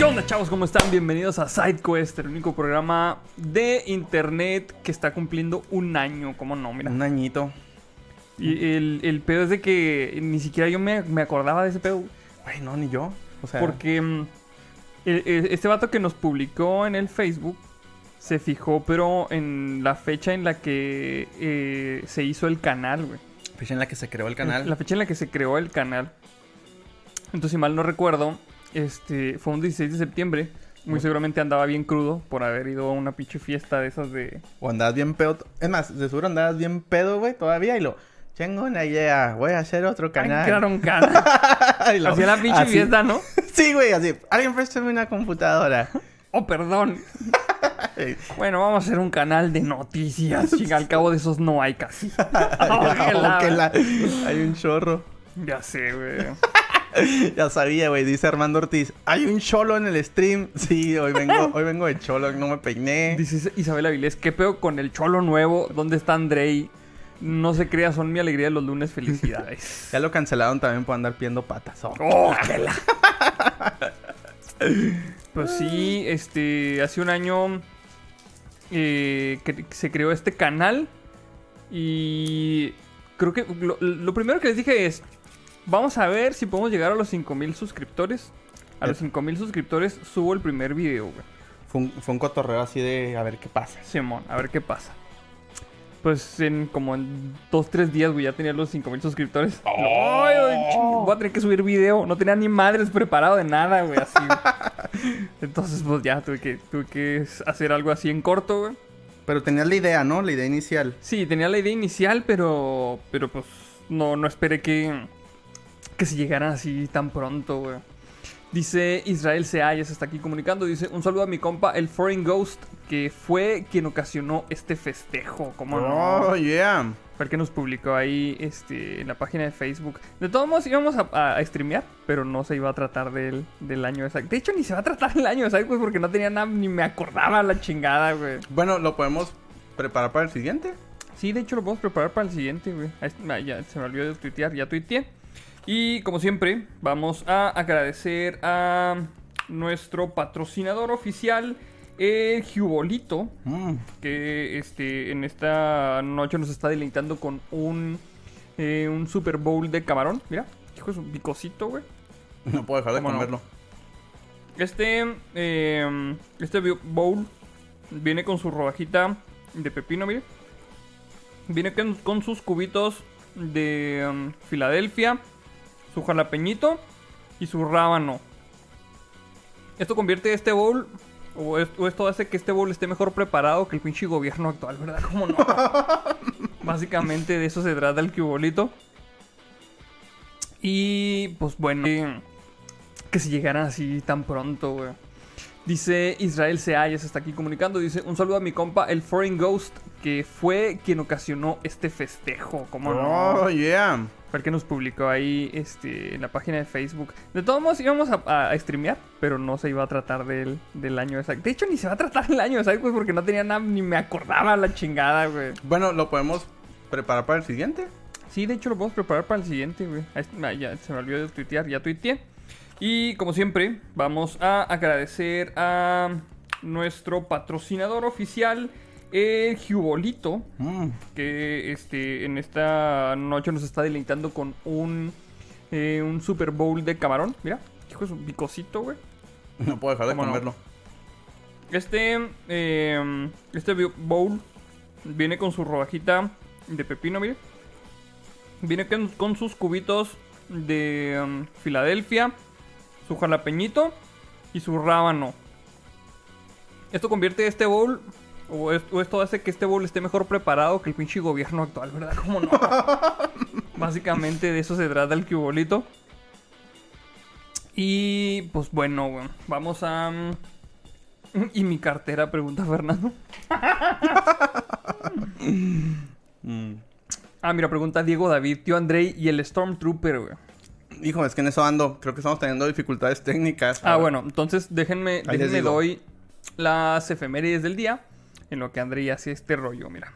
¿Qué onda, chavos? ¿Cómo están? Bienvenidos a SideQuest, el único programa de internet que está cumpliendo un año. ¿Cómo no? Mira. Un añito. Y el pedo es de que ni siquiera yo me acordaba de ese pedo. Ay, no, ni yo. O sea, Porque este vato que nos publicó en el Facebook se fijó, pero en la fecha en la que se hizo el canal, güey. fecha en la que se creó el canal. La fecha en la que se creó el canal. Entonces, si mal no recuerdo, fue un 16 de septiembre. Muy seguramente andaba bien crudo por haber ido a una pinche fiesta de esas de... O andabas bien pedo. Es más, de seguro andabas bien pedo, güey, todavía. Y lo... Tengo una idea. Voy a hacer otro canal. Ay, crear un canal. Hacía la pinche fiesta, ¿no? Sí, güey, así. Alguien préstame una computadora. Oh, perdón. Bueno, vamos a hacer un canal de noticias. Chica, al cabo de esos no hay casi. Hay un chorro. Ya sé, güey. Ya sabía, güey. Dice Armando Ortiz. Hay un cholo en el stream. Sí, hoy vengo de cholo. No me peiné. Dice Isabel Avilés, ¿qué pedo con el cholo nuevo? ¿Dónde está Andrei? No se crea, son mi alegría de los lunes. Felicidades. Ya lo cancelaron también por andar pidiendo patas. ¡Oh, qué la! Pues sí, hace un año que se creó este canal. Y creo que lo primero que les dije es... Vamos a ver si podemos llegar a los 5,000 suscriptores. A los 5,000 suscriptores subo el primer video, güey. Fue un cotorreo así de a ver qué pasa. Simón, a ver qué pasa. Pues como en 2-3 días, güey, ya tenía los 5,000 suscriptores. ¡Ay, voy a tener que subir video! No tenía ni madres preparado de nada, güey, así. Entonces, pues ya tuve que hacer algo así en corto, güey. Pero tenías la idea, ¿no? La idea inicial. Sí, tenía la idea inicial, pero pues no esperé que se llegaran así tan pronto, güey. Dice Israel C.A. ya se está aquí comunicando. Dice, un saludo a mi compa, el Foreign Ghost, que fue quien ocasionó este festejo. ¿Cómo no? Oh, yeah. Fue el que nos publicó ahí en la página de Facebook. De todos modos íbamos a streamear, pero no se iba a tratar del año de SideQuest. De hecho, ni se va a tratar el año de SideQuest porque no tenía nada, ni me acordaba la chingada, güey. Bueno, ¿lo podemos preparar para el siguiente? Sí, de hecho lo podemos preparar para el siguiente, güey. Ya se me olvidó de tuitear, ya tuiteé. Y como siempre, vamos a agradecer a nuestro patrocinador oficial, el Jubolito, que en esta noche nos está deleitando con un Super Bowl de camarón. Mira, hijo, es un picosito, güey. No puedo dejar de comerlo. No? Este bowl viene con su rodajita de pepino, mire. Viene con sus cubitos de Filadelfia, su jalapeñito y su rábano. Esto convierte este bowl, o esto hace que este bowl esté mejor preparado que el pinche gobierno actual, ¿verdad? ¿Cómo no? Básicamente de eso se trata el cubolito. Y pues bueno, que se llegaran así tan pronto, güey. Dice Israel C.A. ya se está aquí comunicando. Dice, un saludo a mi compa, el Foreign Ghost, que fue quien ocasionó este festejo. ¿Cómo no? Oh, yeah. Fue el que nos publicó ahí en la página de Facebook. De todos modos íbamos a streamear, pero no se iba a tratar del año de SideQuest. De hecho, ni se va a tratar el año de SideQuest porque no tenía nada, ni me acordaba la chingada, güey. Bueno, ¿lo podemos preparar para el siguiente? Sí, de hecho lo podemos preparar para el siguiente, güey. Ya se me olvidó de tuitear, ya tuiteé. Y como siempre, vamos a agradecer a nuestro patrocinador oficial, el Jubolito, que en esta noche nos está deleitando con un Super Bowl de camarón. Mira, hijo, es un picosito, güey. No puedo dejar de comerlo. No? Este bowl viene con su rodajita de pepino, mire. Viene con sus cubitos de Filadelfia, su jalapeñito y su rábano. Esto convierte este bowl, o esto hace que este bowl esté mejor preparado que el pinche gobierno actual, ¿verdad? ¿Cómo no? Básicamente de eso se trata el cubolito. Y pues bueno, güey, vamos a... ¿Y mi cartera? Pregunta Fernando. Mira, pregunta Diego David, tío Andrei y el Stormtrooper, güey. Hijo, es que en eso ando. Creo que estamos teniendo dificultades técnicas. Bueno, entonces déjenme doy las efemérides del día. En lo que Andrei hace este rollo, mira.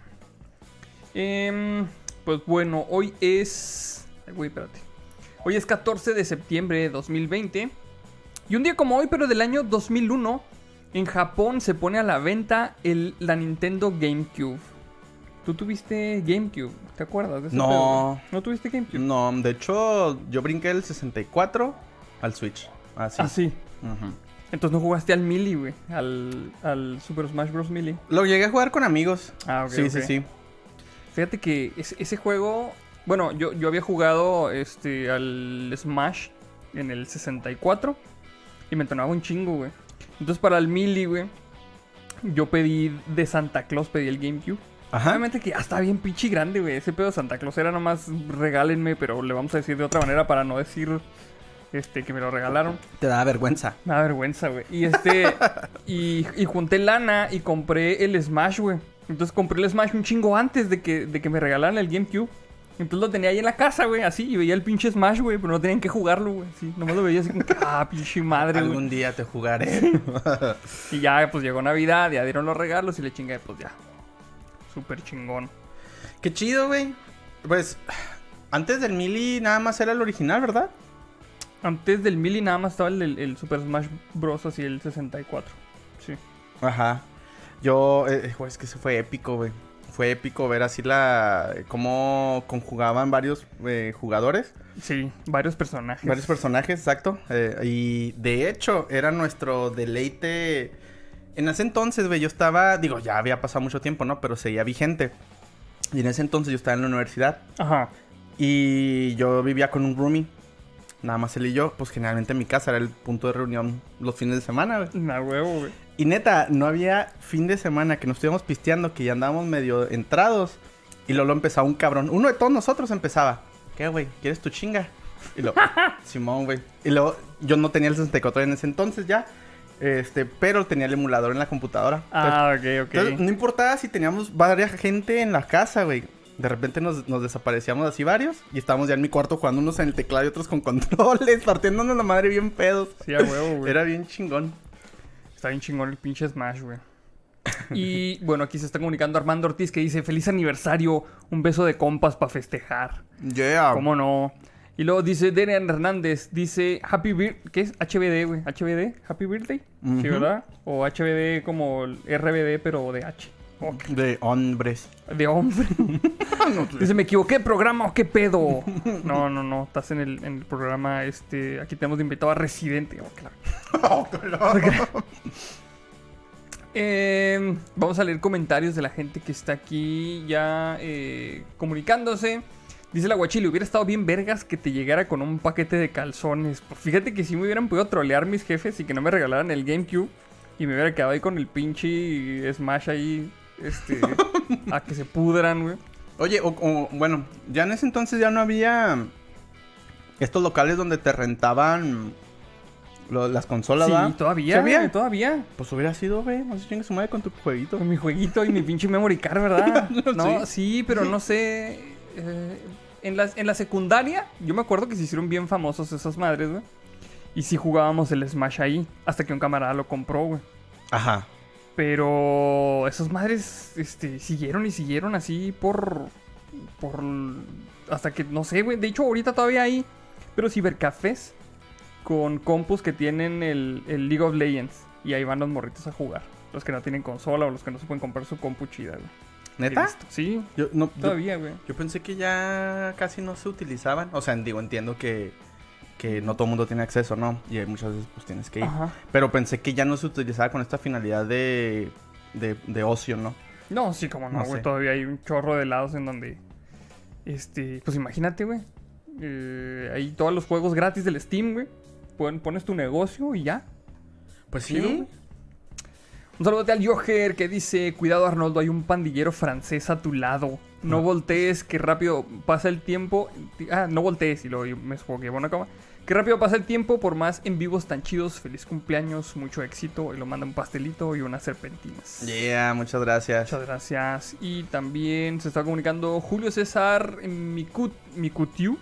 Pues bueno, hoy es... Ay, güey, espérate. Hoy es 14 de septiembre de 2020. Y un día como hoy, pero del año 2001, en Japón se pone a la venta la Nintendo GameCube. ¿Tú tuviste GameCube? ¿Te acuerdas de ese No. pedo? ¿No tuviste GameCube? No, de hecho, yo brinqué del 64 al Switch. Así. Ah, sí. Ujú. Entonces no jugaste al Melee, güey. Al Super Smash Bros. Melee. Lo llegué a jugar con amigos. Ah, ok. Sí, ok. sí. Fíjate que ese juego... Bueno, yo había jugado al Smash en el 64 y me entonaba un chingo, güey. Entonces para el Melee, güey, yo pedí de Santa Claus, pedí el GameCube. Ajá. Obviamente que ya está bien pinche grande, güey. Ese pedo de Santa Claus era nomás regálenme, pero le vamos a decir de otra manera para no decir que me lo regalaron. Te da vergüenza. Me da vergüenza, güey. Y y junté lana y compré el Smash, güey. Entonces compré el Smash un chingo antes de que me regalaran el GameCube. Entonces lo tenía ahí en la casa, güey, así. Y veía el pinche Smash, güey, pero no tenían que jugarlo, güey. Sí, nomás lo veía así como que, pinche madre, güey. Algún día te jugaré. Y ya, pues llegó Navidad, ya dieron los regalos y le chingué, pues ya. Súper chingón. Qué chido, güey. Pues, antes del Melee nada más era el original, ¿verdad? Antes del Melee nada más estaba el Super Smash Bros. Así, el 64. Sí. Ajá. Es que eso fue épico, güey. Fue épico ver así cómo conjugaban varios jugadores. Sí, varios personajes. Varios personajes, exacto. Y de hecho, era nuestro deleite. En ese entonces, güey, yo estaba... Digo, ya había pasado mucho tiempo, ¿no? Pero seguía vigente. Y en ese entonces yo estaba en la universidad. Ajá. Y yo vivía con un roomie. Nada más él y yo. Pues generalmente en mi casa era el punto de reunión los fines de semana, güey. Una huevo, güey. Y neta, no había fin de semana que nos estuviéramos pisteando, que ya andábamos medio entrados. Y luego empezaba un cabrón. Uno de todos nosotros empezaba. ¿Qué, güey? ¿Quieres tu chinga? Y luego, Simón, güey. Y luego, yo no tenía el 64 en ese entonces ya. Pero tenía el emulador en la computadora. Ok. Entonces, no importaba si teníamos varias gente en la casa, güey. De repente nos desaparecíamos así varios. Y estábamos ya en mi cuarto jugando unos en el teclado y otros con controles. Partiéndonos la madre bien pedos. Sí, a huevo, güey. Era bien chingón. Está bien chingón el pinche Smash, güey. Y bueno, aquí se está comunicando Armando Ortiz que dice: feliz aniversario, un beso de compas para festejar. Yeah. ¿Cómo no? Y luego dice Derian Hernández, dice Happy Birthday, ¿qué es? HBD, güey. HBD, Happy Birthday. Ujú. Sí, ¿verdad? O HBD como el RBD, pero de H. Ok. De hombres. De hombre. Dice, me equivoqué de programa o qué pedo. No. Estás en el programa, aquí tenemos de invitado a Residente. Oh, claro. Oh, claro. Vamos a leer comentarios de la gente que está aquí ya comunicándose. Dice la Guachile, hubiera estado bien vergas que te llegara con un paquete de calzones. Pues fíjate que si me hubieran podido trolear mis jefes y que no me regalaran el GameCube y me hubiera quedado ahí con el pinche Smash ahí, a que se pudran, güey. Oye, bueno, ya en ese entonces ya no había estos locales donde te rentaban las consolas, Sí, ¿verdad? todavía, ¿Sí había? güey, todavía. Pues hubiera sido, güey, no sé, chingue su madre con tu jueguito. Con mi jueguito y mi pinche memory card, ¿verdad? No, Sí. sí, pero no sé. En la secundaria, yo me acuerdo que se hicieron bien famosos esas madres, güey. Y sí jugábamos el Smash ahí, hasta que un camarada lo compró, güey. Ajá. Pero esas madres, siguieron y siguieron así por hasta que, no sé, güey. De hecho, ahorita todavía hay, pero cibercafés con compus que tienen el League of Legends. Y ahí van los morritos a jugar. Los que no tienen consola o los que no se pueden comprar su compu chida, güey. ¿Neta? He visto. Sí, Yo todavía, güey. yo pensé que ya casi no se utilizaban. O sea, entiendo que no todo el mundo tiene acceso, ¿no? Y muchas veces pues tienes que ir. Ajá. Pero pensé que ya no se utilizaba con esta finalidad de ocio, ¿no? No, sí, como no, No güey. sé. Todavía hay un chorro de lados en donde... pues imagínate, güey. Ahí todos los juegos gratis del Steam, güey. Pones tu negocio y ya. Pues Chido, sí. güey. Un saludo al Joher que dice: cuidado, Arnoldo, hay un pandillero francés a tu lado. No voltees, que rápido pasa el tiempo. No voltees, y luego me jugué una cama. Que rápido pasa el tiempo por más en vivos tan chidos. Feliz cumpleaños, mucho éxito. Y lo manda un pastelito y unas serpentinas. Yeah, muchas gracias. Muchas gracias. Y también se está comunicando Julio César Mictiu.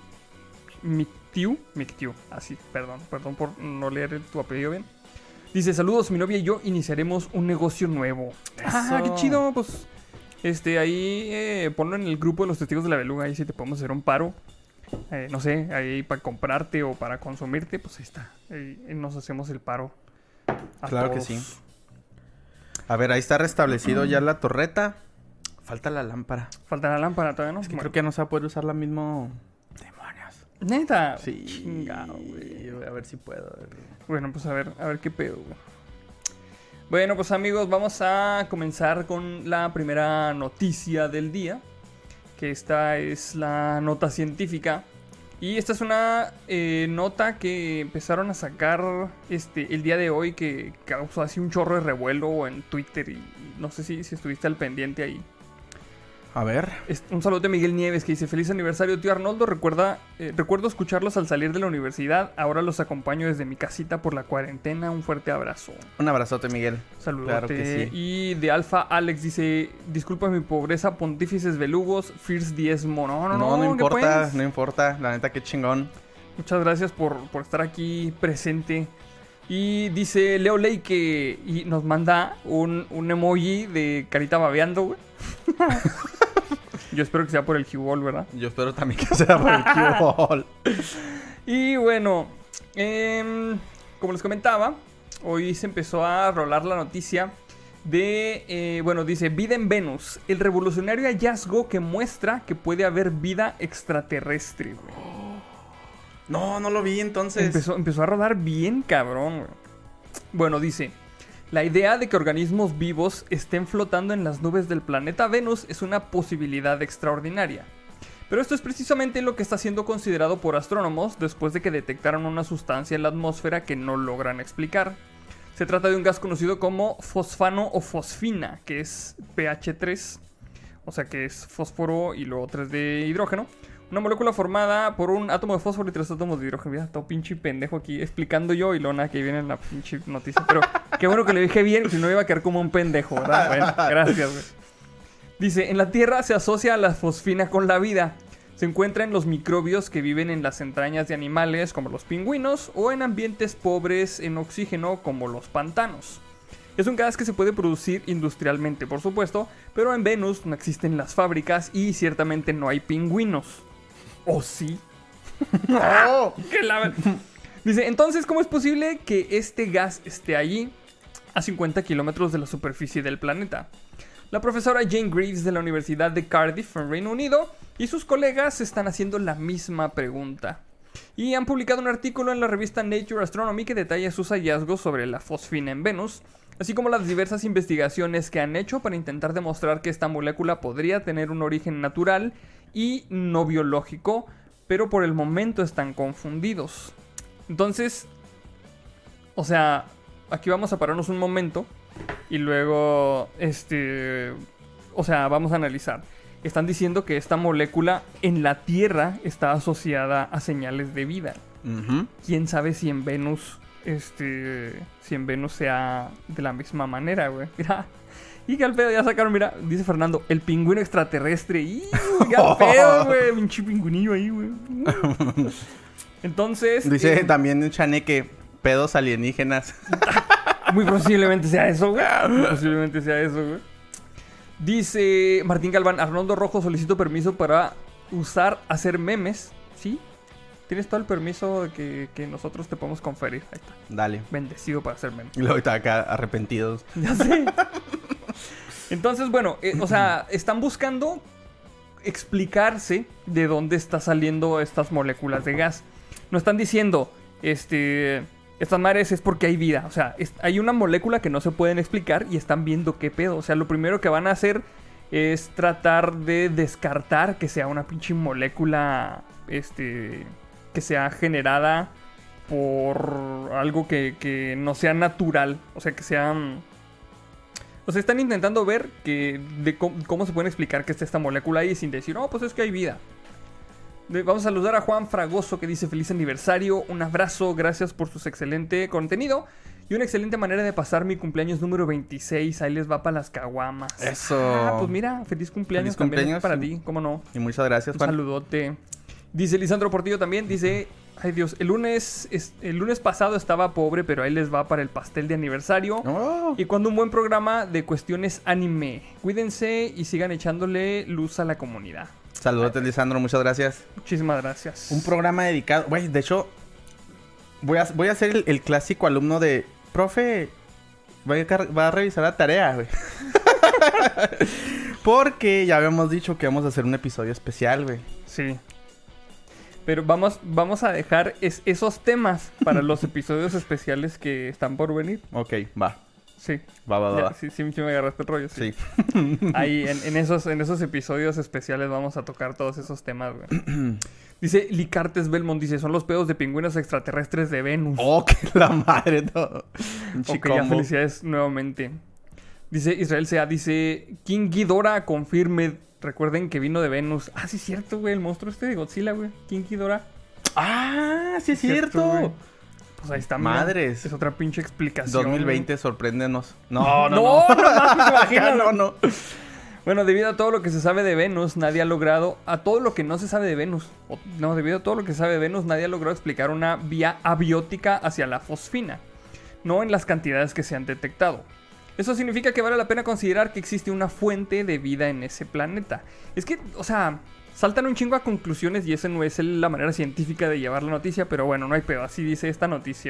Así, perdón por no leer tu apellido bien. Dice: saludos, mi novia y yo iniciaremos un negocio nuevo. Ah, qué chido. Pues ahí ponlo en el grupo de los testigos de la beluga. Ahí sí te podemos hacer un paro. no sé, ahí para comprarte o para consumirte, pues ahí está. Ahí nos hacemos el paro. Claro que sí. A ver, ahí está restablecido ya la torreta. Falta la lámpara. Falta la lámpara todavía, ¿no? Es que creo que no se va a poder usar la mismo... Demonios. ¿Neta? Sí. Chingado, güey. A ver si puedo. Bueno, pues a ver qué pedo, güey. Bueno, pues amigos, vamos a comenzar con la primera noticia del día. Que esta es la nota científica. Y esta es una nota que empezaron a sacar el día de hoy, que causó así un chorro de revuelo en Twitter. Y no sé si estuviste al pendiente ahí. A ver. Un saludo de Miguel Nieves que dice: feliz aniversario, tío Arnoldo. Recuerdo escucharlos al salir de la universidad. Ahora los acompaño desde mi casita por la cuarentena. Un fuerte abrazo. Un abrazote, Miguel. Saludote. Claro que sí. Y de Alfa Alex dice: disculpa mi pobreza, pontífices belugos, First diezmo. No importa, no importa. La neta, qué chingón. Muchas gracias por estar aquí presente. Y dice Leo Leike y nos manda un emoji de carita babeando, güey. Yo espero que sea por el Q-Ball, ¿verdad? Yo espero también que sea por el Q-Ball. Y bueno, como les comentaba, hoy se empezó a rolar la noticia de... dice: vida en Venus, el revolucionario hallazgo que muestra que puede haber vida extraterrestre, güey. No lo vi entonces. Empezó a rodar bien cabrón, güey. Bueno, dice: la idea de que organismos vivos estén flotando en las nubes del planeta Venus es una posibilidad extraordinaria. Pero esto es precisamente lo que está siendo considerado por astrónomos después de que detectaron una sustancia en la atmósfera que no logran explicar. Se trata de un gas conocido como fosfano o fosfina, que es pH 3, o sea que es fósforo y luego 3 de hidrógeno. Una molécula formada por un átomo de fósforo y 3 átomos de hidrógeno. Mira, todo pinche pendejo aquí explicando yo y Lona que viene en la pinche noticia. Pero qué bueno que le dije bien, si no iba a quedar como un pendejo, ¿verdad? Bueno, gracias, güey. Dice: en la Tierra se asocia la fosfina con la vida. Se encuentra en los microbios que viven en las entrañas de animales como los pingüinos o en ambientes pobres en oxígeno como los pantanos. Es un gas que se puede producir industrialmente, por supuesto, pero en Venus no existen las fábricas y ciertamente no hay pingüinos. ¿O sí? ¡Oh! Dice: entonces, ¿cómo es posible que este gas esté allí a 50 kilómetros de la superficie del planeta? La profesora Jane Greaves de la Universidad de Cardiff, en Reino Unido, y sus colegas están haciendo la misma pregunta. Y han publicado un artículo en la revista Nature Astronomy que detalla sus hallazgos sobre la fosfina en Venus, así como las diversas investigaciones que han hecho para intentar demostrar que esta molécula podría tener un origen natural y no biológico, pero por el momento están confundidos. Entonces, o sea, aquí vamos a pararnos un momento y luego, o sea, vamos a analizar. Están diciendo que esta molécula en la Tierra está asociada a señales de vida. Uh-huh. ¿Quién sabe si en Venus, si en Venus sea de la misma manera, güey? Mira. Y que al pedo ya sacaron, mira, dice Fernando, el pingüino extraterrestre. ¡Y qué al pedo, güey! Pinche pingüinillo ahí, güey. Entonces... Dice también un chaneque, pedos alienígenas. Muy posiblemente sea eso, güey. Muy posiblemente sea eso, güey. Dice Martín Galván: Arnoldo Rojo, solicito permiso para hacer memes. ¿Sí? Tienes todo el permiso de que nosotros te podemos conferir. Ahí está. Dale. Bendecido para hacer memes. Y luego está acá arrepentidos. Ya sé. Entonces, bueno, o sea, están buscando explicarse de dónde están saliendo estas moléculas de gas. No están diciendo, estas madres es porque hay vida. O sea, hay una molécula que no se pueden explicar y están viendo qué pedo. O sea, lo primero que van a hacer es tratar de descartar que sea una pinche molécula, que sea generada por algo que no sea natural. O sea, que sean... O sea, están intentando ver cómo se pueden explicar que está esta molécula ahí sin decir, oh, pues es que hay vida. Vamos a saludar a Juan Fragoso que dice: feliz aniversario, un abrazo, gracias por su excelente contenido y una excelente manera de pasar mi cumpleaños número 26. Ahí les va para las caguamas. Eso. Pues mira, feliz cumpleaños, feliz cumpleaños también para ti, cómo no. Y muchas gracias, Juan. Un saludote. Dice Lisandro Portillo también, dice: ay Dios, el lunes pasado estaba pobre, pero ahí les va para el pastel de aniversario. Oh. Y cuando un buen programa de cuestiones anime. Cuídense y sigan echándole luz a la comunidad. Saludos, Lisandro, muchas gracias. Muchísimas gracias. Un programa dedicado... Güey, de hecho, voy a ser el clásico alumno de... Profe, va a revisar la tarea, güey. Porque ya habíamos dicho que vamos a hacer un episodio especial, güey. Sí. Pero vamos a dejar esos temas para los episodios especiales que están por venir. Ok, va. Sí. Va. Sí, me agarraste el rollo, sí. Sí. Ahí, en esos episodios especiales vamos a tocar todos esos temas, güey. Dice Licartes Belmont, dice, son los pedos de pingüinos extraterrestres de Venus. Oh, que la madre, todo. Ok, ya felicidades nuevamente. Dice Israel Sea, dice, King Ghidorah confirme. Recuerden que vino de Venus. Ah, sí es cierto, güey, el monstruo este de Godzilla, güey. King Ghidorah. Ah, sí es cierto. Pues ahí está, mira. Madres. Es otra pinche explicación. 2020, güey. Sorpréndenos. No, mames, imagínate. No. Bueno, debido a todo lo que se sabe de Venus, nadie ha logrado... A todo lo que no se sabe de Venus... debido a todo lo que se sabe de Venus, nadie ha logrado explicar una vía abiótica hacia la fosfina. No en las cantidades que se han detectado. Eso significa que vale la pena considerar que existe una fuente de vida en ese planeta. Es que, o sea, saltan un chingo a conclusiones y esa no es la manera científica de llevar la noticia, pero bueno, no hay pedo, así dice esta noticia,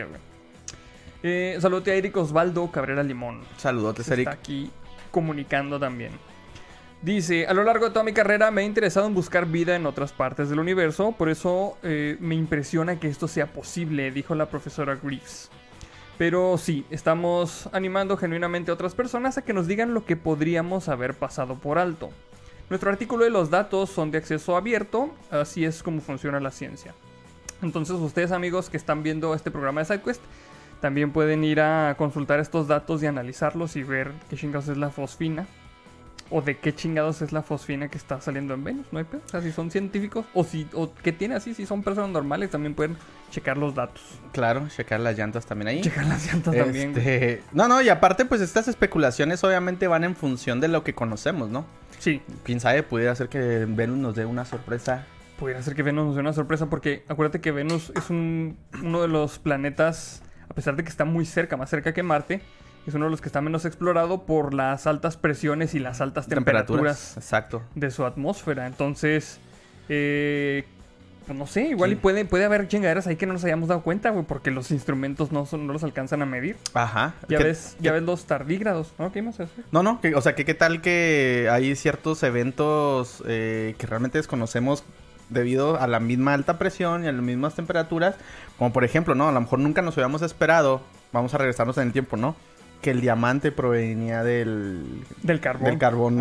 güey. Saludos a Eric Osvaldo Cabrera Limón. Saludotes, Se Eric. está aquí comunicando también. Dice, a lo largo de toda mi carrera me he interesado en buscar vida en otras partes del universo, por eso me impresiona que esto sea posible, dijo la profesora Greaves. Pero sí, estamos animando genuinamente a otras personas a que nos digan lo que podríamos haber pasado por alto. Nuestro artículo y los datos son de acceso abierto, así es como funciona la ciencia. Entonces ustedes, amigos que están viendo este programa de SideQuest, también pueden ir a consultar estos datos y analizarlos y ver qué chingados es la fosfina. O de qué chingados es la fosfina que está saliendo en Venus, ¿no hay pedo? O sea, si son científicos o que tiene así, si son personas normales, también pueden checar los datos. Claro, checar las llantas también ahí. Checar las llantas también, güey. No, y aparte, pues estas especulaciones obviamente van en función de lo que conocemos, ¿no? Sí. Quién sabe, pudiera ser que Venus nos dé una sorpresa. Pudiera ser que Venus nos dé una sorpresa porque acuérdate que Venus es uno de los planetas, a pesar de que está muy cerca, más cerca que Marte, es uno de los que está menos explorado por las altas presiones y las altas temperaturas exacto. De su atmósfera. Entonces, pues no sé, igual sí. Y puede haber chingaderas ahí que no nos hayamos dado cuenta, güey, porque los instrumentos no los alcanzan a medir. Ajá. Ya ves los tardígrados, ¿no? ¿Qué íbamos a hacer? No, o sea, ¿qué tal que hay ciertos eventos que realmente desconocemos debido a la misma alta presión y a las mismas temperaturas? Como por ejemplo, ¿no? A lo mejor nunca nos habíamos esperado, vamos a regresarnos en el tiempo, ¿no? Que el diamante provenía del carbón. Del carbón,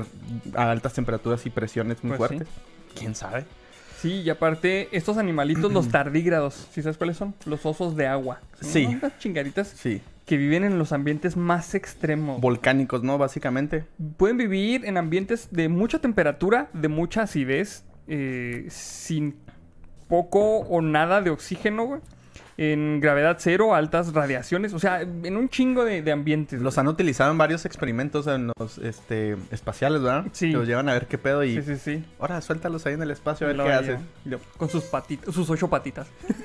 a altas temperaturas y presiones muy fuertes. Sí. ¿Quién sabe? Sí, y aparte, estos animalitos, los tardígrados, ¿sí sabes cuáles son? Los osos de agua. Sí. ¿No? Unas chingaditas. Sí. Que viven en los ambientes más extremos. Volcánicos, ¿no? Básicamente. Pueden vivir en ambientes de mucha temperatura, de mucha acidez, sin poco o nada de oxígeno, güey. En gravedad cero, altas radiaciones, o sea, en un chingo de ambientes. Los han utilizado en varios experimentos en los espaciales, ¿verdad? Sí. Que los llevan a ver qué pedo y... Sí. Ahora, suéltalos ahí en el espacio a ver qué hacen. Con sus patitas, sus 8 patitas.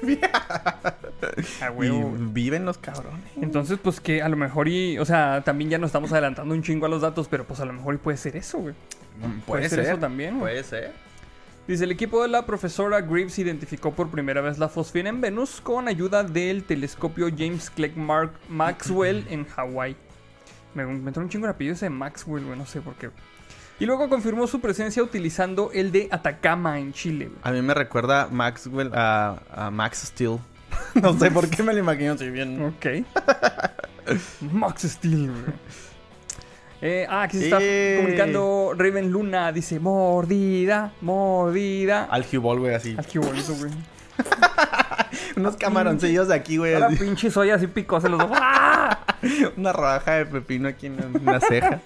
Y viven los cabrones. Entonces, pues que a lo mejor o sea, también ya nos estamos adelantando un chingo a los datos, pero pues a lo mejor puede ser eso, güey. Puede ser eso también, güey. Puede ser. Dice, el equipo de la profesora Greaves identificó por primera vez la fosfina en Venus con ayuda del telescopio James Clerk Maxwell en Hawái. Me entró un chingo de apellido ese Maxwell, güey, no sé por qué. Y luego confirmó su presencia utilizando el de Atacama en Chile, güey. A mí me recuerda Maxwell a Max Steel. No sé por qué me lo imagino así bien. Ok. Max Steel, güey. Aquí se está comunicando Raven Luna. Dice, mordida. Algibol, güey, así. Algibolito, güey. Unos camaroncillos de aquí, güey. Ahora pinche soy así picose los ojos. ¡Ah! Una rodaja de pepino aquí en la ceja.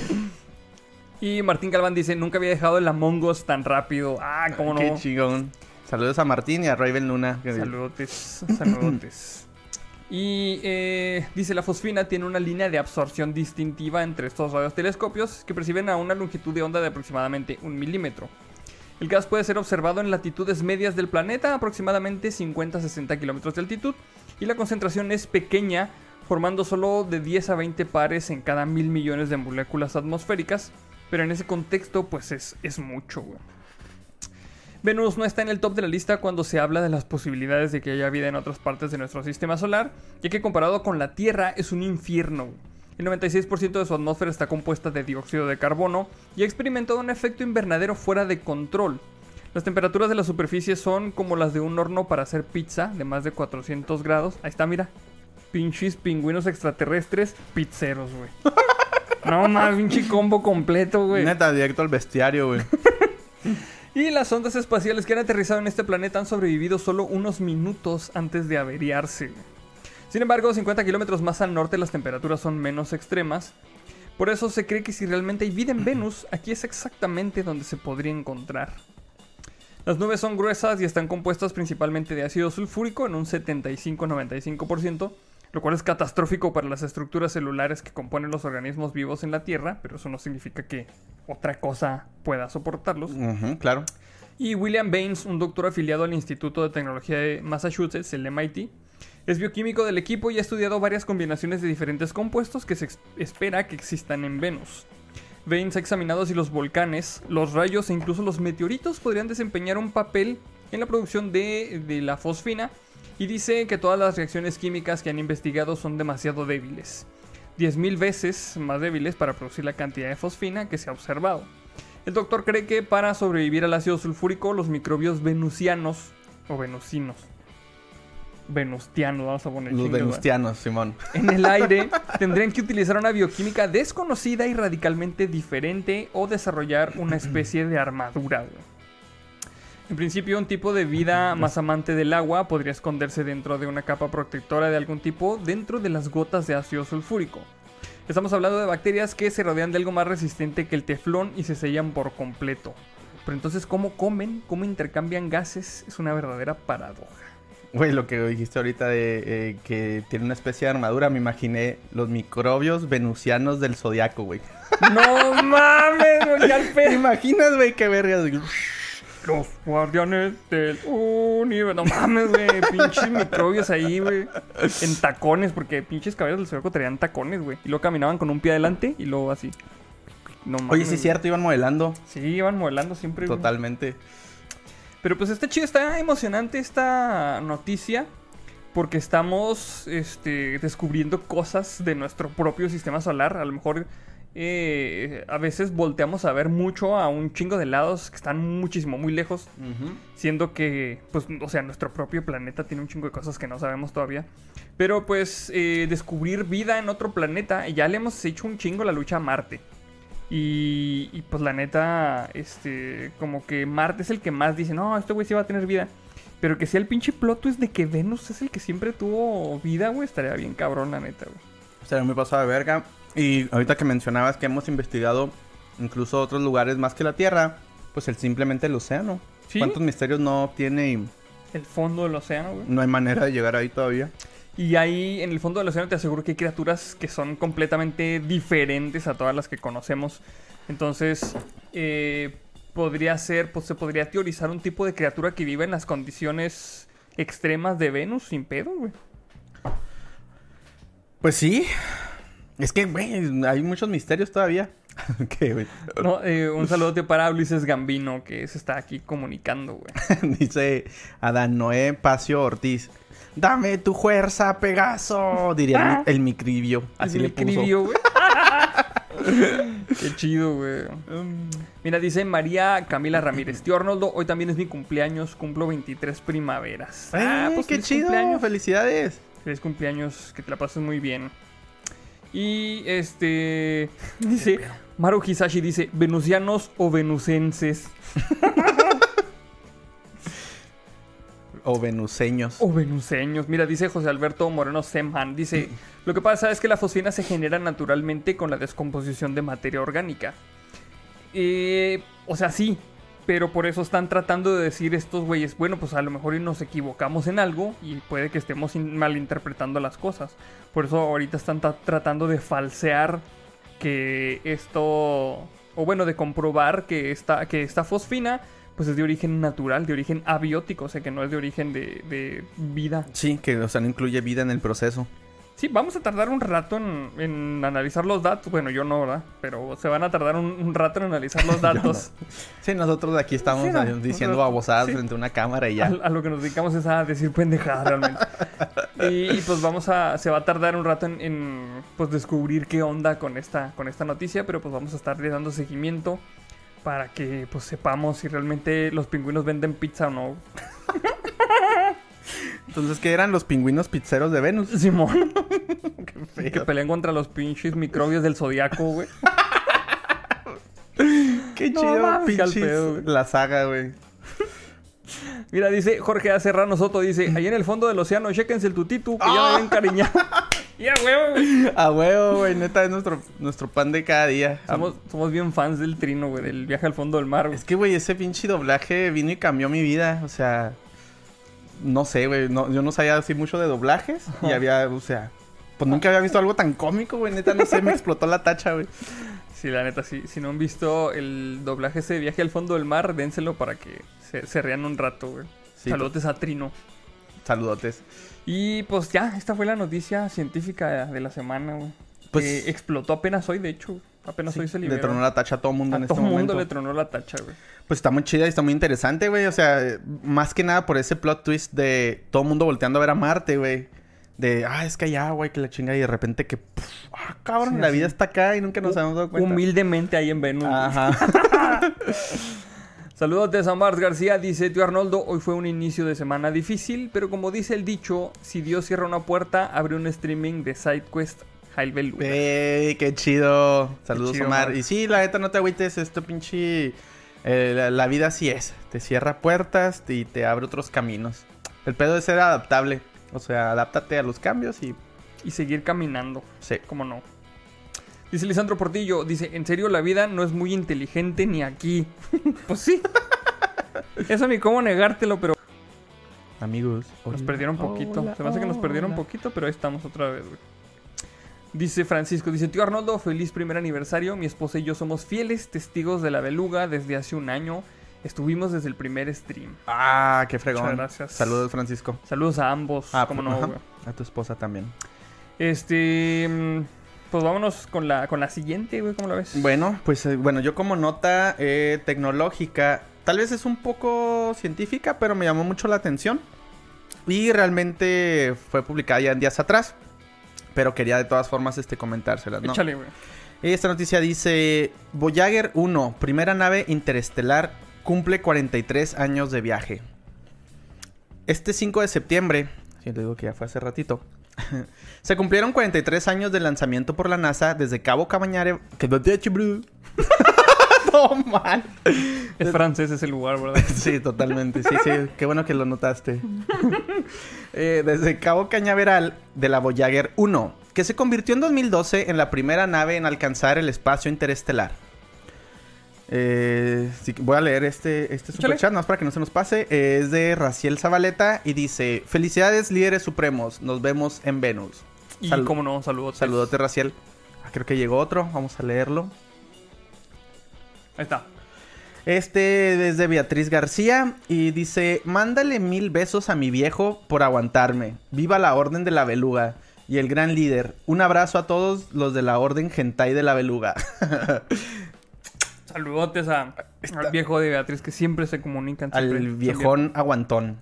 Y Martín Galván dice, nunca había dejado el Among Us tan rápido. Ah, cómo no. Qué chingón. Saludos a Martín y a Raven Luna. Saludotes. Y dice, la fosfina tiene una línea de absorción distintiva entre estos radiotelescopios que perciben a una longitud de onda de aproximadamente 1 milímetro. El gas puede ser observado en latitudes medias del planeta, aproximadamente 50-60 kilómetros de altitud, y la concentración es pequeña, formando solo de 10 a 20 pares en cada 1.000 millones de moléculas atmosféricas, pero en ese contexto pues es mucho, güey. Venus no está en el top de la lista cuando se habla de las posibilidades de que haya vida en otras partes de nuestro sistema solar, ya que comparado con la Tierra es un infierno. El 96% de su atmósfera está compuesta de dióxido de carbono y ha experimentado un efecto invernadero fuera de control. Las temperaturas de la superficie son como las de un horno para hacer pizza de más de 400 grados. Ahí está, mira. Pinches pingüinos extraterrestres pizzeros, güey. No más, pinche combo completo, güey. Neta, directo al bestiario, güey. Y las ondas espaciales que han aterrizado en este planeta han sobrevivido solo unos minutos antes de averiarse. Sin embargo, 50 kilómetros más al norte las temperaturas son menos extremas. Por eso se cree que si realmente hay vida en Venus, aquí es exactamente donde se podría encontrar. Las nubes son gruesas y están compuestas principalmente de ácido sulfúrico en un 75-95%, lo cual es catastrófico para las estructuras celulares que componen los organismos vivos en la Tierra, pero eso no significa que otra cosa pueda soportarlos. Claro. Y William Baines, un doctor afiliado al Instituto de Tecnología de Massachusetts, el MIT, es bioquímico del equipo y ha estudiado varias combinaciones de diferentes compuestos que se espera que existan en Venus. Baines ha examinado si los volcanes, los rayos e incluso los meteoritos podrían desempeñar un papel en la producción de la fosfina y dice que todas las reacciones químicas que han investigado son demasiado débiles. 10.000 veces más débiles para producir la cantidad de fosfina que se ha observado. El doctor cree que para sobrevivir al ácido sulfúrico los microbios venusianos o venusinos, venustianos, vamos a poner los venustianos, Simón, en el aire tendrían que utilizar una bioquímica desconocida y radicalmente diferente o desarrollar una especie de armadura. En principio, un tipo de vida más amante del agua podría esconderse dentro de una capa protectora de algún tipo dentro de las gotas de ácido sulfúrico. Estamos hablando de bacterias que se rodean de algo más resistente que el teflón y se sellan por completo. Pero entonces, ¿cómo comen? ¿Cómo intercambian gases? Es una verdadera paradoja. Güey, lo que dijiste ahorita de que tiene una especie de armadura, me imaginé los microbios venusianos del zodiaco, güey. ¡No mames, güey! Al ¿Te imaginas, güey? Qué vergas. Los guardianes del universo. No mames, güey. Pinches microbios ahí, güey. En tacones, porque pinches caballeros del zodiaco traían tacones, güey. Y luego caminaban con un pie adelante y luego así. No mames. Oye, sí es cierto, iban modelando. Sí, iban modelando siempre. Totalmente. Güey. Pero pues está chido, está emocionante esta noticia. Porque estamos descubriendo cosas de nuestro propio sistema solar. A lo mejor a veces volteamos a ver mucho a un chingo de lados que están muchísimo, muy lejos. Siendo que, pues, o sea, nuestro propio planeta tiene un chingo de cosas que no sabemos todavía. Pero pues descubrir vida en otro planeta, ya le hemos hecho un chingo la lucha a Marte. Y pues la neta, como que Marte es el que más dice, no, este güey sí va a tener vida. Pero que sea el pinche plot twist de que Venus es el que siempre tuvo vida, güey, estaría bien cabrón, la neta, güey. Estaría muy pasado de verga. Y ahorita que mencionabas que hemos investigado incluso otros lugares más que la Tierra, pues simplemente el océano. ¿Sí? ¿Cuántos misterios no tiene? El fondo del océano, güey. No hay manera de llegar ahí todavía. Y ahí en el fondo del océano te aseguro que hay criaturas que son completamente diferentes a todas las que conocemos. Entonces, podría ser, pues se podría teorizar un tipo de criatura que vive en las condiciones extremas de Venus sin pedo, güey. Pues sí. Es que, güey, hay muchos misterios todavía. ¿Qué, güey? No, un saludo para Ulises Gambino, que se está aquí comunicando, güey. Dice Adán Noé Pacio Ortiz. Dame tu fuerza, Pegaso. Diría el micribio. Así le puso. Micribio, güey. Qué chido, güey. Mira, dice María Camila Ramírez. Tío Arnoldo, hoy también es mi cumpleaños. Cumplo 23 primaveras. Pues qué chido. Cumpleaños. Felicidades. Feliz cumpleaños. Que te la pases muy bien. Y dice Maru Hisashi dice venusianos o venusenses. O venuseños. O venuseños. Mira, dice José Alberto Moreno Semhan. Dice, lo que pasa es que la fosfina se genera naturalmente con la descomposición de materia orgánica. O sea, sí. Pero por eso están tratando de decir estos güeyes, bueno, pues a lo mejor nos equivocamos en algo y puede que estemos malinterpretando las cosas. Por eso ahorita están tratando de falsear que esto, o bueno, de comprobar que esta fosfina pues es de origen natural, de origen abiótico, o sea que no es de origen de vida. Sí, que o sea, no incluye vida en el proceso. Sí, vamos a tardar un rato en analizar los datos. Bueno, yo no, ¿verdad? Pero se van a tardar un rato en analizar los datos. No. Sí, nosotros aquí estamos Sí, no. diciendo Nosotros- babosadas sí. frente a una cámara y ya. A lo que nos dedicamos es a decir pendejadas realmente. y pues se va a tardar un rato en pues descubrir qué onda con esta noticia, pero pues vamos a estarle dando seguimiento para que pues sepamos si realmente los pingüinos venden pizza o no. Entonces, ¿qué eran los pingüinos pizzeros de Venus? Simón, Qué que pelean contra los pinches microbios del zodiaco, güey. Qué No chido, mames, qué al pinches. pedo, güey. La saga, güey. Mira, dice Jorge A. Serrano Soto, dice, ahí en el fondo del océano, chéquense el tutitu, que ya me ven encariñado. Ya, huevo, güey. A huevo, güey. Neta, es nuestro pan de cada día. Somos bien fans del trino, güey, del viaje al fondo del mar, güey. Es que, güey, ese pinche doblaje vino y cambió mi vida. O sea, no sé, güey. No, yo no sabía así mucho de doblajes. Y había, o sea, pues nunca había visto algo tan cómico, güey. Neta, no sé, me explotó la tacha, güey. Sí, la neta, sí. Si no han visto el doblaje ese de viaje al fondo del mar, dénselo para que se rían un rato, güey. Sí, Saludos a Trino. Saludotes. Y pues ya, esta fue la noticia científica de la semana, güey. Pues- Que explotó apenas hoy, de hecho. Apenas hoy se Le liberó. tronó la tacha a todo mundo en A este todo mundo momento. le tronó la tacha, güey. Pues está muy chida y está muy interesante, güey. O sea, más que nada por ese plot twist de todo mundo volteando a ver a Marte, güey. De, es que allá, güey, que la chinga. Y de repente que, cabrón, Sí, la así. vida está acá y nunca nos habíamos dado cuenta. Humildemente ahí en Venus. Ajá. Saludos de Samars García, dice tío Arnoldo, hoy fue un inicio de semana difícil, pero como dice el dicho, si Dios cierra una puerta, abre un streaming de SideQuest Heil Beluga. ¡Ey, qué chido! Saludos, chido, Omar. Omar. Y sí, la neta, no te agüites. Esto pinche... la vida así es. Te cierra puertas y te abre otros caminos. El pedo es ser adaptable. O sea, adáptate a los cambios y... Y seguir caminando, Sí. cómo no. Dice Lisandro Portillo, dice, en serio la vida no es muy inteligente ni aquí. Pues sí. Eso ni cómo negártelo, pero Amigos. nos perdieron poquito. Se me hace que nos perdieron poquito, pero ahí estamos otra vez, güey. Dice Francisco, dice, tío Arnoldo, feliz primer aniversario. Mi esposa y yo somos fieles testigos de la beluga desde hace un año. Estuvimos desde el primer stream. Ah, qué fregón. Muchas gracias. Saludos, Francisco. Saludos a ambos. Cómo no, ajá. güey. A tu esposa también. Pues vámonos con la siguiente, güey, ¿cómo la ves? Bueno, pues yo como nota tecnológica, tal vez es un poco científica, pero me llamó mucho la atención. Y realmente fue publicada ya en días atrás. Pero quería de todas formas comentárselas, ¿no? Échale, güey. Esta noticia dice: Voyager 1, primera nave interestelar, cumple 43 años de viaje. Este 5 de septiembre, si te digo que ya fue hace ratito, se cumplieron 43 años de lanzamiento por la NASA desde Cabo Cañaveral. Que no te eche, bro. Todo mal. Es francés ese lugar, ¿verdad? Sí, totalmente. Sí, sí. Qué bueno que lo notaste. Desde Cabo Cañaveral de la Voyager 1, que se convirtió en 2012 en la primera nave en alcanzar el espacio interestelar. Sí, voy a leer este superchat, más para que no se nos pase. Es de Raciel Zabaleta y dice: felicidades, líderes supremos. Nos vemos en Venus. Y cómo no, saludos. Saludote, Raciel. Creo que llegó otro. Vamos a leerlo. Ahí está. Desde Beatriz García y dice: mándale 1000 besos a mi viejo por aguantarme. Viva la Orden de la Beluga y el gran líder. Un abrazo a todos los de la Orden Gentai de la Beluga. Saludotes al viejo de Beatriz que siempre se comunican. Siempre, Al viejón aguantón.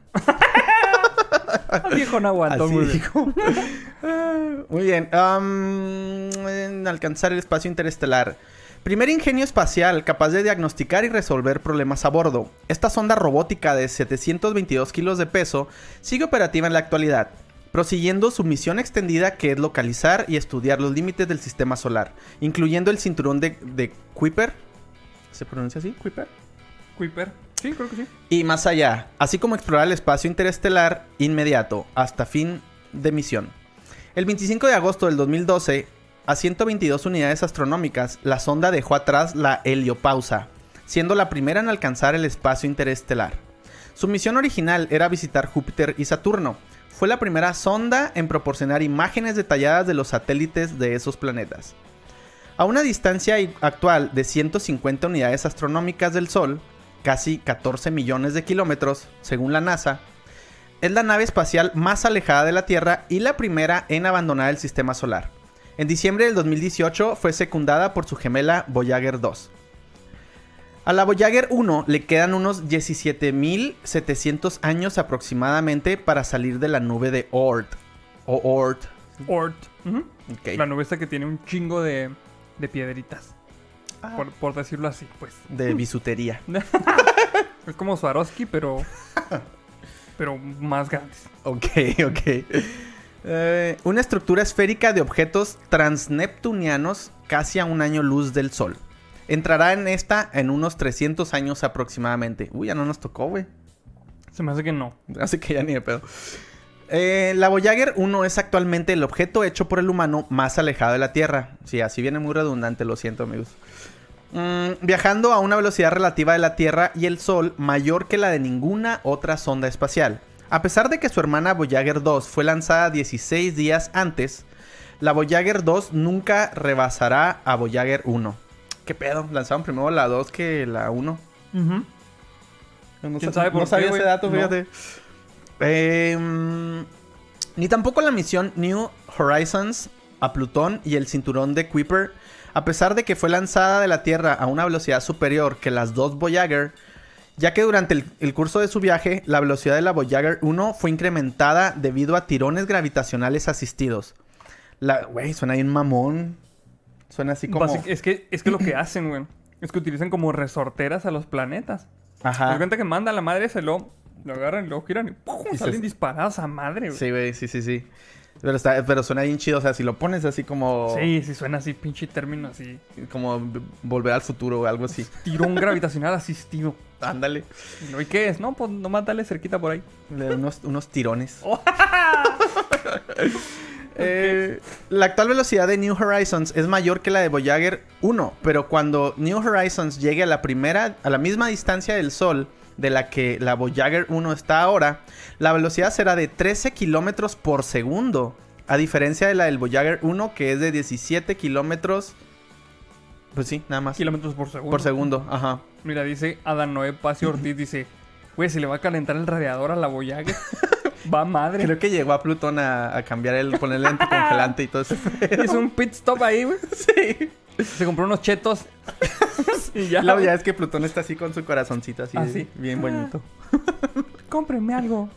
Al viejón aguantón. Así Muy bien. dijo. Muy bien. En alcanzar el espacio interestelar. Primer ingenio espacial capaz de diagnosticar y resolver problemas a bordo. Esta sonda robótica de 722 kilos de peso sigue operativa en la actualidad, prosiguiendo su misión extendida, que es localizar y estudiar los límites del sistema solar, incluyendo el cinturón de Kuiper. ¿Se pronuncia así? ¿Kuiper? Kuiper. Sí, creo que sí. Y más allá, así como explorar el espacio interestelar inmediato, hasta fin de misión. El 25 de agosto del 2012, a 122 unidades astronómicas, la sonda dejó atrás la heliopausa, siendo la primera en alcanzar el espacio interestelar. Su misión original era visitar Júpiter y Saturno. Fue la primera sonda en proporcionar imágenes detalladas de los satélites de esos planetas. A una distancia actual de 150 unidades astronómicas del Sol, casi 14 millones de kilómetros, según la NASA, es la nave espacial más alejada de la Tierra y la primera en abandonar el sistema solar. En diciembre del 2018 fue secundada por su gemela Voyager 2. A la Voyager 1 le quedan unos 17.700 años aproximadamente para salir de la nube de Oort. O Oort. Oort. Okay. La nube esta que tiene un chingo de piedritas. Por decirlo así, pues. De bisutería. Es como Swarovski, pero más grandes. Ok. Una estructura esférica de objetos transneptunianos casi a un año luz del Sol. Entrará en esta en unos 300 años aproximadamente. Uy, ya no nos tocó, güey. Se me hace que no. Así que ya ni de pedo. La Voyager 1 es actualmente el objeto hecho por el humano más alejado de la Tierra. Sí, así viene muy redundante, lo siento, amigos. Viajando a una velocidad relativa de la Tierra y el Sol mayor que la de ninguna otra sonda espacial. A pesar de que su hermana Voyager 2 fue lanzada 16 días antes, la Voyager 2 nunca rebasará a Voyager 1. ¿Qué pedo? Lanzaron primero la 2 que la 1. ¿Quién sabe por no qué, sabía güey? ese dato, No. fíjate. Ni tampoco la misión New Horizons a Plutón y el cinturón de Kuiper, a pesar de que fue lanzada de la Tierra a una velocidad superior que las dos Voyager, ya que durante el curso de su viaje, la velocidad de la Voyager 1 fue incrementada debido a tirones gravitacionales asistidos. Güey, suena bien mamón. Suena así como... Es que lo que hacen, güey, es que utilizan como resorteras a los planetas. Ajá. Te cuenta que manda a la madre, lo agarran y lo giran y ¡pum! Salen disparadas a madre, güey. Sí, güey, sí. Pero suena bien chido, o sea, si lo pones así como... Sí, suena así, pinche término así. Como volver al futuro o algo así. Tirón gravitacional asistido. Ándale. ¿Y qué es? No, pues nomás dale cerquita por ahí. Unos tirones. La actual velocidad de New Horizons es mayor que la de Voyager 1, pero cuando New Horizons llegue a la misma distancia del Sol de la que la Voyager 1 está ahora, la velocidad será de 13 kilómetros por segundo, a diferencia de la del Voyager 1 que es de 17 kilómetros. Pues sí, nada más. Kilómetros por segundo. Por segundo, ajá. Mira, dice Adán Noé Pacio Ortiz, dice, güey, se le va a calentar el radiador a la Voyager. Va madre. Creo que llegó a Plutón a cambiar ponerle anticongelante y todo eso. Hizo un pit stop ahí, güey. Sí. Se compró unos chetos. Y ya. Ya es que Plutón está así con su corazoncito así. Sí. Bien bonito. Cómprenme algo.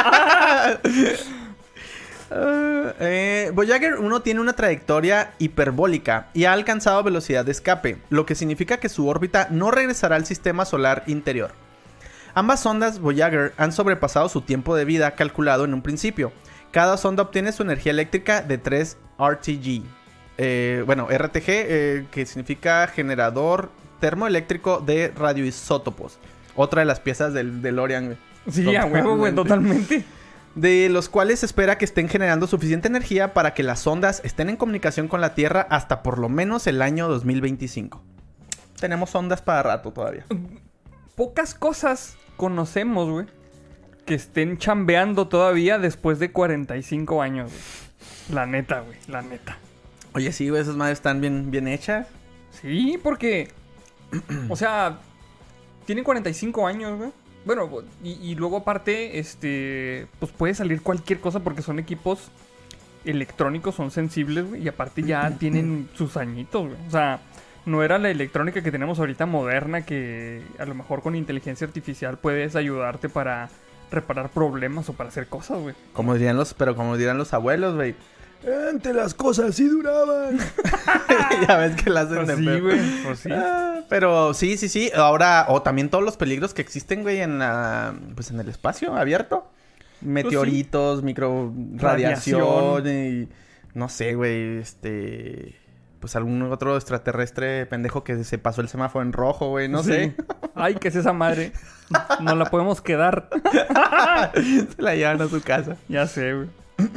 Voyager 1 tiene una trayectoria hiperbólica y ha alcanzado velocidad de escape, lo que significa que su órbita no regresará al sistema solar interior. Ambas sondas Voyager han sobrepasado su tiempo de vida calculado en un principio. Cada sonda obtiene su energía eléctrica de 3 RTG. RTG, que significa generador termoeléctrico de radioisótopos. Otra de las piezas del DeLorean, güey. Sí, a huevo, güey, totalmente. De los cuales se espera que estén generando suficiente energía para que las sondas estén en comunicación con la Tierra hasta por lo menos el año 2025. Tenemos sondas para rato todavía. Pocas cosas conocemos, güey, que estén chambeando todavía después de 45 años, güey. La neta, güey, la neta. Oye, sí, güey, esas madres están bien hechas. Sí, porque... o sea, tienen 45 años, güey. Bueno, y luego aparte, pues puede salir cualquier cosa porque son equipos electrónicos, son sensibles, güey. Y aparte ya tienen sus añitos, güey. O sea, no era la electrónica que tenemos ahorita moderna que a lo mejor con inteligencia artificial puedes ayudarte para reparar problemas o para hacer cosas, güey. Como dirán los abuelos, güey. Antes las cosas sí duraban. Ya ves que las hacen Pues de sí, pedo. güey. Pues sí. Pero sí. Ahora, o también todos los peligros que existen, güey, en el espacio abierto. Meteoritos, micro radiación y no sé, güey, pues algún otro extraterrestre pendejo que se pasó el semáforo en rojo, güey, no sé. Ay, ¿qué es esa madre? No la podemos quedar. Se la llevan a su casa. Ya sé, güey.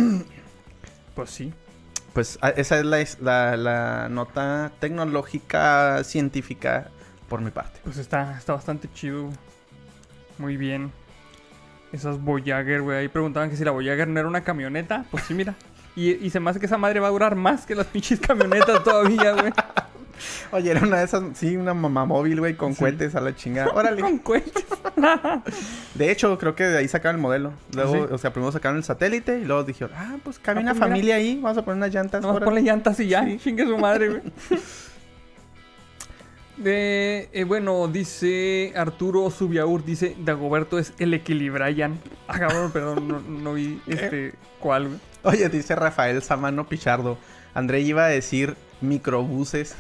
Pues sí. Pues esa es la nota tecnológica, científica, por mi parte. Pues está bastante chido, güey. Muy bien. Esas Voyager, güey. Ahí preguntaban que si la Voyager no era una camioneta. Pues sí, mira. Y se me hace que esa madre va a durar más que las pinches camionetas todavía, güey. Oye, era una de esas, sí, una mamá móvil, güey, con cohetes a la chingada. Órale. Con cohetes. De hecho, creo que de ahí sacaron el modelo. Luego, ¿Sí? o sea, primero sacaron el satélite y luego dijeron, pues cabe una pues mira. familia ahí, vamos a poner unas llantas. No, órale. ponle llantas y ya. Sí. Chingue su madre, güey. Bueno, dice Arturo Subiaur, dice Dagoberto es el Equilibrian. Ah, cabrón, perdón, no vi cuál, güey. Oye, dice Rafael Samano Pichardo. André iba a decir microbuses.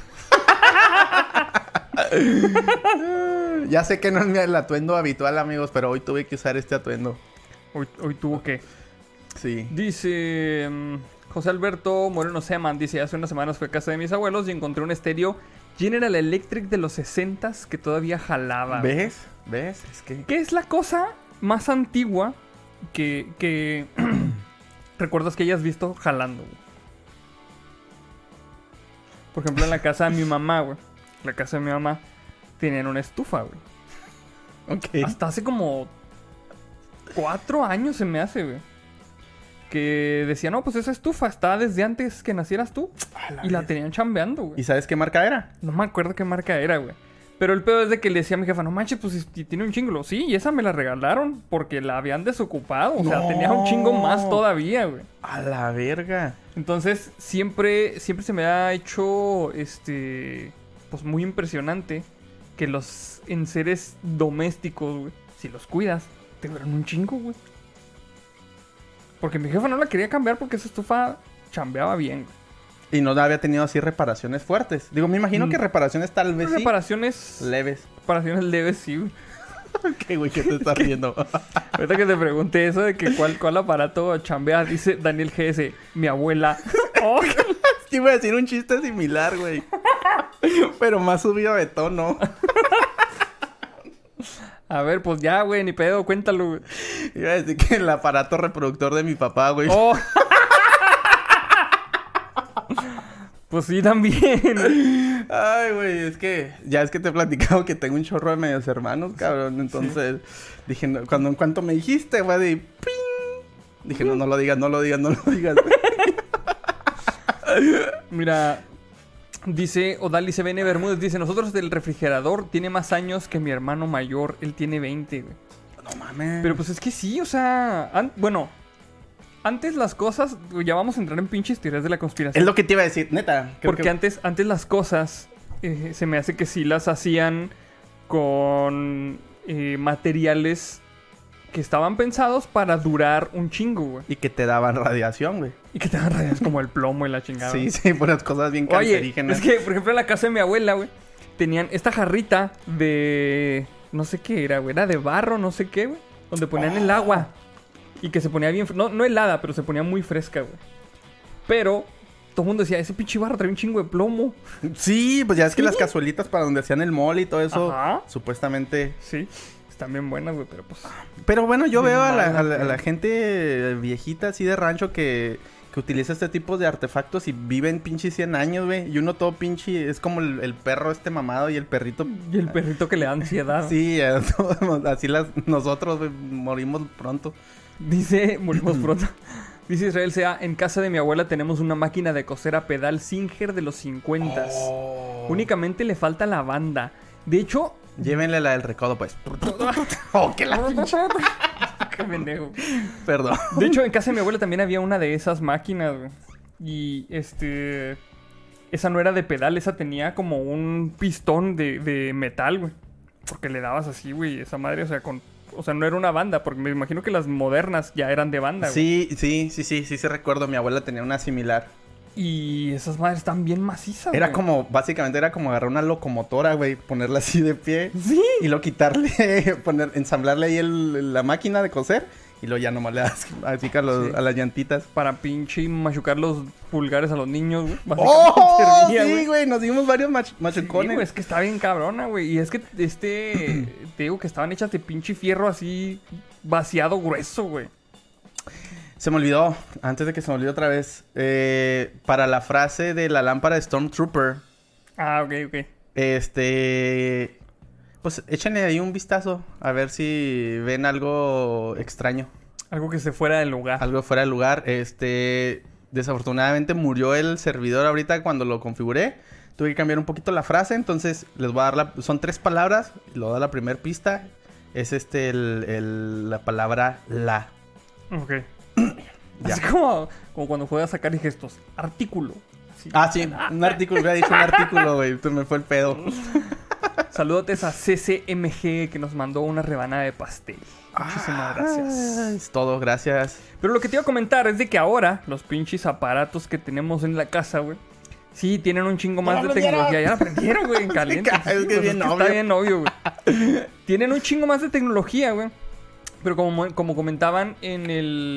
Ya sé que no es el atuendo habitual, amigos, pero hoy tuve que usar este atuendo. Hoy tuvo que. Sí. Dice José Alberto Moreno Seman, dice, hace unas semanas fui a casa de mis abuelos y encontré un estéreo General Electric de los 60s que todavía jalaba. ¿Ves? ¿Ves? Es que... ¿Qué es la cosa más antigua que recuerdas que hayas visto jalando, güey? Por ejemplo, en la casa de mi mamá, güey. La casa de mi mamá tenían una estufa, güey. Ok. Hasta hace como 4 años se me hace, güey. Que decía, no, pues esa estufa está desde antes que nacieras tú. Y la tenían chambeando, güey. ¿Y sabes qué marca era? No me acuerdo qué marca era, güey. Pero el pedo es de que le decía a mi jefa, no manches, pues si tiene un chingo. Sí, y esa me la regalaron porque la habían desocupado. O sea, No. tenía un chingo más todavía, güey. A la verga. Entonces, siempre se me ha hecho, pues muy impresionante que los enseres domésticos, güey, si los cuidas, te duran un chingo, güey. Porque mi jefa no la quería cambiar porque esa estufa chambeaba bien, güey. Y no había tenido así reparaciones fuertes. Digo, me imagino que reparaciones tal vez sí. Reparaciones leves, sí, güey. ¿Qué, güey? ¿Qué te estás riendo? Ahorita que te pregunté eso de que cuál aparato chambea, dice Daniel GS, mi abuela. Oh, Es que iba a decir un chiste similar, güey. Pero más subido de tono. a ver, pues ya, güey, ni pedo, cuéntalo, güey. Iba a decir que el aparato reproductor de mi papá, güey. Oh. Pues sí, también. Ay, güey, es que te he platicado que tengo un chorro de medios hermanos, cabrón. Entonces, dije, no, en cuanto me dijiste, güey, de ¡ping! Dije, no lo digas. Mira, dice Odali CBN Bermúdez, dice, nosotros del refrigerador tiene más años que mi hermano mayor, él tiene 20, güey. No mames. Pero pues es que sí, o sea, bueno, antes las cosas, ya vamos a entrar en pinches teorías de la conspiración. Es lo que te iba a decir, neta. Porque antes las cosas se me hace que sí las hacían con materiales que estaban pensados para durar un chingo, güey. Y que te daban radiación, güey. Y que te dan radiaciones como el plomo y la chingada. Sí, por las cosas bien Oye, cancerígenas. es que, por ejemplo, en la casa de mi abuela, güey, tenían esta jarrita de... No sé qué era, güey. Era de barro, no sé qué, güey. Donde ponían el agua. Y que se ponía bien... No helada, pero se ponía muy fresca, güey. Pero todo el mundo decía, ese pinche barro trae un chingo de plomo. Sí, pues ya es que ¿Sí? las cazuelitas para donde hacían el mole y todo eso, Ajá. supuestamente... Sí, están bien buenas, güey, pero pues... Pero bueno, yo Bien veo a mala, la gente viejita así de rancho que utiliza este tipo de artefactos y viven pinche 100 años, güey. Y uno todo pinche... Es como el perro este mamado y el perrito... Y el perrito que le da ansiedad. Sí, así nosotros, güey, morimos pronto. Dice, morimos pronto. Dice Israel Sea, en casa de mi abuela tenemos una máquina de coser a pedal Singer de los 50s. Oh. Únicamente le falta la banda. De hecho... Llévenle la del recodo, pues. Oh, qué la pinche. Qué pendejo. Perdón. De hecho, en casa de mi abuela también había una de esas máquinas, güey. Y esa no era de pedal, esa tenía como un pistón de metal, güey. Porque le dabas así, güey, esa madre, o sea, no era una banda, porque me imagino que las modernas ya eran de banda, güey. Sí, recuerdo. Mi abuela tenía una similar. Y esas madres están bien macizas, Era güey. como, básicamente era como agarrar una locomotora, güey, ponerla así de pie. Sí. Y luego quitarle, ensamblarle ahí la máquina de coser. Y luego ya nomás le das así a las llantitas. Para pinche machucar los pulgares a los niños, güey. ¡Oh! Servía, Sí, güey, nos dimos varios Sí, machucones. güey, es que está bien cabrona, güey. Y es que te digo que estaban hechas de pinche fierro así vaciado grueso, güey. Se me olvidó, antes de que se me olvide otra vez, para la frase de la lámpara de Stormtrooper, Ah, ok. pues échenle ahí un vistazo a ver si ven algo extraño, Algo que se fuera del lugar. algo fuera de lugar. Desafortunadamente murió el servidor ahorita cuando lo configuré. Tuve que cambiar un poquito la frase, entonces les voy a dar son 3 palabras. Les voy a dar la primera pista. Es la palabra la. Ok. Ya. Así como cuando juegas a sacar y gestos. Artículo. Sí. Ah, sí, un artículo. Hubiera dicho un artículo, güey. Pues me fue el pedo. Saludotes a CCMG que nos mandó una rebanada de pastel. Muchísimas gracias. Es todo, gracias. Pero lo que te iba a comentar es de que ahora los pinches aparatos que tenemos en la casa, güey, sí tienen un chingo más de tecnología. Ya la aprendieron, güey, en caliente. Es que bien obvio. Está bien obvio, güey. Tienen un chingo más de tecnología, güey. Pero como comentaban en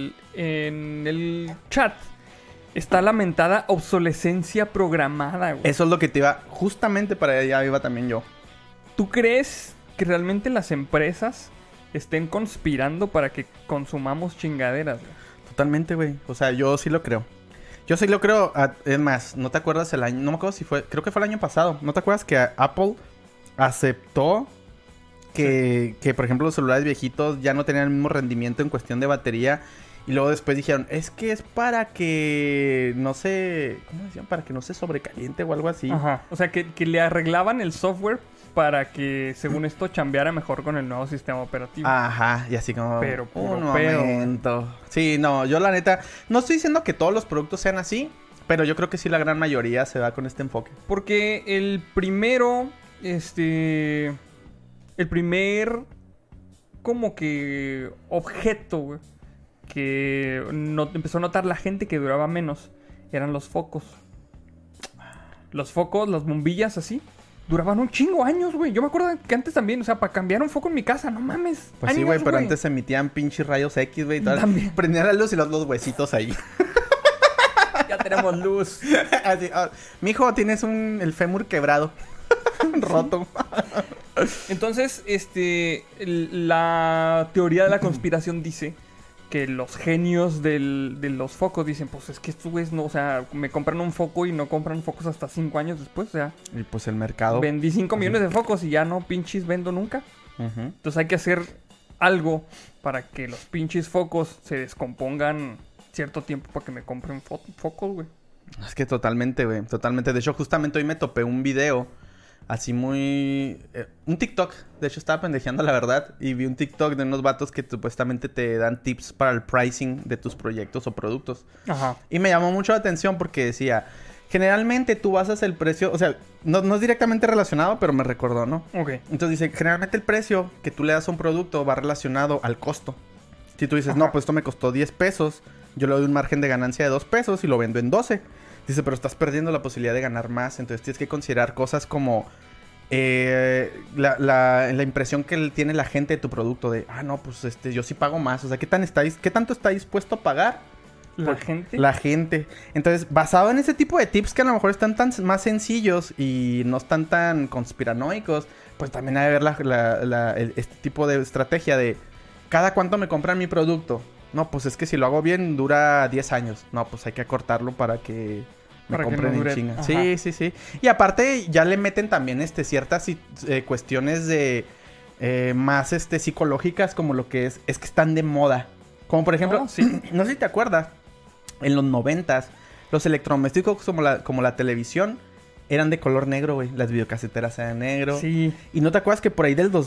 el chat, está lamentada obsolescencia programada, güey. Eso es lo que te iba... Justamente para allá iba también yo. ¿Tú crees que realmente las empresas estén conspirando para que consumamos chingaderas, güey? Totalmente, güey. O sea, yo sí lo creo. Yo sí lo creo. Es más, ¿no te acuerdas el año? No me acuerdo si fue... Creo que fue el año pasado. ¿No te acuerdas que Apple aceptó que, por ejemplo, los celulares viejitos ya no tenían el mismo rendimiento en cuestión de batería? Y luego después dijeron, es que es para que no se... ¿Cómo decían? Para que no se sobrecaliente o algo así. Ajá. O sea, que le arreglaban el software para que, según esto, chambeara mejor con el nuevo sistema operativo. Ajá, y así como... Pero puro un pedo. momento. Sí, no, yo la neta... No estoy diciendo que todos los productos sean así, pero yo creo que sí la gran mayoría se va con este enfoque. Porque el primero, el primer como que objeto, güey, que empezó a notar la gente que duraba menos, eran los focos. Los focos, las bombillas así, duraban un chingo años, güey. Yo me acuerdo que antes también, o sea, para cambiar un foco en mi casa, no mames. Pues sí, güey, pero antes se emitían pinches rayos X, güey. También. Prendían la luz y los huesitos ahí. Ya tenemos luz. Así, mijo, tienes el fémur quebrado. Roto. Entonces, la teoría de la conspiración dice que los genios de los focos dicen, pues es que estos güeyes no, o sea, me compran un foco y no compran focos hasta 5 años después, o sea. Y pues el mercado. Vendí 5 millones de focos y ya no pinches vendo nunca. Entonces hay que hacer algo para que los pinches focos se descompongan cierto tiempo para que me compren focos, güey. Es que totalmente, güey, totalmente. De hecho, justamente hoy me topé un video así muy... un TikTok. De hecho, estaba pendejeando, la verdad. Y vi un TikTok de unos vatos que supuestamente te dan tips para el pricing de tus proyectos o productos. Ajá. Y me llamó mucho la atención porque decía... Generalmente tú basas el precio... O sea, no es directamente relacionado, pero me recordó, ¿no? Ok. Entonces dice... Generalmente el precio que tú le das a un producto va relacionado al costo. Si tú dices... Ajá. No, pues esto me costó 10 pesos. Yo le doy un margen de ganancia de 2 pesos y lo vendo en 12. Dice, pero estás perdiendo la posibilidad de ganar más. Entonces tienes que considerar cosas como... la impresión que tiene la gente de tu producto. De, no, pues yo sí pago más. O sea, ¿qué tanto está dispuesto a pagar? ¿La gente? La gente. Entonces, basado en ese tipo de tips que a lo mejor están más sencillos y no están tan conspiranoicos, pues también hay que ver este tipo de estrategia de... ¿Cada cuánto me compran mi producto? No, pues es que si lo hago bien dura 10 años. No, pues hay que acortarlo para que me compren en chinga. Ajá. Sí. Y aparte ya le meten también ciertas cuestiones de más psicológicas, como lo que es que están de moda. Como por ejemplo, sí. No sé si te acuerdas, en los 90s, los electrodomésticos como la televisión eran de color negro, güey. Las videocaseteras eran negro. Sí. Y no te acuerdas que por ahí del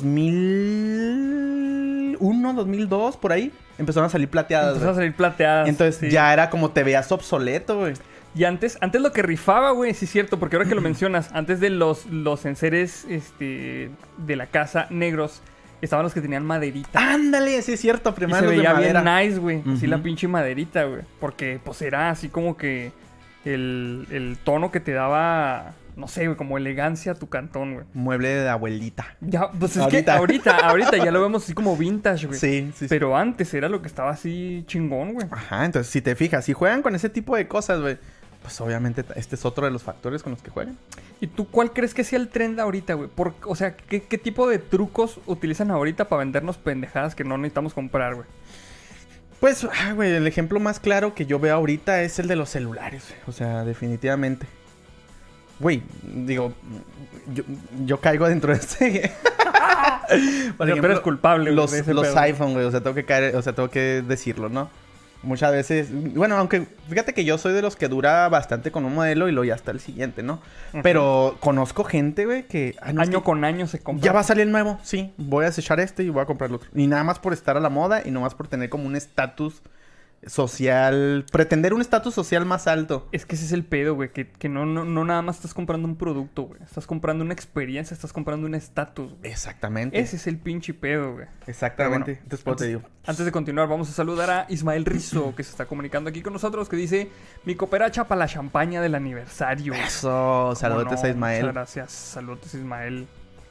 2001, 2002, por ahí, empezaron a salir plateadas. Entonces sí. Ya era como te veías obsoleto, güey. Y antes lo que rifaba, güey, sí es cierto, porque ahora que lo mencionas, antes de los enseres de la casa negros, estaban los que tenían maderita. Ándale, sí es cierto, Y primero se los de veía madera. bien nice, güey. Así Ujú. la pinche maderita, güey. Porque, pues, era así como que el tono que te daba, no sé, güey, como elegancia a tu cantón, güey. Mueble de abuelita. Ya, pues es Ahorita. que ahorita ya lo vemos así como vintage, güey. Sí. Pero antes era lo que estaba así chingón, güey. Ajá, entonces si te fijas, si juegan con ese tipo de cosas, güey, pues obviamente este es otro de los factores con los que juegan. ¿Y tú cuál crees que sea el trend ahorita, güey? O sea, ¿qué tipo de trucos utilizan ahorita para vendernos pendejadas que no necesitamos comprar, güey? Pues, güey, el ejemplo más claro que yo veo ahorita es el de los celulares, güey. O sea, definitivamente. Güey, digo, yo caigo dentro de este... Por Pero eres culpable, güey, los de ese pedo. iPhone, güey, o sea, tengo que decirlo, ¿no? Muchas veces, bueno, aunque fíjate que yo soy de los que dura bastante con un modelo y luego ya está el siguiente, ¿no? Pero conozco gente, güey, que... Año con año se compra. Ya va a salir el nuevo, sí. Voy a desechar este y voy a comprar el otro. Y nada más por estar a la moda y no más por tener como un estatus social... Pretender un estatus social más alto. Es que ese es el pedo, güey. Que no nada más estás comprando un producto, güey. Estás comprando una experiencia, estás comprando un estatus, güey. Exactamente. Ese es el pinche pedo, güey. Exactamente. Bueno, Después te digo. Antes de continuar, vamos a saludar a Ismael Rizzo, que se está comunicando aquí con nosotros, que dice: mi cooperacha para la champaña del aniversario. Eso, saludos a Ismael. Muchas gracias, saludos Ismael.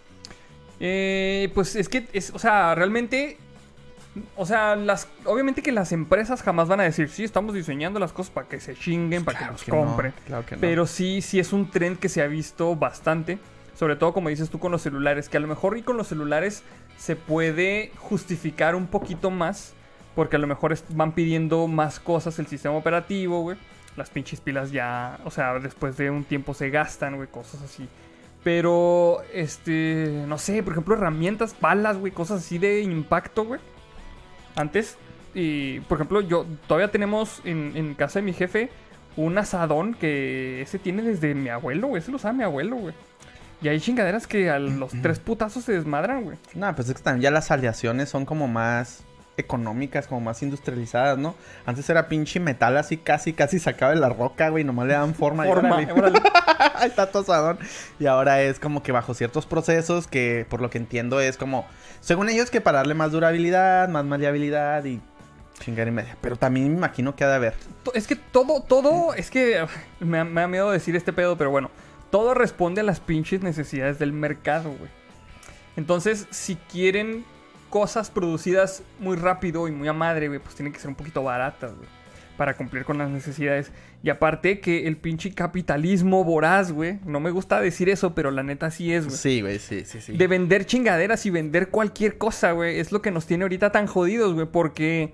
Pues es que, o sea, realmente... O sea, obviamente que las empresas jamás van a decir, sí, estamos diseñando las cosas para que se chinguen, para que nos compren. Claro que no. Pero sí es un trend que se ha visto bastante. Sobre todo, como dices tú, con los celulares. Que a lo mejor y con los celulares se puede justificar un poquito más. Porque a lo mejor van pidiendo más cosas el sistema operativo, güey. Las pinches pilas ya, o sea, después de un tiempo se gastan, güey, cosas así. Pero, no sé, por ejemplo, herramientas, balas, güey, cosas así de impacto, güey. Antes, por ejemplo, todavía tenemos en casa de mi jefe un asadón que ese tiene desde mi abuelo, güey. Ese lo sabe mi abuelo, güey. Y hay chingaderas que a los 3 putazos se desmadran, güey. No, pues es que también ya las aleaciones son como más económicas, como más industrializadas, ¿no? Antes era pinche metal así casi sacado de la roca, güey. Nomás le dan forma. Órale. Ahí está tu asadón. Y ahora es como que bajo ciertos procesos que, por lo que entiendo, es como... Según ellos, que para darle más durabilidad, más maleabilidad y chingar y media. Pero también me imagino que ha de haber. Es que todo... Es que me da miedo decir este pedo, pero bueno. Todo responde a las pinches necesidades del mercado, güey. Entonces, si quieren cosas producidas muy rápido y muy a madre, güey, pues tienen que ser un poquito baratas, güey, para cumplir con las necesidades. Y aparte que el pinche capitalismo voraz, güey, no me gusta decir eso, pero la neta sí es, güey. Sí, güey, sí. De vender chingaderas y vender cualquier cosa, güey, es lo que nos tiene ahorita tan jodidos, güey, porque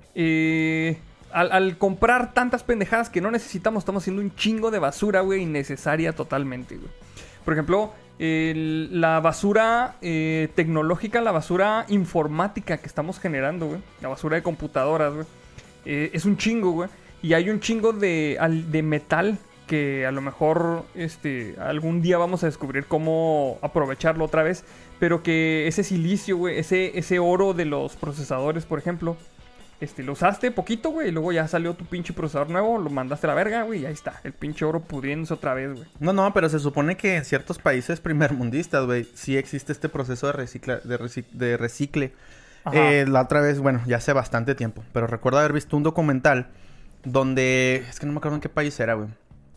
al comprar tantas pendejadas que no necesitamos, estamos haciendo un chingo de basura, güey, innecesaria totalmente, güey. Por ejemplo, la basura tecnológica, la basura informática que estamos generando, güey, la basura de computadoras, güey, es un chingo, güey. Y hay un chingo de metal que a lo mejor algún día vamos a descubrir cómo aprovecharlo otra vez. Pero que ese silicio, güey, ese oro de los procesadores, por ejemplo, lo usaste poquito, güey, y luego ya salió tu pinche procesador nuevo, lo mandaste a la verga, güey, y ahí está, el pinche oro pudriéndose otra vez, güey. No, pero se supone que en ciertos países primermundistas, güey, sí existe este proceso de recicle. La otra vez, bueno, ya hace bastante tiempo, pero recuerdo haber visto un documental donde... Es que no me acuerdo en qué país era, güey.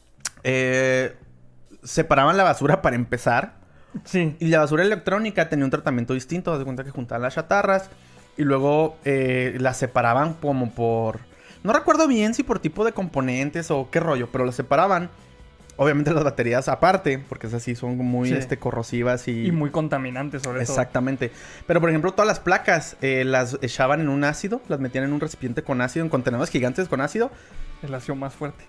Separaban la basura para empezar. Sí. Y la basura electrónica tenía un tratamiento distinto. Haz de cuenta que juntaban las chatarras y luego las separaban como por... No recuerdo bien si por tipo de componentes o qué rollo, pero las separaban. Obviamente las baterías aparte, porque esas sí son muy corrosivas y muy contaminantes sobre todo. Exactamente. Pero por ejemplo todas las placas las echaban en un ácido, las metían en un recipiente con ácido, en contenedores gigantes con ácido. Es la acción más fuerte.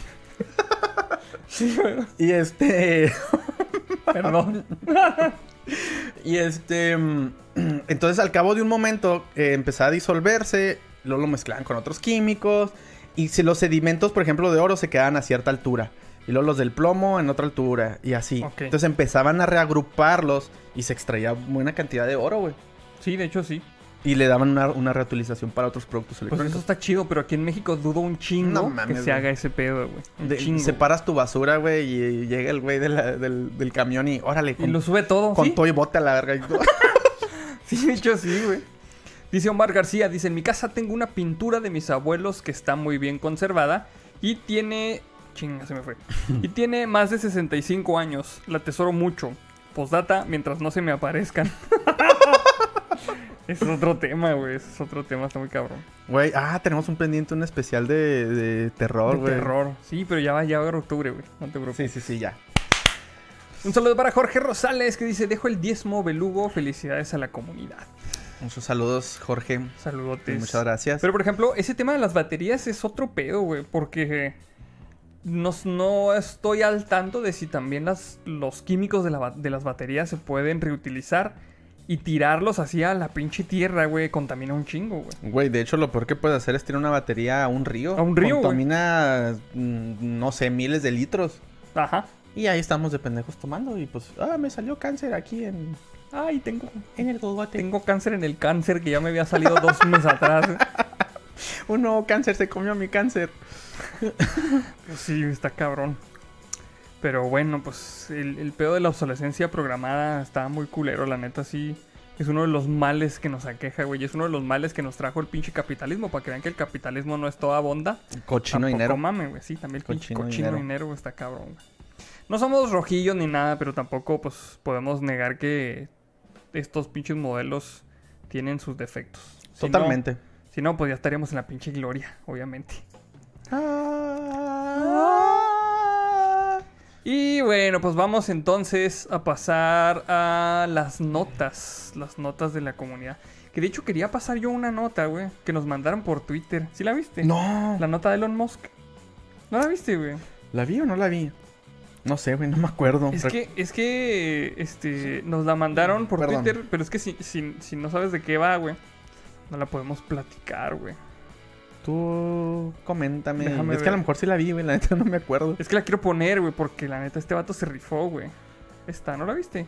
Y Perdón. Y entonces al cabo de un momento empezaba a disolverse, luego lo mezclaban con otros químicos. Y si los sedimentos, por ejemplo, de oro se quedaban a cierta altura. Y luego los del plomo en otra altura. Y así. Okay. Entonces empezaban a reagruparlos y se extraía buena cantidad de oro, güey. Sí, de hecho sí. Y le daban una reutilización para otros productos electrónicos. Pues eso está chido, pero aquí en México dudo un chingo que se haga ese pedo, güey. Separas tu basura, güey, y llega el güey del camión y órale. Y lo sube todo, con ¿sí? todo y bote a la verga. Sí, de hecho sí, güey. Dice Omar García, dice, en mi casa tengo una pintura de mis abuelos que está muy bien conservada y tiene... Chinga, se me fue. Y tiene más de 65 años. La atesoro mucho. Postdata, mientras no se me aparezcan. Ese es otro tema, güey. Ese es otro tema, está muy cabrón. Güey, tenemos un pendiente, un especial de terror, güey. De terror. Sí, pero ya va a octubre, güey. No te preocupes. Sí, ya. Un saludo para Jorge Rosales que dice, dejo el diezmo belugo, felicidades a la comunidad. Muchos saludos, Jorge. Saludotes. Muchas gracias. Pero, por ejemplo, ese tema de las baterías es otro pedo, güey. Porque no estoy al tanto de si también los químicos de las baterías se pueden reutilizar. y tirarlos así a la pinche tierra, güey, contamina un chingo, güey. Güey, de hecho, lo peor que puedes hacer es tirar una batería a un río. A un río, contamina, no sé, miles de litros. Ajá. Y ahí estamos de pendejos tomando. Y pues, me salió cáncer aquí en... Ay, tengo el cogote. Tengo cáncer en el cáncer que ya me había salido 2 meses atrás. Un nuevo cáncer se comió mi cáncer. Pues sí, está cabrón. Pero bueno, pues el pedo de la obsolescencia programada está muy culero, la neta, sí. Es uno de los males que nos aqueja, güey. Es uno de los males que nos trajo el pinche capitalismo. Para que vean que el capitalismo no es toda bonda. Cochino dinero. Mame, güey. Sí, también el pinche cochino dinero está cabrón, güey. No somos rojillos ni nada, pero tampoco pues podemos negar que estos pinches modelos tienen sus defectos. Totalmente. Si no, pues ya estaríamos en la pinche gloria, obviamente. Y bueno, pues vamos entonces a pasar a las notas de la comunidad. Que de hecho quería pasar yo una nota, güey, que nos mandaron por Twitter. ¿Sí la viste? No. La nota de Elon Musk. ¿No la viste, güey? ¿La vi o no la vi? No sé, güey, no me acuerdo. Es que nos la mandaron por Twitter, pero es que si no sabes de qué va, güey, no la podemos platicar, güey. Tú coméntame. Déjame es que a lo mejor sí la vi, güey, la neta no me acuerdo. Es que la quiero poner, güey, porque la neta este vato se rifó, güey. ¿No la viste?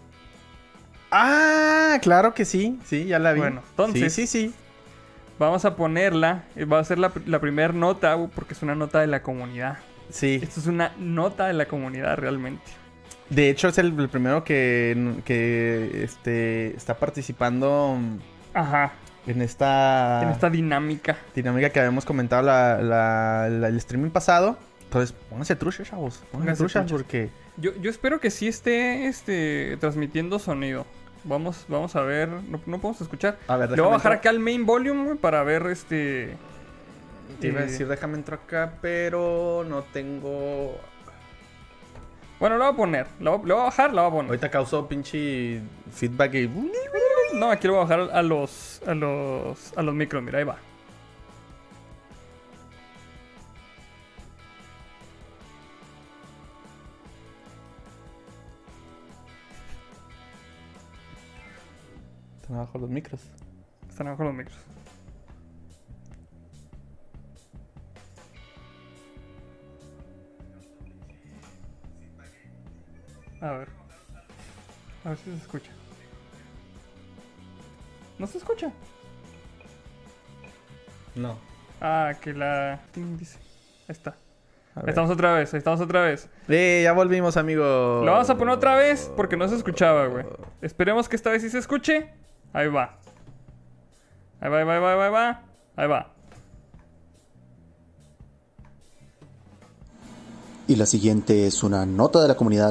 Ah, claro que sí, ya la vi. Bueno, entonces... Sí. Vamos a ponerla, va a ser la primera nota, güey, porque es una nota de la comunidad. Sí. Esto es una nota de la comunidad realmente. De hecho, es el primero que está participando. Ajá. En esta dinámica. Dinámica que habíamos comentado el streaming pasado. Entonces, pónganse truchas, chavos. Pónganse truchas porque... Yo espero que sí esté transmitiendo sonido. Vamos a ver. No podemos escuchar. A ver, le voy a bajar acá al main volume, güey, para ver Te iba a decir, déjame entrar acá, pero no tengo... Bueno, lo voy a poner. Le voy a bajar, la voy a poner. Ahorita causó pinche feedback y... No, aquí lo voy a bajar a los micros. Mira, ahí va. Están abajo los micros. Están abajo los micros. A ver si se escucha. ¿No se escucha? No. Ah, que la... dice. Ahí está. Ahí estamos otra vez. Ya volvimos, amigo. Lo vamos a poner otra vez porque no se escuchaba, güey. Esperemos que esta vez sí se escuche. Ahí va. Ahí va. Y la siguiente es una nota de la comunidad.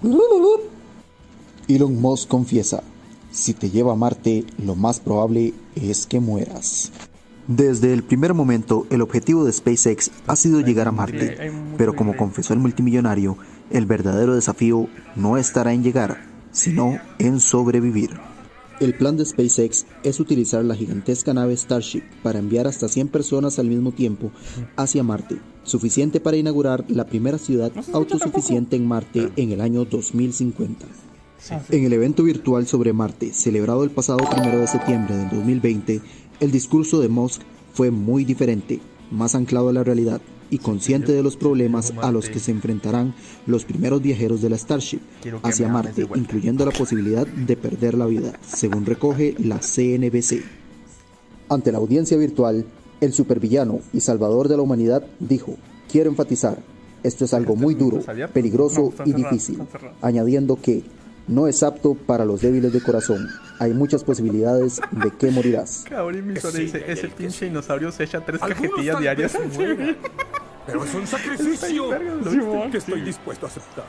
Elon Musk confiesa: si te lleva a Marte, lo más probable es que mueras. Desde el primer momento, el objetivo de SpaceX ha sido llegar a Marte, pero como confesó el multimillonario, el verdadero desafío no estará en llegar, sino en sobrevivir. El plan de SpaceX es utilizar la gigantesca nave Starship para enviar hasta 100 personas al mismo tiempo hacia Marte, suficiente para inaugurar la primera ciudad autosuficiente en Marte en el año 2050. En el evento virtual sobre Marte, celebrado el pasado 1 de septiembre del 2020, el discurso de Musk fue muy diferente, más anclado a la realidad y consciente de los problemas a los que se enfrentarán los primeros viajeros de la Starship hacia Marte, incluyendo la posibilidad de perder la vida, según recoge la CNBC. Ante la audiencia virtual, el supervillano y salvador de la humanidad dijo: quiero enfatizar, esto es algo muy duro, peligroso y difícil, añadiendo que no es apto para los débiles de corazón. Hay muchas posibilidades de que morirás. Cabrón, dice, ese pinche dinosaurio se echa 3 cajetillas diarias. Pero es un sacrificio que estoy dispuesto a aceptar.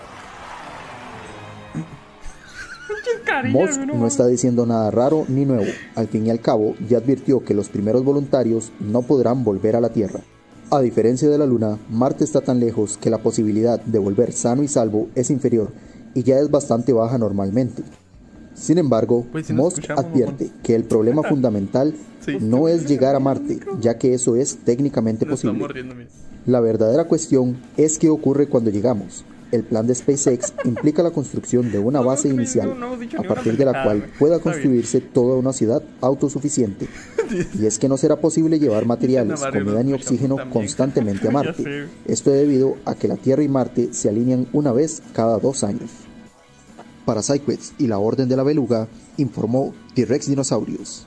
Musk no está diciendo nada raro ni nuevo. Al fin y al cabo, ya advirtió que los primeros voluntarios no podrán volver a la Tierra. A diferencia de la Luna, Marte está tan lejos que la posibilidad de volver sano y salvo es inferior y ya es bastante baja normalmente. Sin embargo, Musk advierte que el problema fundamental no es llegar a Marte, ya que eso es técnicamente posible. La verdadera cuestión es qué ocurre cuando llegamos. El plan de SpaceX implica la construcción de una base inicial, a partir de la cual pueda construirse toda una ciudad autosuficiente. Y es que no será posible llevar materiales, comida ni oxígeno constantemente a Marte. Esto debido a que la Tierra y Marte se alinean una vez cada 2 años. Para SideQuest y la Orden de la Beluga, informó T-Rex Dinosaurios.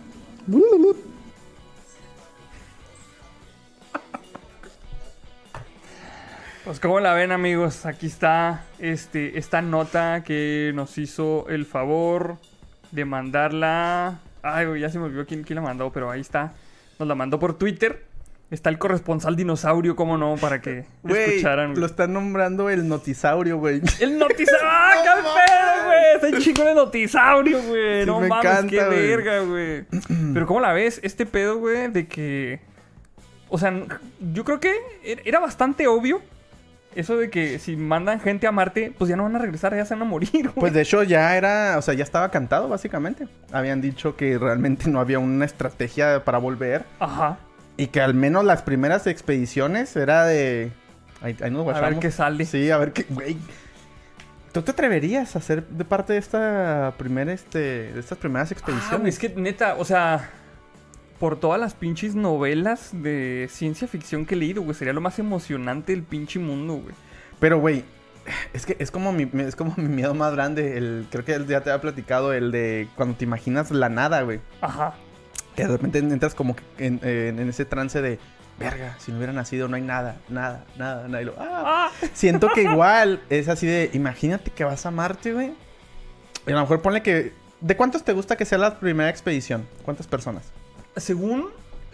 Pues como la ven, amigos, aquí está esta nota que nos hizo el favor de mandarla. Ay, güey, ya se me olvidó quién la mandó, pero ahí está. Nos la mandó por Twitter. Está el corresponsal dinosaurio, cómo no, para que escucharan. Lo están nombrando el notisaurio, güey. ¡El notisaurio! ¡Ah, qué pedo, güey! Está el chico de notisaurio, güey. Sí, no me mames, encanta, qué güey. verga, güey. Pero ¿cómo la ves? Este pedo, güey, de que... O sea, yo creo que era bastante obvio eso de que si mandan gente a Marte, pues ya no van a regresar, ya se van a morir, güey. Pues de hecho ya era, o sea, ya estaba cantado básicamente. Habían dicho que realmente no había una estrategia para volver. Ajá. Y que al menos las primeras expediciones era de... Ahí nos guachamos. A ver qué sale. Sí, a ver qué... Güey, ¿tú te atreverías a ser de parte de esta primera, de estas primeras expediciones? Es que neta, o sea... Por todas las pinches novelas de ciencia ficción que he leído, güey. Sería lo más emocionante del pinche mundo, güey. Pero, güey, es que es como mi miedo más grande. Creo que ya te había platicado el de cuando te imaginas la nada, güey. Ajá. Que de repente entras como que en ese trance de... Verga, si no hubiera nacido no hay nada. Y siento que igual es así de... Imagínate que vas a Marte, güey. Y a lo mejor ponle que... ¿De cuántos te gusta que sea la primera expedición? ¿Cuántas personas? Según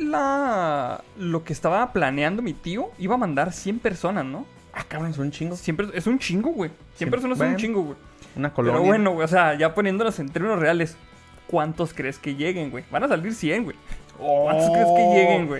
lo que estaba planeando mi tío, iba a mandar 100 personas, ¿no? Ah, cabrón, es un chingo. Es un chingo, güey. 100 personas bueno, es un chingo, güey. Una colonia. Pero bueno, güey, o sea, ya poniéndolos en términos reales, ¿cuántos crees que lleguen, güey? Van a salir 100, güey. ¿Cuántos crees que lleguen, güey?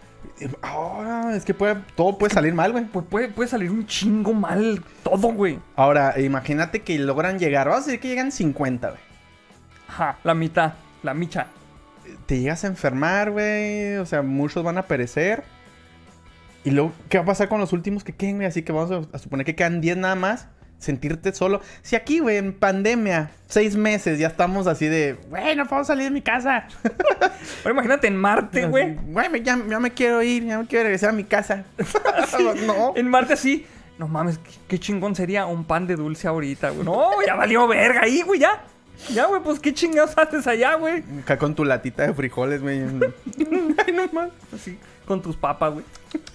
Ahora, es que todo puede salir mal, güey. Pues puede salir un chingo mal todo, güey. Ahora, imagínate que logran llegar. Vamos a decir que llegan 50, güey. Ajá, la mitad, la micha. Te llegas a enfermar, güey. O sea, muchos van a perecer. Y luego, ¿qué va a pasar con los últimos que queden, güey? Así que vamos a suponer que quedan 10 nada más. Sentirte solo. Si aquí, güey, en pandemia, 6 meses, ya estamos así de... Güey, no puedo salir de mi casa. Ahora imagínate en Marte, güey. Güey, ya me quiero ir. Ya me quiero regresar a mi casa. Sí, no. En Marte sí. No mames, qué chingón sería un pan de dulce ahorita, güey. No, ya valió verga ahí, güey, ya. Ya, güey, pues qué chingados haces allá, güey. Acá con tu latita de frijoles, güey. Ay, no más. Así, con tus papas, güey.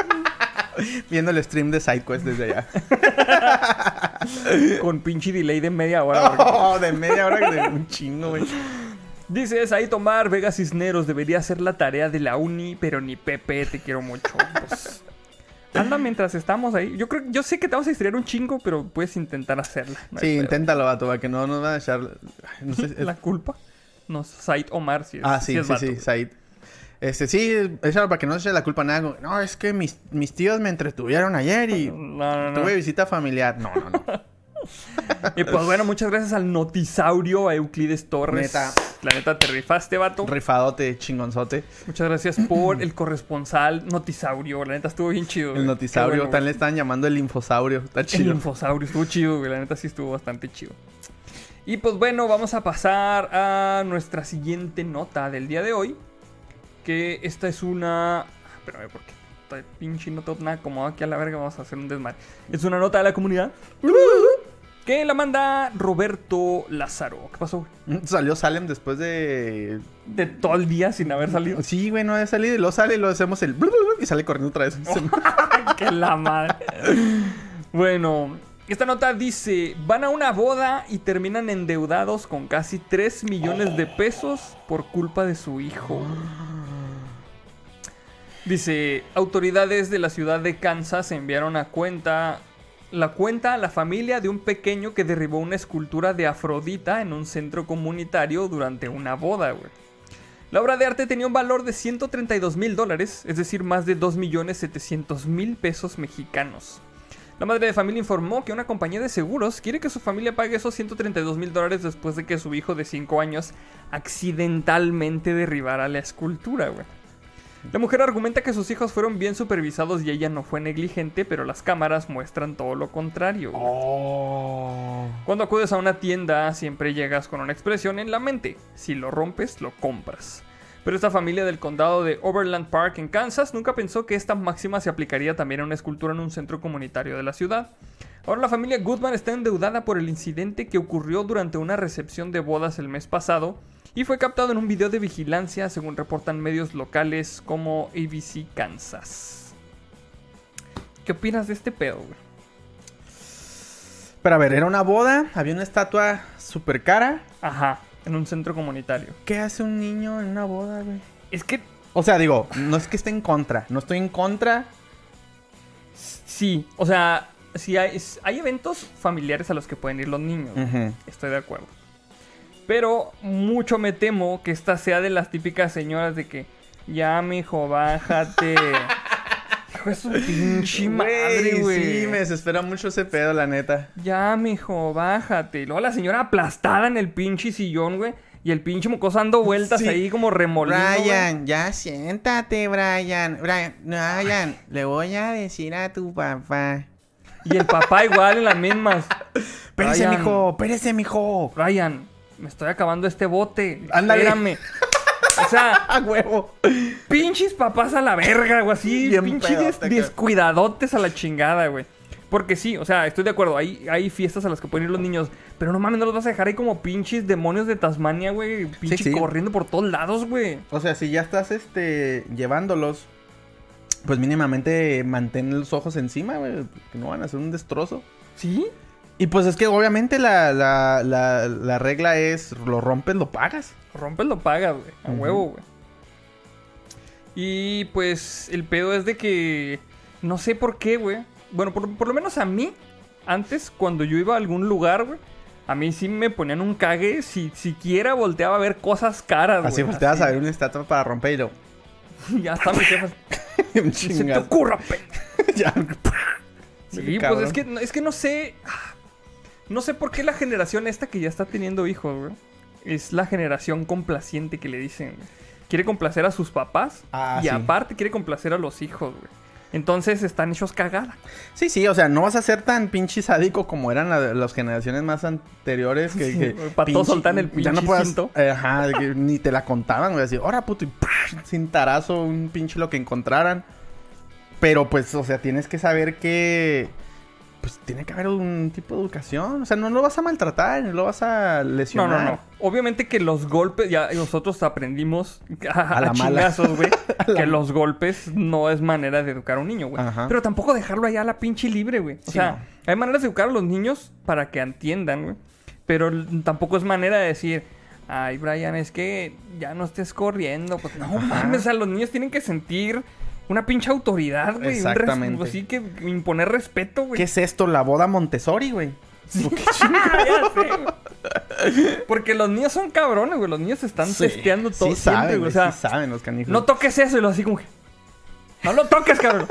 Viendo el stream de SideQuest desde allá. Con pinche delay de media hora, güey. Oh, de media hora, de un chingo, güey. Dices ahí Tomar Vega Cisneros, debería hacer la tarea de la uni, pero ni Pepe, te quiero mucho. Pues, anda mientras estamos ahí. Yo sé que te vamos a distraer un chingo, pero puedes intentar hacerla. No sí, inténtalo, vato, para que no nos van a echar... No sé, ¿La culpa? No, Said Omar, si es sí, si es vato, sí, Said. Sí, échalo para que no se eche la culpa a nada. No, es que mis tíos me entretuvieron ayer y No. tuve visita familiar. No. Y pues bueno, muchas gracias al notisaurio, a Euclides Torres. Neta. La neta, te rifaste, vato. Rifadote, chingonzote. Muchas gracias por el corresponsal notisaurio. La neta estuvo bien chido. El notisaurio, bueno, tal le estaban llamando el infosaurio. Está chido. El infosaurio, estuvo chido, güey. La neta sí estuvo bastante chido. Y pues bueno, vamos a pasar a nuestra siguiente nota del día de hoy. Que esta es una... Espérame, porque esta pinche nota nada acomodada aquí a la verga. Vamos a hacer un desmadre. Es una nota de la comunidad que la manda Roberto Lázaro. ¿Qué pasó, güey? Salió Salem después de... De todo el día sin haber salido. Sí, güey, no había salido. Y luego sale y lo hacemos el... Y sale corriendo otra vez. ¡Qué la madre! Bueno, esta nota dice... Van a una boda y terminan endeudados con casi 3 millones de pesos por culpa de su hijo. Dice... Autoridades de la ciudad de Kansas enviaron la cuenta a la familia de un pequeño que derribó una escultura de Afrodita en un centro comunitario durante una boda, güey. La obra de arte tenía un valor de $132,000, es decir, más de 2,700,000 pesos mexicanos. La madre de familia informó que una compañía de seguros quiere que su familia pague esos $132,000 después de que su hijo de 5 años accidentalmente derribara la escultura, güey. La mujer argumenta que sus hijos fueron bien supervisados y ella no fue negligente, pero las cámaras muestran todo lo contrario. Cuando acudes a una tienda, siempre llegas con una expresión en la mente. Si lo rompes, lo compras. Pero esta familia del condado de Overland Park en Kansas nunca pensó que esta máxima se aplicaría también a una escultura en un centro comunitario de la ciudad. Ahora la familia Goodman está endeudada por el incidente que ocurrió durante una recepción de bodas el mes pasado y fue captado en un video de vigilancia, según reportan medios locales como ABC Kansas. ¿Qué opinas de este pedo, güey? Pero a ver, era una boda, había una estatua súper cara. Ajá, en un centro comunitario. ¿Qué hace un niño en una boda, güey? Es que... O sea, digo, no es que esté en contra. No estoy en contra. Sí, o sea, sí hay eventos familiares a los que pueden ir los niños. Uh-huh. Estoy de acuerdo. Pero mucho me temo que esta sea de las típicas señoras de que... Ya, mijo, bájate. Hijo de su pinche madre, güey. Sí, me desespera mucho ese pedo, la neta. Ya, mijo, bájate. Y luego la señora aplastada en el pinche sillón, güey. Y el pinche mocoso dando vueltas ahí como remolino, Brian, güey. ya siéntate, Brian. Brian, le voy a decir a tu papá. Y el papá igual en las mismas. Espérese, mijo. Brian, me estoy acabando este bote. Ándale. Espérame. O sea, A huevo. pinches papás a la verga, güey. Así, Bien pinches pedote, descuidadotes a la chingada, güey. Porque sí, o sea, estoy de acuerdo. Hay fiestas a las que pueden ir los niños. Pero no mames, no los vas a dejar ahí como pinches demonios de Tasmania, güey. Pinches Sí. corriendo por todos lados, güey. O sea, si ya estás llevándolos, pues mínimamente mantén los ojos encima, güey. Que no van a hacer un destrozo. ¿Sí? Y pues es que obviamente la regla es, lo rompes, lo pagas. Rompes, lo pagas, güey. A Ujú. huevo, güey. Y pues el pedo es de que... No sé por qué, güey. Bueno, por lo menos a mí, antes, cuando yo iba a algún lugar, güey, a mí sí me ponían un cague si siquiera volteaba a ver cosas caras, güey. Así volteabas a ver una estatua para romperlo. Ya está mi jefa. Un Se te chingazo. ocurra, Ya. Sí, Cabrón. pues es que no sé... No sé por qué la generación esta que ya está teniendo hijos, güey, es la generación complaciente que le dicen, güey. Quiere complacer a sus papás y sí. aparte quiere complacer a los hijos, güey. Entonces están hechos cagada. Sí, o sea, no vas a ser tan pinche sádico como eran las generaciones más anteriores que Para todos soltar el ya no pinche puedas, cinto. ajá, de que ni te la contaban, güey, así, ahora puto, y sin tarazo, un pinche lo que encontraran. Pero pues, o sea, tienes que saber que pues tiene que haber un tipo de educación. O sea, no lo vas a maltratar, no lo vas a lesionar. No. Obviamente que los golpes, ya nosotros aprendimos A la mala. chingazos, güey, que los golpes no es manera de educar a un niño, güey. Ajá. Pero tampoco dejarlo allá a la pinche libre, güey. O Sí, sea, no. hay maneras de educar a los niños para que entiendan, güey. Pero tampoco es manera de decir, ay, Brian, es que ya no estés corriendo. Pues no mames, o sea, los niños tienen que sentir una pinche autoridad, güey. Exactamente. Así que imponer respeto, güey. ¿Qué es esto? La boda Montessori, güey. Ya sé, güey. Porque los niños son cabrones, güey. Los niños se están testeando todo sí siempre, saben, güey. O sea, sí saben los canijos. no toques eso y lo así como que... No lo toques, cabrón.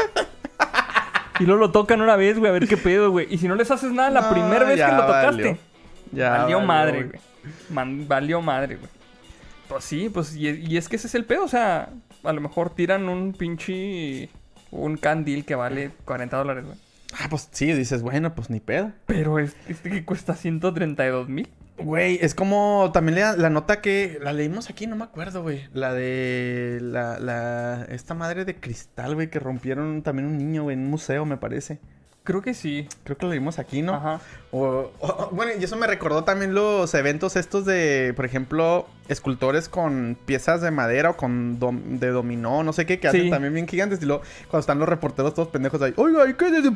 Y luego lo tocan una vez, güey, a ver qué pedo, güey. Y si no les haces nada la No, primera vez que ya lo tocaste, valió. Ya valió madre, güey. güey. Valió madre, güey. Pues sí, pues y es que ese es el pedo, o sea, a lo mejor tiran un pinche... Un candil que vale $40, güey. Ah, pues sí, dices, bueno, pues ni pedo. Pero este que cuesta 132,000. Güey, es como también la nota que la leímos aquí, no me acuerdo, güey. La de esta madre de cristal, güey, que rompieron también un niño, güey, en un museo, me parece. Creo que sí. Creo que lo leímos aquí, ¿no? Ajá. Bueno, y eso me recordó también los eventos estos de, por ejemplo, escultores con piezas de madera o con de dominó, no sé qué, que hacen Sí. también bien gigantes. Y luego, cuando están los reporteros todos pendejos ahí, oiga, ¿y qué es eso?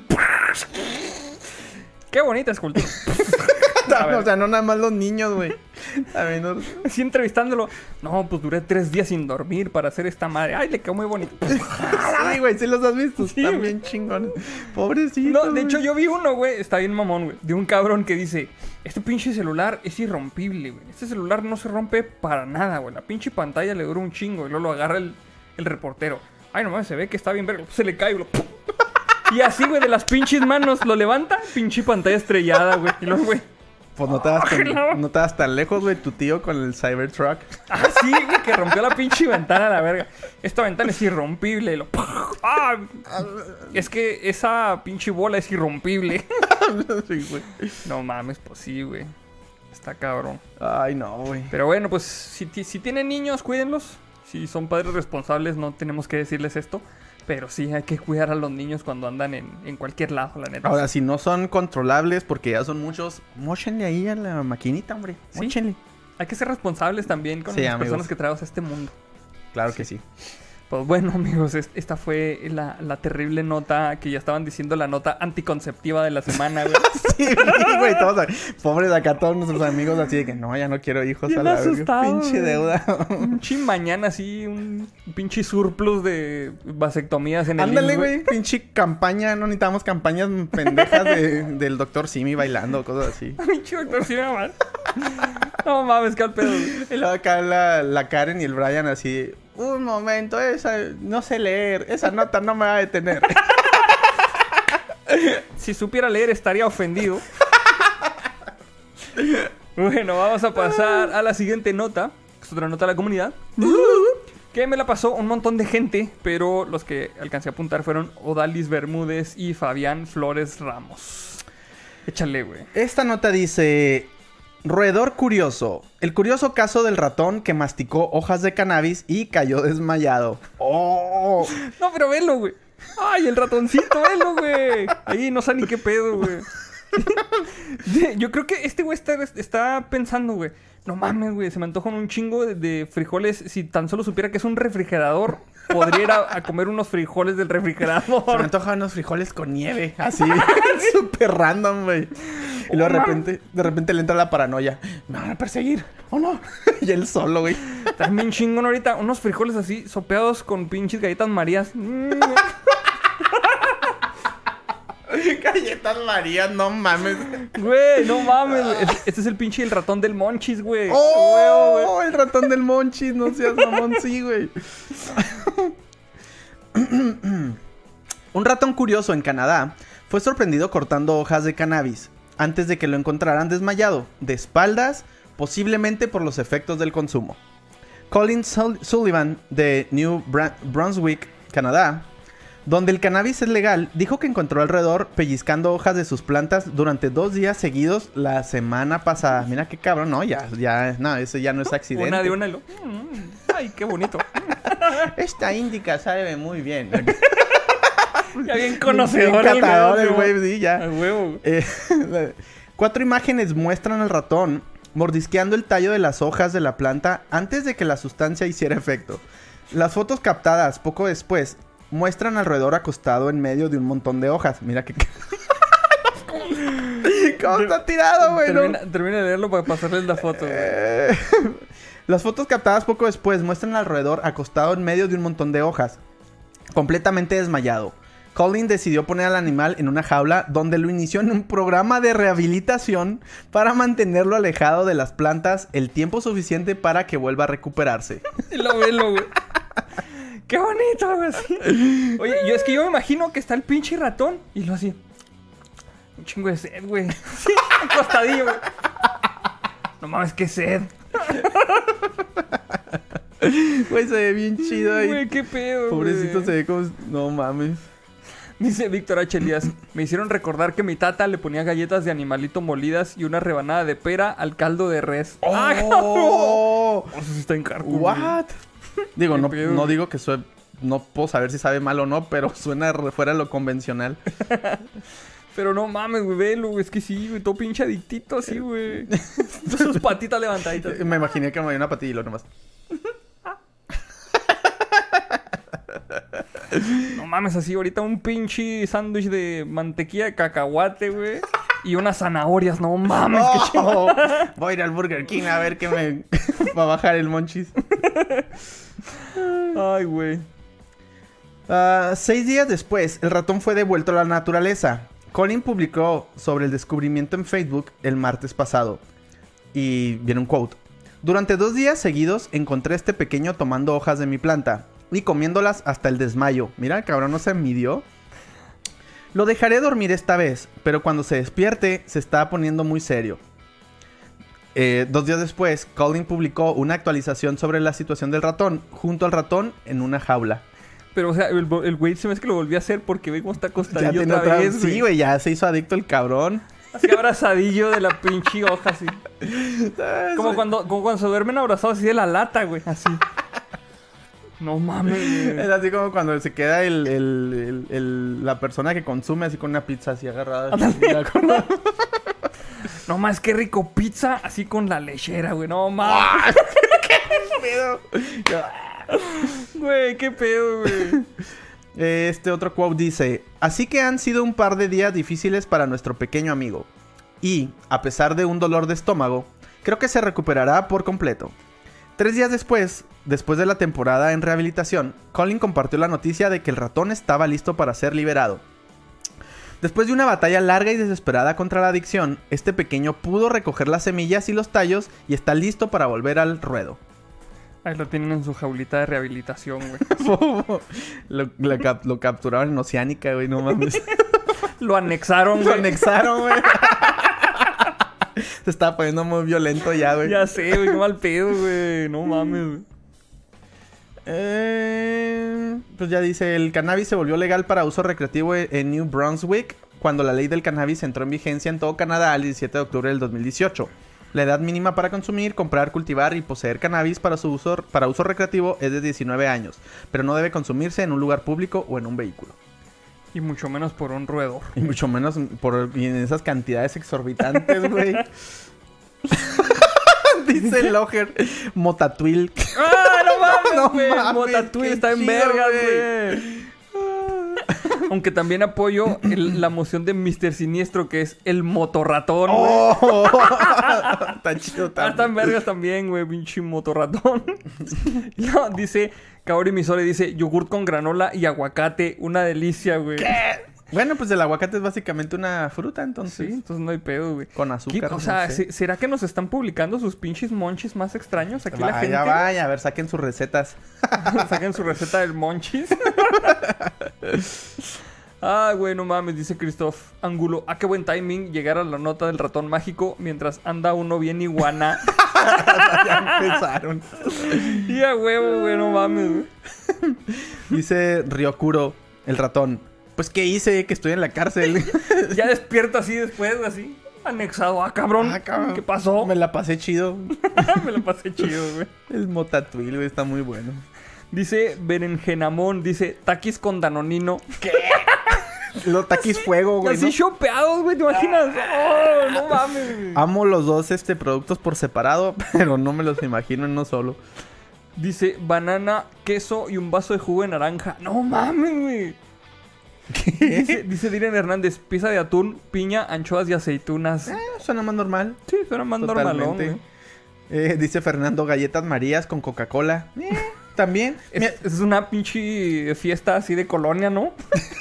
Qué bonita escultura. A ver. O sea, no nada más los niños, güey. También los... Así entrevistándolo. No, pues duré 3 días sin dormir para hacer esta madre. Ay, le quedó muy bonito. Sí, güey, sí los has visto. Sí, Están güey. bien chingones. Pobrecito. No, de hecho yo vi uno, güey. Está bien mamón, güey. De un cabrón que dice, este pinche celular es irrompible, güey. Este celular no se rompe para nada, güey. La pinche pantalla le dura un chingo. Y luego lo agarra el reportero. Ay, nomás se ve que está bien verga. Se le cae, güey. Y así, güey, de las pinches manos lo levanta. Pinche pantalla estrellada, güey. Y luego, güey. Pues no te das tan lejos, güey. Tu tío con el Cybertruck. Ah, sí, güey, que rompió la pinche ventana a la verga. Esta ventana es irrompible. ¡Ah! Es que esa pinche bola es irrompible. Sí, güey. No mames, pues sí, güey. Está cabrón. Ay, no, güey. Pero bueno, pues si tienen niños, cuídenlos. Si son padres responsables, no tenemos que decirles esto. Pero sí, hay que cuidar a los niños cuando andan en cualquier lado, la neta. Ahora, si no son controlables, porque ya son muchos, móchenle ahí a la maquinita, hombre. ¿Sí? Móchenle. Hay que ser responsables también con las personas que traemos a este mundo. Claro que sí. Pues bueno, amigos, esta fue la terrible nota que ya estaban diciendo, la nota anticonceptiva de la semana, güey. Sí, güey, todos, pobres acá, todos nuestros amigos así de que no, ya no quiero hijos. Bien a la asustado, pinche güey. deuda. Pinche mañana así, un pinche surplus de vasectomías en el Ándale, IMSS, güey, pinche campaña, no necesitamos campañas pendejas del doctor Simi bailando, cosas así. Pinche doctor, sí, mamá. No mames, qué al pedo, güey. Y luego acá la Karen y el Brian así, un momento, esa, no sé leer, esa nota no me va a detener. Si supiera leer estaría ofendido. Bueno, vamos a pasar a la siguiente nota. Es otra nota de la comunidad. Que me la pasó un montón de gente, pero los que alcancé a apuntar fueron Odalis Bermúdez y Fabián Flores Ramos. Échale, güey. Esta nota dice: roedor curioso. El curioso caso del ratón que masticó hojas de cannabis y cayó desmayado. ¡Oh! No, pero velo, güey. Ay, el ratoncito, velo, güey. Ahí no sé ni qué pedo, güey. Yo creo que este güey está pensando, güey. No mames, güey. Se me antojan un chingo de frijoles. Si tan solo supiera que es un refrigerador, podría ir a comer unos frijoles del refrigerador. Se me antojan unos frijoles con nieve. Así, súper random, güey. Y luego de repente le entra la paranoia. Me van a perseguir, ¿o no? Y él solo, güey. También chingón ahorita. Unos frijoles así, sopeados con pinches galletas marías. Galletas Marías, no mames. Güey, no mames, güey. Este es el pinche el ratón del Monchis, güey. ¡Oh! Huevo, güey. El ratón del Monchis, no seas mamón, sí, güey. Un ratón curioso en Canadá fue sorprendido cortando hojas de cannabis antes de que lo encontraran desmayado, de espaldas, posiblemente por los efectos del consumo. Colin Sullivan, de New Brunswick, Canadá, donde el cannabis es legal, dijo que encontró alrededor pellizcando hojas de sus plantas durante 2 días seguidos la semana pasada. Mira qué cabrón, no, no, eso ya no es accidente. Una de una y lo... Ay, qué bonito. Esta índica sabe muy bien. Ya bien conocedor bien catador el el güey, sí, ya. A huevo. 4 imágenes muestran al ratón mordisqueando el tallo de las hojas de la planta antes de que la sustancia hiciera efecto. Las fotos captadas poco después muestran al roedor acostado en medio de un montón de hojas. Mira que... ¿Cómo está tirado, güey? Termina de leerlo para pasarles la foto, güey. Las fotos captadas poco después muestran al roedor acostado en medio de un montón de hojas, completamente desmayado. Colin decidió poner al animal en una jaula donde lo inició en un programa de rehabilitación para mantenerlo alejado de las plantas el tiempo suficiente para que vuelva a recuperarse. Y lo velo, güey. Qué bonito, güey. Así. Oye, yo me imagino que está el pinche ratón y lo así. Un chingo de sed, güey. Sí, acostadillo, güey. No mames, qué sed. Güey, se ve bien chido ahí. Güey, qué pedo, Pobrecito, güey. se ve como... No mames. Dice Víctor H. Elías, me hicieron recordar que mi tata le ponía galletas de animalito molidas y una rebanada de pera al caldo de res. ¡Oh! Eso sí está en cargo. ¿What? Digo, no pedo? digo que no puedo saber si sabe mal o no, pero suena fuera de lo convencional. Pero no mames, güey, velo, güey. Es que sí, güey, todo pinche adictito así, güey. Sus patitas levantaditas. Me imaginé que me dio una patilla y lo nomás. No mames, así ahorita un pinche sándwich de mantequilla de cacahuate, güey. Y unas zanahorias, no mames, qué chido. Voy a ir al Burger King a ver qué me va a bajar el Monchis. Ay, güey. 6 días después, el ratón fue devuelto a la naturaleza. Colin publicó sobre el descubrimiento en Facebook el martes pasado. Y viene un quote. Durante 2 días seguidos encontré a este pequeño tomando hojas de mi planta y comiéndolas hasta el desmayo. Mira, el cabrón no se midió. Lo dejaré dormir esta vez, pero cuando se despierte se está poniendo muy serio. 2 días después, Colin publicó una actualización sobre la situación del ratón, junto al ratón en una jaula. Pero, o sea, el güey se me hace que lo volvió a hacer porque ve cómo está Ya acostadillo tiene otra vez, Sí, güey, ya se hizo adicto el cabrón. Así abrazadillo de la pinche hoja, así. Como cuando se duermen abrazados así de la lata, güey. Así. No mames, güey. Es así como cuando se queda la persona que consume así con una pizza así agarrada. No mames, qué rico pizza así con la lechera, güey. No mames. ¿Qué pedo? Güey, qué pedo, güey. Este otro quote dice: así que han sido un par de días difíciles para nuestro pequeño amigo. Y, a pesar de un dolor de estómago, creo que se recuperará por completo. 3 días después de la temporada en rehabilitación, Colin compartió la noticia de que el ratón estaba listo para ser liberado. Después de una batalla larga y desesperada contra la adicción, este pequeño pudo recoger las semillas y los tallos y está listo para volver al ruedo. Ahí lo tienen en su jaulita de rehabilitación, güey. Lo capturaron en Oceánica, güey, no mames. Lo anexaron, Lo güey. anexaron, güey. Se estaba poniendo muy violento ya, güey. Ya sé, güey, qué mal pedo, güey. No mames, güey. Pues ya dice, el cannabis se volvió legal para uso recreativo en New Brunswick cuando la ley del cannabis entró en vigencia en todo Canadá el 17 de octubre del 2018. La edad mínima para consumir, comprar, cultivar y poseer cannabis para uso recreativo es de 19 años, pero no debe consumirse en un lugar público o en un vehículo. Y mucho menos por un roedor. Y mucho menos y en esas cantidades exorbitantes, güey. Dice Loger, Motatwil. ¡Ah, no mames, No güey! mames, Motatwil qué está en chido, verga, güey. güey. Aunque también apoyo la moción de Mr. Siniestro, que es el motorratón, güey. Oh, está chido Está en también. vergas también, güey, pinche motorratón. No, dice, Kaori Misore dice, yogurt con granola y aguacate, una delicia, güey. Bueno, pues el aguacate es básicamente una fruta, Sí, entonces. entonces no hay pedo, güey. Con azúcar. O sea, no sé. ¿será que nos están publicando sus pinches monchis más extraños aquí la gente? Vaya, a ver, saquen sus recetas. Saquen su receta del monchis. Ah, güey, no mames, dice Christoph Angulo. Ah, qué buen timing llegar a la nota del ratón mágico mientras anda uno bien iguana. Ya empezaron. Y a huevo, güey, no mames, güey. Dice Ryokuro, el ratón. Pues, ¿qué hice? Que estoy en la cárcel. Ya despierto así después, así, anexado. Ah, cabrón. Cabrón. ¿Qué pasó? Me la pasé chido. Me lo pasé chido, güey. El Motatwil, güey, está muy bueno. Dice Berenjenamón, dice taquis con danonino. Los taquis fuego, güey. Así ¿no? chopeados, güey, ¿te imaginas? Oh, no mames, güey. Amo los dos productos por separado, pero no me los imagino en uno solo. Dice banana, queso y un vaso de jugo de naranja. No mames, güey. Dice Dylan Hernández, pizza de atún, piña, anchoas y aceitunas. Suena más normal. Sí, suena más normalón, Totalmente. güey. Dice Fernando, galletas Marías con Coca-Cola. También. Es una pinche fiesta así de colonia, ¿no?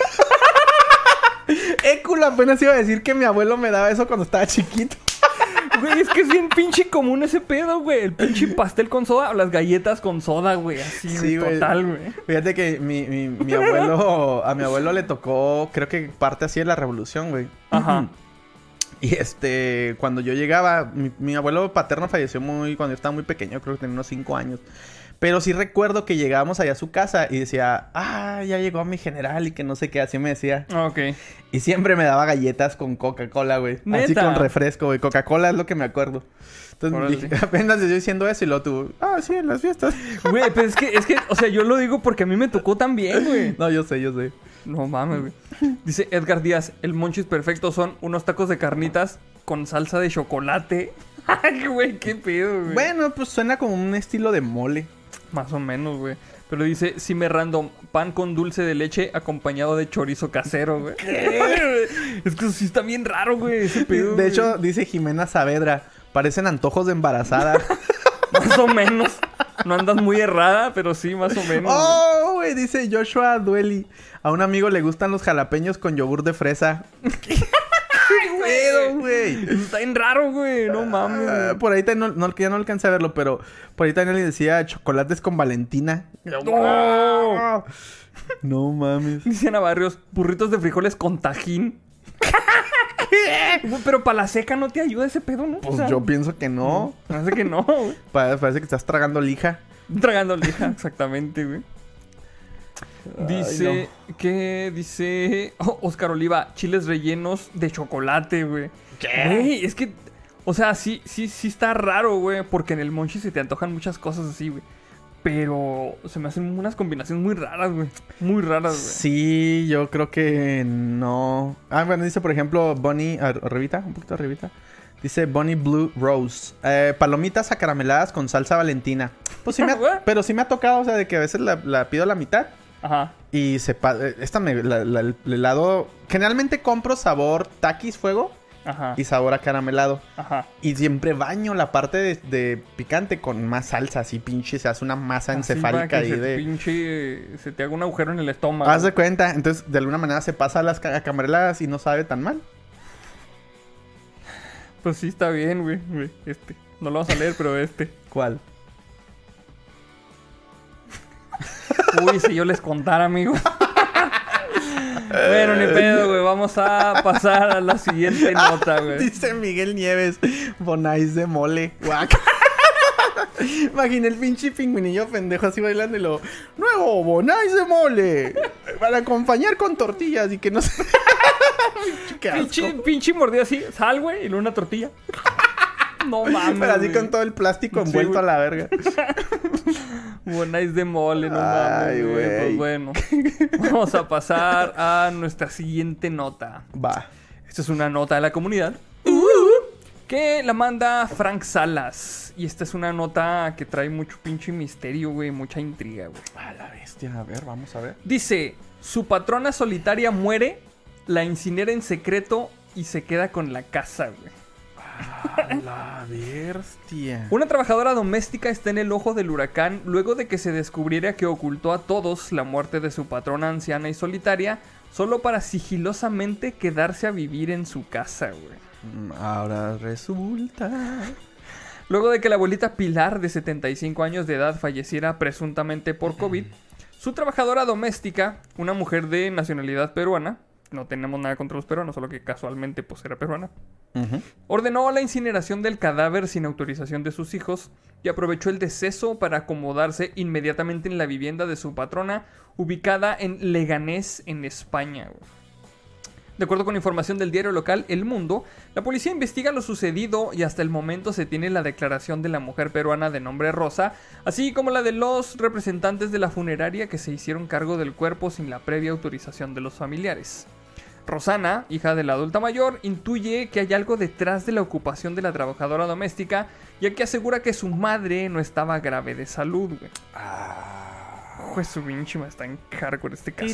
Écula, apenas iba a decir que mi abuelo me daba eso cuando estaba chiquito. Güey, es que es bien pinche común ese pedo, güey. El pinche pastel con soda o las galletas con soda, güey. Así, Sí, güey. total, güey. Fíjate que mi abuelo, a mi abuelo le tocó, creo que parte así de la revolución, güey. Ajá. Y cuando yo llegaba, mi abuelo paterno falleció cuando yo estaba muy pequeño, creo que tenía unos 5 años. Pero sí recuerdo que llegábamos allá a su casa y decía, ya llegó mi general y que no sé qué, así me decía. Ok. Y siempre me daba galletas con Coca-Cola, güey. Así ¿Neta? con refresco, güey. Coca-Cola es lo que me acuerdo. Entonces Órale. dije, apenas estoy diciendo eso y luego tú, sí, en las fiestas. Güey, pero es que, o sea, yo lo digo porque a mí me tocó también, güey. No, yo sé. No mames, güey. Dice Edgar Díaz, el monchis perfecto son unos tacos de carnitas con salsa de chocolate. Ay, güey, qué pedo, güey. Bueno, pues suena como un estilo de mole. Más o menos, güey. Pero dice, Cime Random, pan con dulce de leche acompañado de chorizo casero, güey. Es que eso sí está bien raro, güey, ese pedo, De hecho, güey. dice Jimena Saavedra, parecen antojos de embarazada. Más o menos. No andas muy errada, pero sí, más o menos. ¡Oh, güey! Dice Joshua Dueli. A un amigo le gustan los jalapeños con yogur de fresa. ¡Qué pedo, güey! Está bien raro, güey. No mames, güey. Por ahí ya no alcancé a verlo, pero por ahí también le decía chocolates con Valentina. ¡No! No mames. Dice Ana Barrios, burritos de frijoles con tajín. Pero para la seca no te ayuda ese pedo, ¿no? Pues O sea, yo pienso que no. parece que no, güey. Parece que estás tragando lija. Tragando lija, exactamente, güey. Dice, ¿qué? Dice Oscar Oliva, chiles rellenos de chocolate, güey. ¿Qué? Güey, es que, o sea, sí está raro, güey, porque en el Monchi se te antojan muchas cosas así, güey. Pero se me hacen unas combinaciones muy raras, güey. Muy raras, güey. Sí, yo creo que no. Ah, bueno, dice por ejemplo Bonnie, arribita, un poquito arribita. Dice Bonnie Blue Rose. Palomitas acarameladas con salsa valentina. Pues sí pero sí me ha tocado, o sea, de que a veces la pido a la mitad. Ajá. Y el helado. Generalmente compro sabor Takis Fuego. Ajá. Y sabor acaramelado. Ajá. Y siempre baño la parte de picante con más salsa, así pinche. Se hace una masa encefálica ahí de. Pinche. Se te haga un agujero en el estómago. Haz de cuenta. Entonces, de alguna manera se pasa a las acarameladas y no sabe tan mal. Pues sí, está bien, güey. No lo vamos a leer, pero ¿Cuál? Uy, si yo les contara, amigo. Bueno, ni pedo, güey. Vamos a pasar a la siguiente nota, güey. Dice Miguel Nieves, Bonais de mole. Guac. Imagina el pinche pingüinillo pendejo así bailando y lo... Nuevo Bonais de mole. Para acompañar con tortillas y que no se... Pinche mordido así. Sal, güey. Y luego una tortilla. No mames. Pero así güey. con todo el plástico envuelto Sí, a la verga. Bonais de mole, no Ay, mames, güey. güey. Pues bueno. Vamos a pasar a nuestra siguiente nota. Va. Esta es una nota de la comunidad. Que la manda Frank Salas. Y esta es una nota que trae mucho pinche misterio, güey. Mucha intriga, güey. A la bestia. A ver, vamos a ver. Dice, su patrona solitaria muere, la incinera en secreto y se queda con la casa, güey. A la bestia. Una trabajadora doméstica está en el ojo del huracán luego de que se descubriera que ocultó a todos la muerte de su patrona anciana y solitaria solo para sigilosamente quedarse a vivir en su casa, güey. Ahora resulta... Luego de que la abuelita Pilar, de 75 años de edad, falleciera presuntamente por COVID, su trabajadora doméstica, una mujer de nacionalidad peruana, no tenemos nada contra los peruanos, solo que casualmente pues era peruana, ordenó la incineración del cadáver sin autorización de sus hijos y aprovechó el deceso para acomodarse inmediatamente en la vivienda de su patrona, ubicada en Leganés, en España, güey. De acuerdo con información del diario local El Mundo, la policía investiga lo sucedido y hasta el momento se tiene la declaración de la mujer peruana de nombre Rosa, así como la de los representantes de la funeraria que se hicieron cargo del cuerpo sin la previa autorización de los familiares. Rosana, hija de la adulta mayor, intuye que hay algo detrás de la ocupación de la trabajadora doméstica, ya que asegura que su madre no estaba grave de salud, güey. Pues su pinche está en hardcore este caso.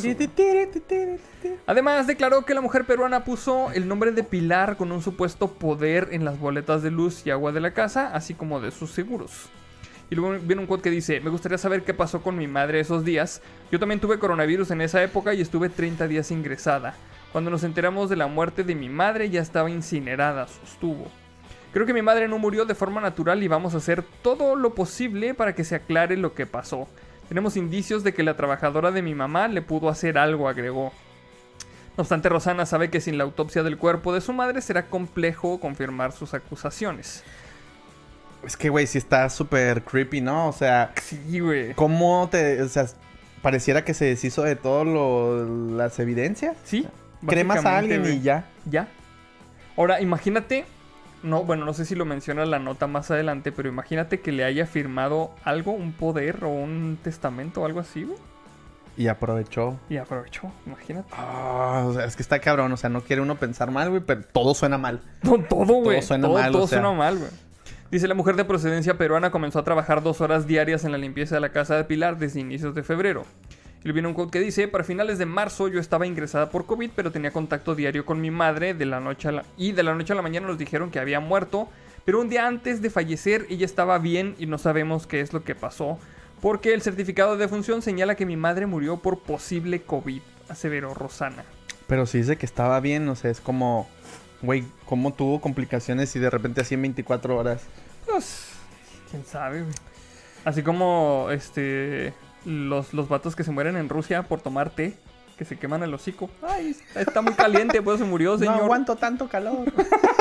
Además, declaró que la mujer peruana puso el nombre de Pilar con un supuesto poder en las boletas de luz y agua de la casa, así como de sus seguros. Y luego viene un quote que dice: me gustaría saber qué pasó con mi madre esos días. Yo también tuve coronavirus en esa época y estuve 30 días ingresada. Cuando nos enteramos de la muerte de mi madre ya estaba incinerada, sostuvo. Creo que mi madre no murió de forma natural y vamos a hacer todo lo posible para que se aclare lo que pasó. Tenemos indicios de que la trabajadora de mi mamá le pudo hacer algo, agregó. No obstante, Rosana sabe que sin la autopsia del cuerpo de su madre será complejo confirmar sus acusaciones. Es que, güey, sí está súper creepy, ¿no? O sea... Sí, güey. ¿Cómo te...? O sea, pareciera que se deshizo de todas las evidencias. Sí. Cremas a alguien güey. y ya. Ya. Ahora, imagínate... No, bueno, no sé si lo menciona la nota más adelante, pero imagínate que le haya firmado algo, un poder o un testamento o algo así, güey. Y aprovechó. Y aprovechó, imagínate. O sea, es que está cabrón. O sea, no quiere uno pensar mal, güey, pero todo suena mal. Todo, güey. Todo suena mal, Todo o sea. suena mal, güey. Dice, la mujer de procedencia peruana comenzó a trabajar 2 horas diarias en la limpieza de la casa de Pilar desde inicios de febrero. Y viene un quote que dice: para finales de marzo yo estaba ingresada por COVID, pero tenía contacto diario con mi madre de la noche a la mañana nos dijeron que había muerto, pero un día antes de fallecer ella estaba bien y no sabemos qué es lo que pasó, porque el certificado de defunción señala que mi madre murió por posible COVID, aseveró Rosana. Pero sí dice que estaba bien, o sea, es como... Güey, ¿cómo tuvo complicaciones y de repente así en 24 horas? Pues, quién sabe, güey. Así como, los vatos que se mueren en Rusia por tomar té. que se queman el hocico. Ay, está muy caliente, pues se murió, señor. No aguanto tanto calor.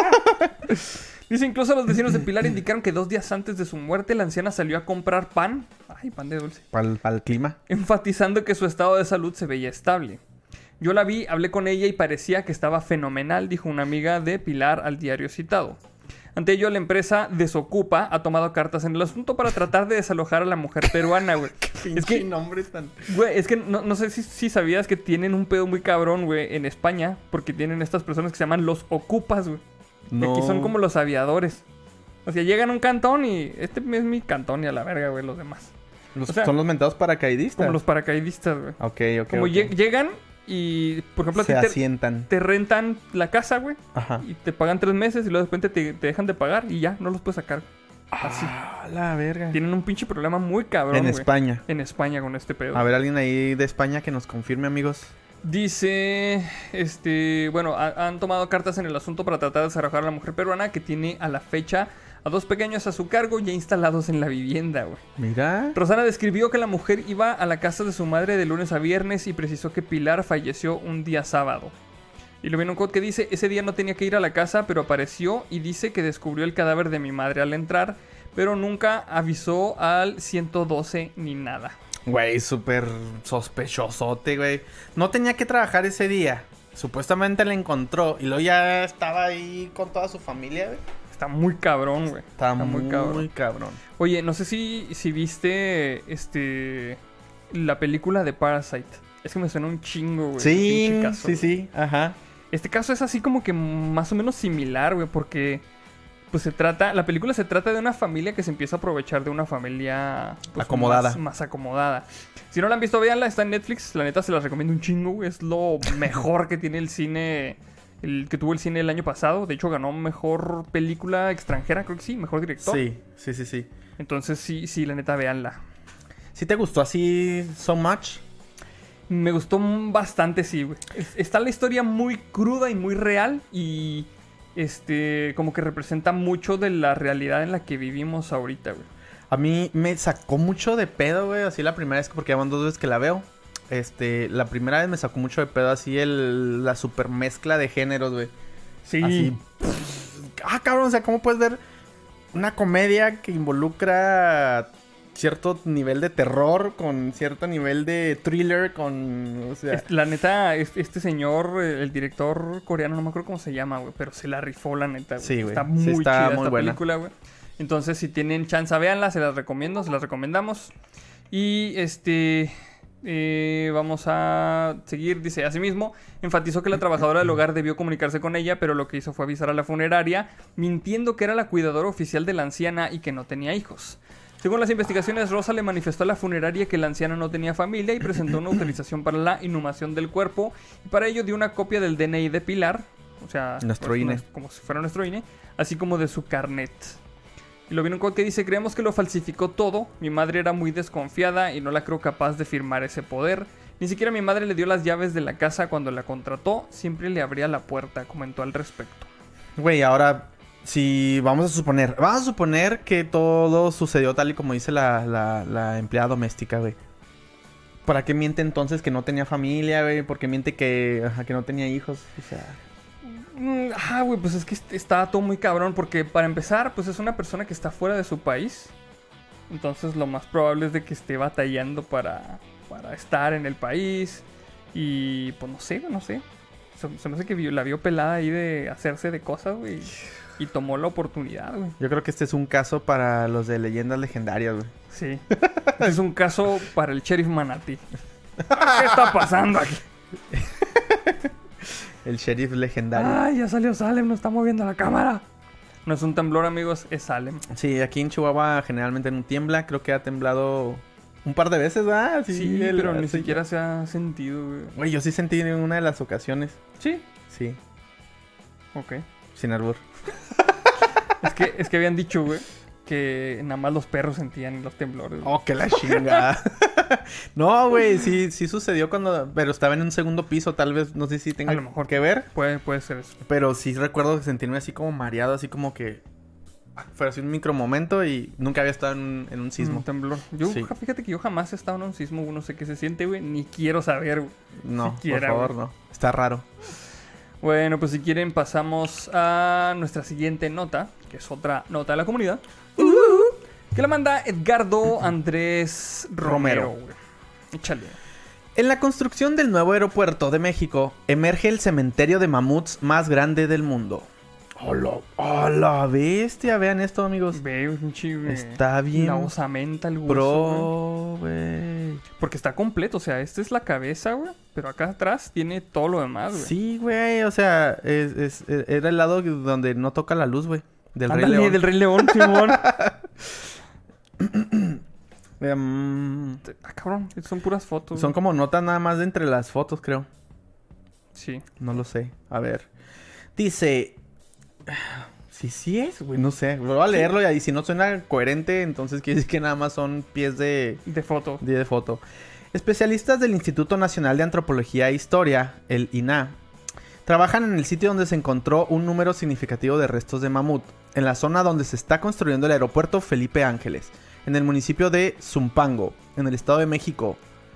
Dice, incluso los vecinos de Pilar indicaron que 2 días antes de su muerte, la anciana salió a comprar pan. Ay, pan de dulce. Para el clima. Enfatizando que su estado de salud se veía estable. Yo la vi, hablé con ella y parecía que estaba fenomenal, dijo una amiga de Pilar al diario citado. Ante ello, la empresa Desocupa ha tomado cartas en el asunto para tratar de desalojar a la mujer peruana, güey. Es que nombre tan... Güey, es que no sé si sabías que tienen un pedo muy cabrón, güey, en España, porque tienen estas personas que se llaman los ocupas, güey. No. Aquí son como los aviadores. O sea, llegan a un cantón y este es mi cantón y a la verga, güey, los demás. O sea, son los mentados paracaidistas. Como los paracaidistas, güey. Ok. Como llegan y, por ejemplo, se asientan. Te rentan la casa, güey. Ajá. Y te pagan 3 meses y luego de repente te dejan de pagar y ya, no los puedes sacar. Así. La verga. Tienen un pinche problema muy cabrón, En güey. España. En España con este pedo. A ver, alguien ahí de España que nos confirme, amigos. Dice, bueno, han tomado cartas en el asunto para tratar de desalojar a la mujer peruana que tiene a la fecha a 2 pequeños a su cargo ya instalados en la vivienda, güey. Mira. Rosana describió que la mujer iba a la casa de su madre de lunes a viernes y precisó que Pilar falleció un día sábado. Y luego viene un quote que dice, ese día no tenía que ir a la casa, pero apareció y dice que descubrió el cadáver de mi madre al entrar, pero nunca avisó al 112 ni nada. Güey, súper sospechosote, güey. No tenía que trabajar ese día. Supuestamente la encontró y luego ya estaba ahí con toda su familia, güey. Está muy cabrón, güey. Está muy cabrón. Oye, no sé si viste la película de Parasite. Es que me suena un chingo, güey. Sí, caso, sí, ajá. Este caso es así como que más o menos similar, güey, porque pues la película se trata de una familia que se empieza a aprovechar de una familia pues, acomodada. Más acomodada. Si no la han visto, véanla, está en Netflix. La neta se las recomiendo un chingo, güey. Es lo mejor que tiene el cine, el que tuvo el cine el año pasado. De hecho, ganó mejor película extranjera, creo que sí, mejor director. Sí. Entonces sí, la neta, véanla. ¿Sí te gustó así so much? Me gustó bastante, sí, güey. Está la historia muy cruda y muy real y como que representa mucho de la realidad en la que vivimos ahorita, güey. A mí me sacó mucho de pedo, güey, así la primera vez, porque ya van 2 veces que la veo. La primera vez me sacó mucho de pedo así la super mezcla de géneros, güey. Sí. Así, cabrón, o sea, ¿cómo puedes ver una comedia que involucra cierto nivel de terror con cierto nivel de thriller, o sea... La neta, este señor, el director coreano, no me acuerdo cómo se llama, güey, pero se la rifó, la neta, güey. Sí, güey. Está muy chida esta buena película, güey. Entonces, si tienen chance, véanla, se las recomendamos. Y vamos a seguir. Dice, asimismo, enfatizó que la trabajadora del hogar debió comunicarse con ella, pero lo que hizo fue avisar a la funeraria, mintiendo que era la cuidadora oficial de la anciana y que no tenía hijos. Según las investigaciones, Rosa le manifestó a la funeraria que la anciana no tenía familia y presentó una autorización para la inhumación del cuerpo. Y para ello dio una copia del DNI de Pilar, o sea, nuestro INE. Como si fuera nuestro INE, así como de su carnet. Y lo vino un que dice, creemos que lo falsificó todo. Mi madre era muy desconfiada y no la creo capaz de firmar ese poder. Ni siquiera mi madre le dio las llaves de la casa cuando la contrató. Siempre le abría la puerta, comentó al respecto. Güey, ahora, si vamos a suponer que todo sucedió tal y como dice la empleada doméstica, güey. ¿Para qué miente entonces que no tenía familia, güey? ¿Por qué miente que no tenía hijos? O sea... güey, pues es que está todo muy cabrón. Porque para empezar, pues es una persona que está fuera de su país. Entonces lo más probable es de que esté batallando para estar en el país. Y pues no sé. Se me hace que la vio pelada ahí de hacerse de cosas, güey. Y tomó la oportunidad, güey. Yo creo que este es un caso para los de leyendas legendarias, güey. Sí. Este es un caso para el Sheriff Manatí. ¿Qué está pasando aquí? El sheriff legendario. Ay, ya salió Salem, no está moviendo la cámara. No es un temblor, amigos, es Salem. Sí, aquí en Chihuahua generalmente no tiembla. Creo que ha temblado un par de veces, ¿verdad? Sí, pero ni siquiera se ha sentido, güey. Güey, yo sí sentí en una de las ocasiones. ¿Sí? Sí. Ok. Sin albur. Es que habían dicho, güey, que nada más los perros sentían los temblores. Oh, que la chingada. No, güey, sí sucedió pero estaba en un segundo piso, tal vez, no sé si tenga a lo mejor que ver. Puede ser eso. Pero sí recuerdo sentirme así como mareado, así como que Fue así un micro momento y nunca había estado en un sismo. Un temblor. Yo, Sí. fíjate que yo jamás he estado en un sismo, no sé qué se siente, güey. Ni quiero saber, güey. No, Siquiera, por favor, güey. no. Está raro. Bueno, pues si quieren pasamos a nuestra siguiente nota, que es otra nota de la comunidad. Que la manda Edgardo Andrés Romero, güey. Échale. En la construcción del nuevo aeropuerto de México, emerge el cementerio de mamuts más grande del mundo. ¡Hola, bestia! Vean esto, amigos. Ve, un chivo. Está bien La osamenta, el hueso, Pro, güey. güey. Porque está completo, o sea, esta es la cabeza, güey. Pero acá atrás tiene todo lo demás, güey. Sí, güey. O sea, era el lado donde no toca la luz, güey. Del Rey Ándale, León. del Rey León, Simón. Cabrón, son puras fotos. Son como notas nada más de entre las fotos, creo. Sí. No lo sé. A ver. Dice... Sí es, güey. No sé. Voy a leerlo y ahí si no suena coherente, entonces quiere decir que nada más son pies de foto. de foto. Especialistas del Instituto Nacional de Antropología e Historia, el INAH, trabajan en el sitio donde se encontró un número significativo de restos de mamut, en la zona donde se está construyendo el aeropuerto Felipe Ángeles, en el municipio de Zumpango, en el Estado de México.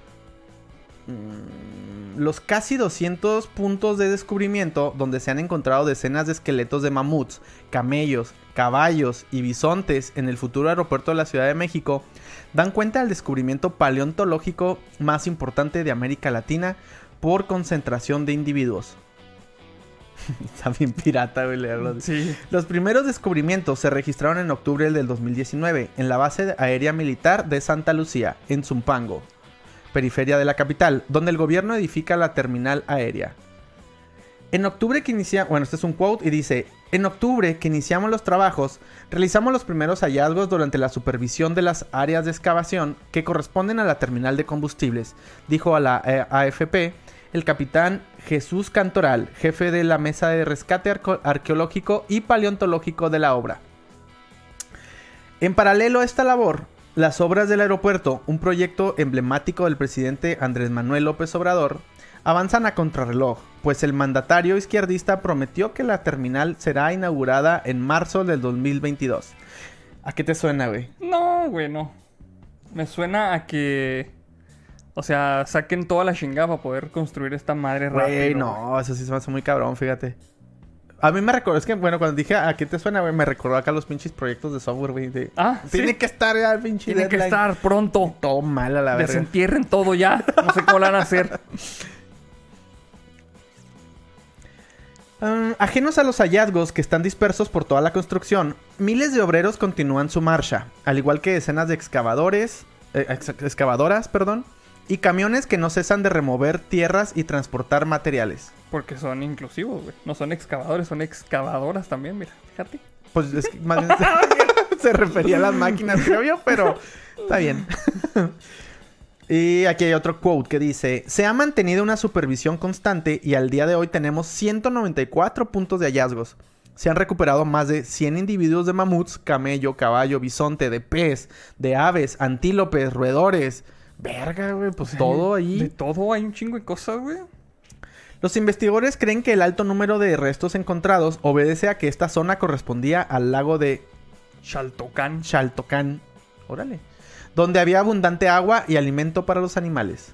Los casi 200 puntos de descubrimiento donde se han encontrado decenas de esqueletos de mamuts, camellos, caballos y bisontes en el futuro aeropuerto de la Ciudad de México dan cuenta del descubrimiento paleontológico más importante de América Latina por concentración de individuos. Está bien pirata, güey, leerlo. Sí. Los primeros descubrimientos se registraron en octubre del 2019 en la base aérea militar de Santa Lucía, en Zumpango, periferia de la capital, donde el gobierno edifica la terminal aérea. En octubre que este es un quote y dice: en octubre que iniciamos los trabajos, realizamos los primeros hallazgos durante la supervisión de las áreas de excavación que corresponden a la terminal de combustibles, dijo a la AFP el capitán Jesús Cantoral, jefe de la Mesa de Rescate Arqueológico y Paleontológico de la obra. En paralelo a esta labor, las obras del aeropuerto, un proyecto emblemático del presidente Andrés Manuel López Obrador, avanzan a contrarreloj, pues el mandatario izquierdista prometió que la terminal será inaugurada en marzo del 2022. ¿A qué te suena, güey? No, güey, no. Me suena a que... O sea, saquen toda la chingada para poder construir esta madre rápido. Güey, no, eso sí se me hace muy cabrón, fíjate. A mí me recordó, es que, bueno, cuando dije ¿a qué te suena, güey? Me recordó acá los pinches proyectos de software, güey. Tiene ¿sí? que estar ya el pinche Tiene que deadline. estar pronto. Todo mal a la verga. Desentierren todo ya. No sé cómo lo van a hacer. Ajenos a los hallazgos que están dispersos por toda la construcción, miles de obreros continúan su marcha, al igual que decenas de excavadoras, y camiones que no cesan de remover tierras y transportar materiales. Porque son inclusivos, güey. No son excavadores, son excavadoras también, mira. Fíjate. Pues es que más bien se refería a las máquinas, creo yo, pero está bien. Y aquí hay otro quote que dice: se ha mantenido una supervisión constante y al día de hoy tenemos 194 puntos de hallazgos. Se han recuperado más de 100 individuos de mamuts, camello, caballo, bisonte, de pez, de aves, antílopes, roedores. Verga, güey, pues todo ahí. De todo hay un chingo de cosas, güey. Los investigadores creen que el alto número de restos encontrados obedece a que esta zona correspondía al lago de Xaltocán. Órale. Donde había abundante agua y alimento para los animales.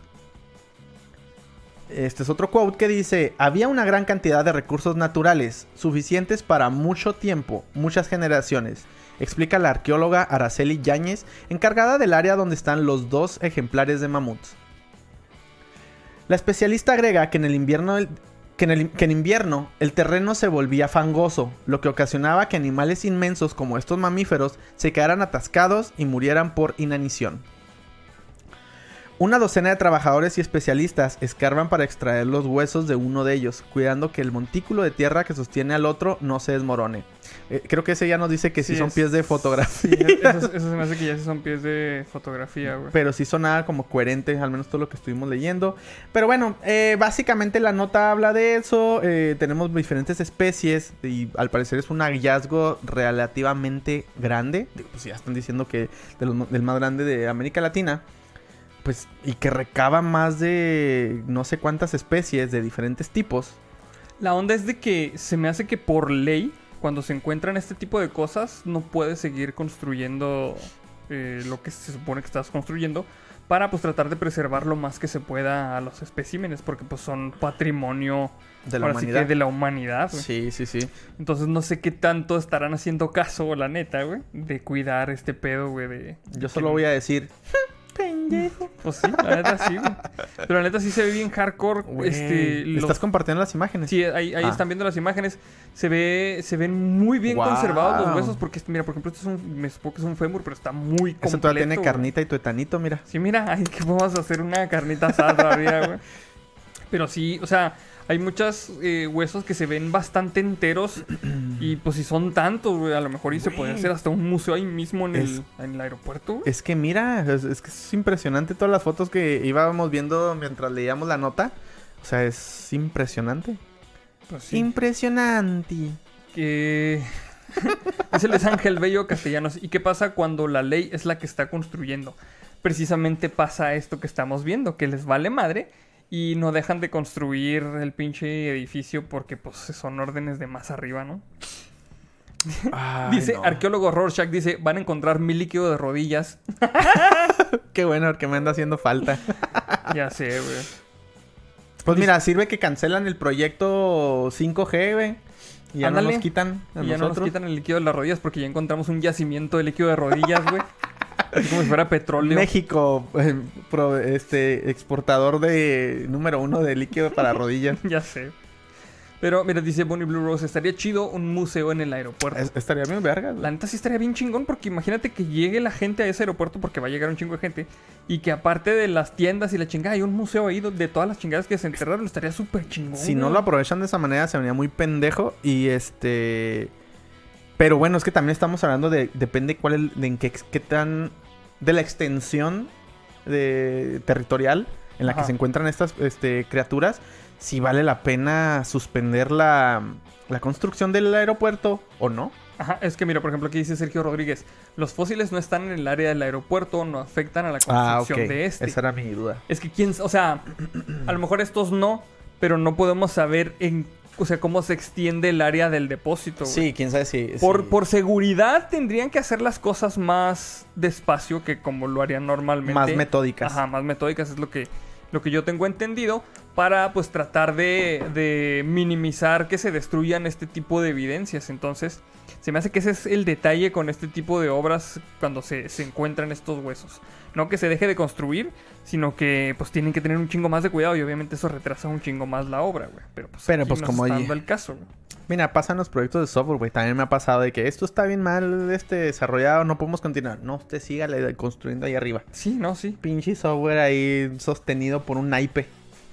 Este es otro quote que dice: había una gran cantidad de recursos naturales, suficientes para mucho tiempo, muchas generaciones, explica la arqueóloga Araceli Yáñez, encargada del área donde están los 2 ejemplares de mamuts. La especialista agrega que en invierno el terreno se volvía fangoso, lo que ocasionaba que animales inmensos como estos mamíferos se quedaran atascados y murieran por inanición. Una docena de trabajadores y especialistas escarban para extraer los huesos de uno de ellos, cuidando que el montículo de tierra que sostiene al otro no se desmorone. Creo que ese ya nos dice que sí son pies de fotografía. Sí, eso se me hace que ya sí son pies de fotografía, güey. Pero sí sonaba como coherente, al menos todo lo que estuvimos leyendo. Pero bueno, básicamente la nota habla de eso. Tenemos diferentes especies y al parecer es un hallazgo relativamente grande. Pues ya están diciendo que del más grande de América Latina. Pues, y que recaba más de no sé cuántas especies de diferentes tipos. La onda es de que se me hace que por ley cuando se encuentran este tipo de cosas, no puedes seguir construyendo lo que se supone que estás construyendo para pues tratar de preservar lo más que se pueda a los especímenes, porque pues son patrimonio De la ahora sí humanidad. que de la humanidad, güey. Sí, sí, sí. Entonces no sé qué tanto estarán haciendo caso, la neta, güey, de cuidar este pedo, güey, de... Yo solo voy a decir... Pendejo. Pues sí, la neta sí, güey. Pero la neta sí se ve bien hardcore. Güey, Los... ¿Estás compartiendo las imágenes? Sí, ahí están viendo las imágenes. Se ven muy bien Wow. conservados los huesos. Porque, mira, por ejemplo, me supongo que es un fémur, pero está muy completo. Eso todavía tiene güey. carnita y tuetanito, mira. Sí, mira, ahí que podemos hacer una carnita asada todavía, güey. Pero sí, o sea, hay muchos huesos que se ven bastante enteros. Y pues si son tantos, güey, a lo mejor y se puede hacer hasta un museo ahí mismo en el aeropuerto, güey. Es que mira, es que es impresionante todas las fotos que íbamos viendo mientras leíamos la nota. O sea, es impresionante. Pues sí. Impresionante. Que... Dice Luis Ángel Bello Castellanos. ¿Y qué pasa cuando la ley es la que está construyendo? Precisamente pasa esto que estamos viendo, que les vale madre y no dejan de construir el pinche edificio porque pues son órdenes de más arriba, ¿no? Ay, Dice no. arqueólogo Rorschach, dice, van a encontrar mi líquido de rodillas. Qué bueno, porque me anda haciendo falta. Ya sé, güey. Pues mira, sirve que cancelan el proyecto 5G, güey. Y ya Ándale. no nos quitan a Y ya no nos nosotros. quitan el líquido de las rodillas porque ya encontramos un yacimiento de líquido de rodillas, güey. Así como si fuera petróleo. México, exportador de número 1 de líquido para rodillas. Ya sé. Pero, mira, dice Bonnie Blue Rose, estaría chido un museo en el aeropuerto. Estaría bien verga. La neta sí estaría bien chingón porque imagínate que llegue la gente a ese aeropuerto porque va a llegar un chingo de gente y que aparte de las tiendas y la chingada hay un museo ahí de todas las chingadas que se enterraron. Estaría súper chingón. Si no güey. lo aprovechan de esa manera, se venía muy pendejo. Y Pero bueno, es que también estamos hablando de... Depende en qué tan... De la extensión territorial en la que Ajá. se encuentran estas criaturas. Si vale la pena suspender la construcción del aeropuerto o no. Ajá, es que mira, por ejemplo, aquí dice Sergio Rodríguez, los fósiles no están en el área del aeropuerto, no afectan a la construcción de este. Esa era mi duda. Es que o sea, a lo mejor estos no, pero no podemos saber cómo se extiende el área del depósito, güey. Sí, quién sabe si... Por seguridad tendrían que hacer las cosas más despacio que como lo harían normalmente. Más metódicas. Ajá, más metódicas es lo que yo tengo entendido para pues tratar de minimizar que se destruyan este tipo de evidencias. Entonces, se me hace que ese es el detalle con este tipo de obras cuando se encuentran estos huesos. No que se deje de construir, sino que pues tienen que tener un chingo más de cuidado y obviamente eso retrasa un chingo más la obra, güey. Pero pues aquí nos como está allí- dando el caso, güey. Mira, pasan los proyectos de software, güey. También me ha pasado de que esto está bien mal desarrollado, no podemos continuar. No, usted siga construyendo ahí arriba. Sí, no, sí. Pinche software ahí sostenido por un naipe.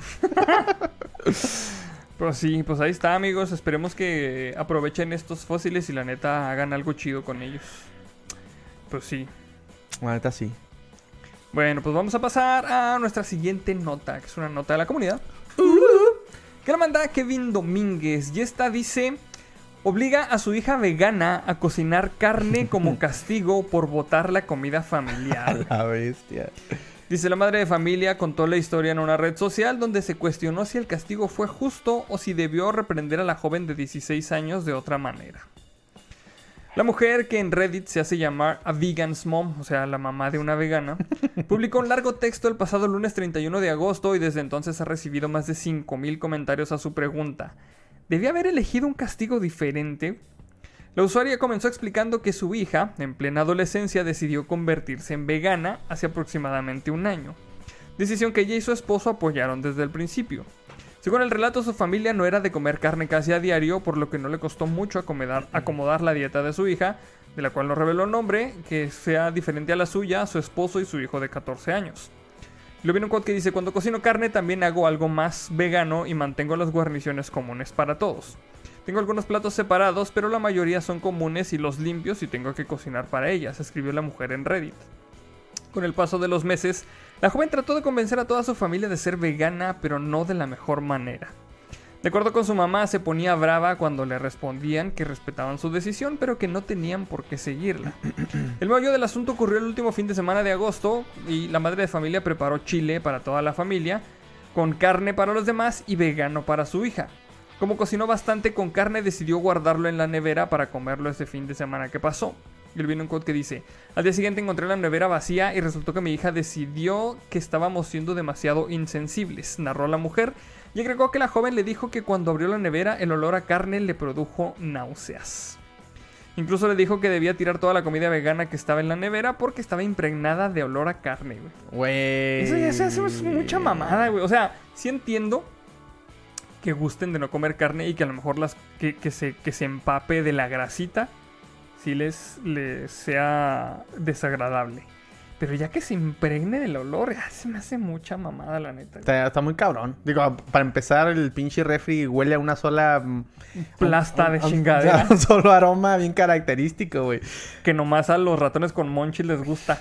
Pero sí, pues ahí está, amigos. Esperemos que aprovechen estos fósiles y la neta hagan algo chido con ellos. Pues sí. La neta sí. Bueno, pues vamos a pasar a nuestra siguiente nota, que es una nota de la comunidad. Que la manda Kevin Domínguez. Y esta dice: obliga a su hija vegana a cocinar carne como castigo por botar la comida familiar. La bestia. Dice, la madre de familia contó la historia en una red social donde se cuestionó si el castigo fue justo o si debió reprender a la joven de 16 años de otra manera. La mujer, que en Reddit se hace llamar a vegan's mom, o sea, la mamá de una vegana, publicó un largo texto el pasado lunes 31 de agosto y desde entonces ha recibido más de 5,000 comentarios a su pregunta: ¿debía haber elegido un castigo diferente? La usuaria comenzó explicando que su hija, en plena adolescencia, decidió convertirse en vegana hace aproximadamente un año. Decisión que ella y su esposo apoyaron desde el principio. Según el relato, su familia no era de comer carne casi a diario, por lo que no le costó mucho acomodar la dieta de su hija, de la cual no reveló nombre, que sea diferente a la suya, su esposo y su hijo de 14 años. Luego viene un quote que dice: cuando cocino carne también hago algo más vegano y mantengo las guarniciones comunes para todos. Tengo algunos platos separados, pero la mayoría son comunes y los limpio si tengo que cocinar para ellas, escribió la mujer en Reddit. Con el paso de los meses, la joven trató de convencer a toda su familia de ser vegana, pero no de la mejor manera. De acuerdo con su mamá, se ponía brava cuando le respondían que respetaban su decisión, pero que no tenían por qué seguirla. El meollo del asunto ocurrió el último fin de semana de agosto y la madre de familia preparó chile para toda la familia, con carne para los demás y vegano para su hija. Como cocinó bastante con carne, decidió guardarlo en la nevera para comerlo ese fin de semana que pasó. Y él viene un quote que dice: al día siguiente encontré la nevera vacía y resultó que mi hija decidió que estábamos siendo demasiado insensibles, narró la mujer, y agregó que la joven le dijo que cuando abrió la nevera el olor a carne le produjo náuseas. Incluso le dijo que debía tirar toda la comida vegana que estaba en la nevera porque estaba impregnada de olor a carne, güey. Güey. Eso ya se hace mucha mamada, güey. O sea, sí entiendo que gusten de no comer carne y que a lo mejor que se empape de la grasita sí les sea desagradable. Pero ya que se impregne del olor, ya se me hace mucha mamada, la neta. Está muy cabrón. Digo, para empezar, el pinche refri huele a una sola... plasta de chingadera. Un solo aroma bien característico, güey. Que nomás a los ratones con monchis les gusta.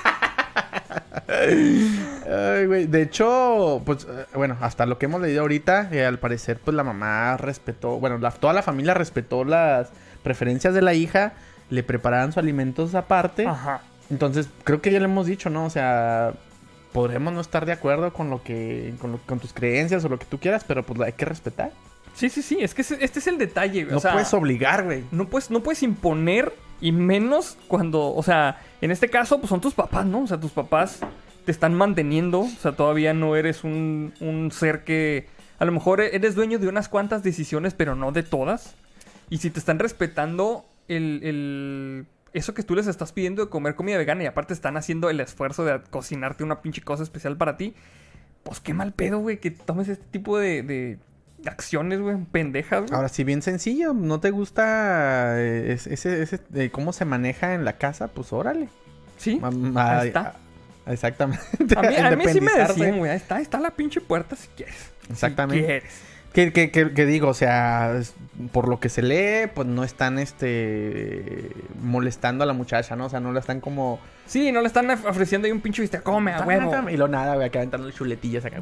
Ay, güey. De hecho, pues, bueno, hasta lo que hemos leído ahorita, al parecer, pues la mamá respetó... Bueno, toda la familia respetó las preferencias de la hija. Le preparaban sus alimentos aparte. Ajá. Entonces, creo que ya le hemos dicho, ¿no? O sea, podremos no estar de acuerdo con con tus creencias o lo que tú quieras, pero pues hay que respetar. Sí. Es que este es el detalle, güey. No puedes obligar, güey. No puedes imponer, y menos cuando, o sea, en este caso, pues son tus papás, ¿no? O sea, tus papás te están manteniendo. O sea, todavía no eres un ser que... A lo mejor eres dueño de unas cuantas decisiones, pero no de todas. Y si te están respetando eso que tú les estás pidiendo de comer comida vegana y aparte están haciendo el esfuerzo de cocinarte una pinche cosa especial para ti, pues qué mal pedo, güey, que tomes este tipo de acciones, güey, pendejas, güey. Ahora, si bien sencillo, ¿no te gusta ese cómo se maneja en la casa? Pues órale. Sí, ahí está. Exactamente. A mí sí me decían, güey, ahí está la pinche puerta si quieres. Exactamente. Si quieres. Que digo, o sea, por lo que se lee, pues no están molestando a la muchacha, ¿no? O sea, no la están como... Sí, no le están ofreciendo ahí un pinche viste, come a huevo. Y lo nada, güey, acá aventando chuletillas acá.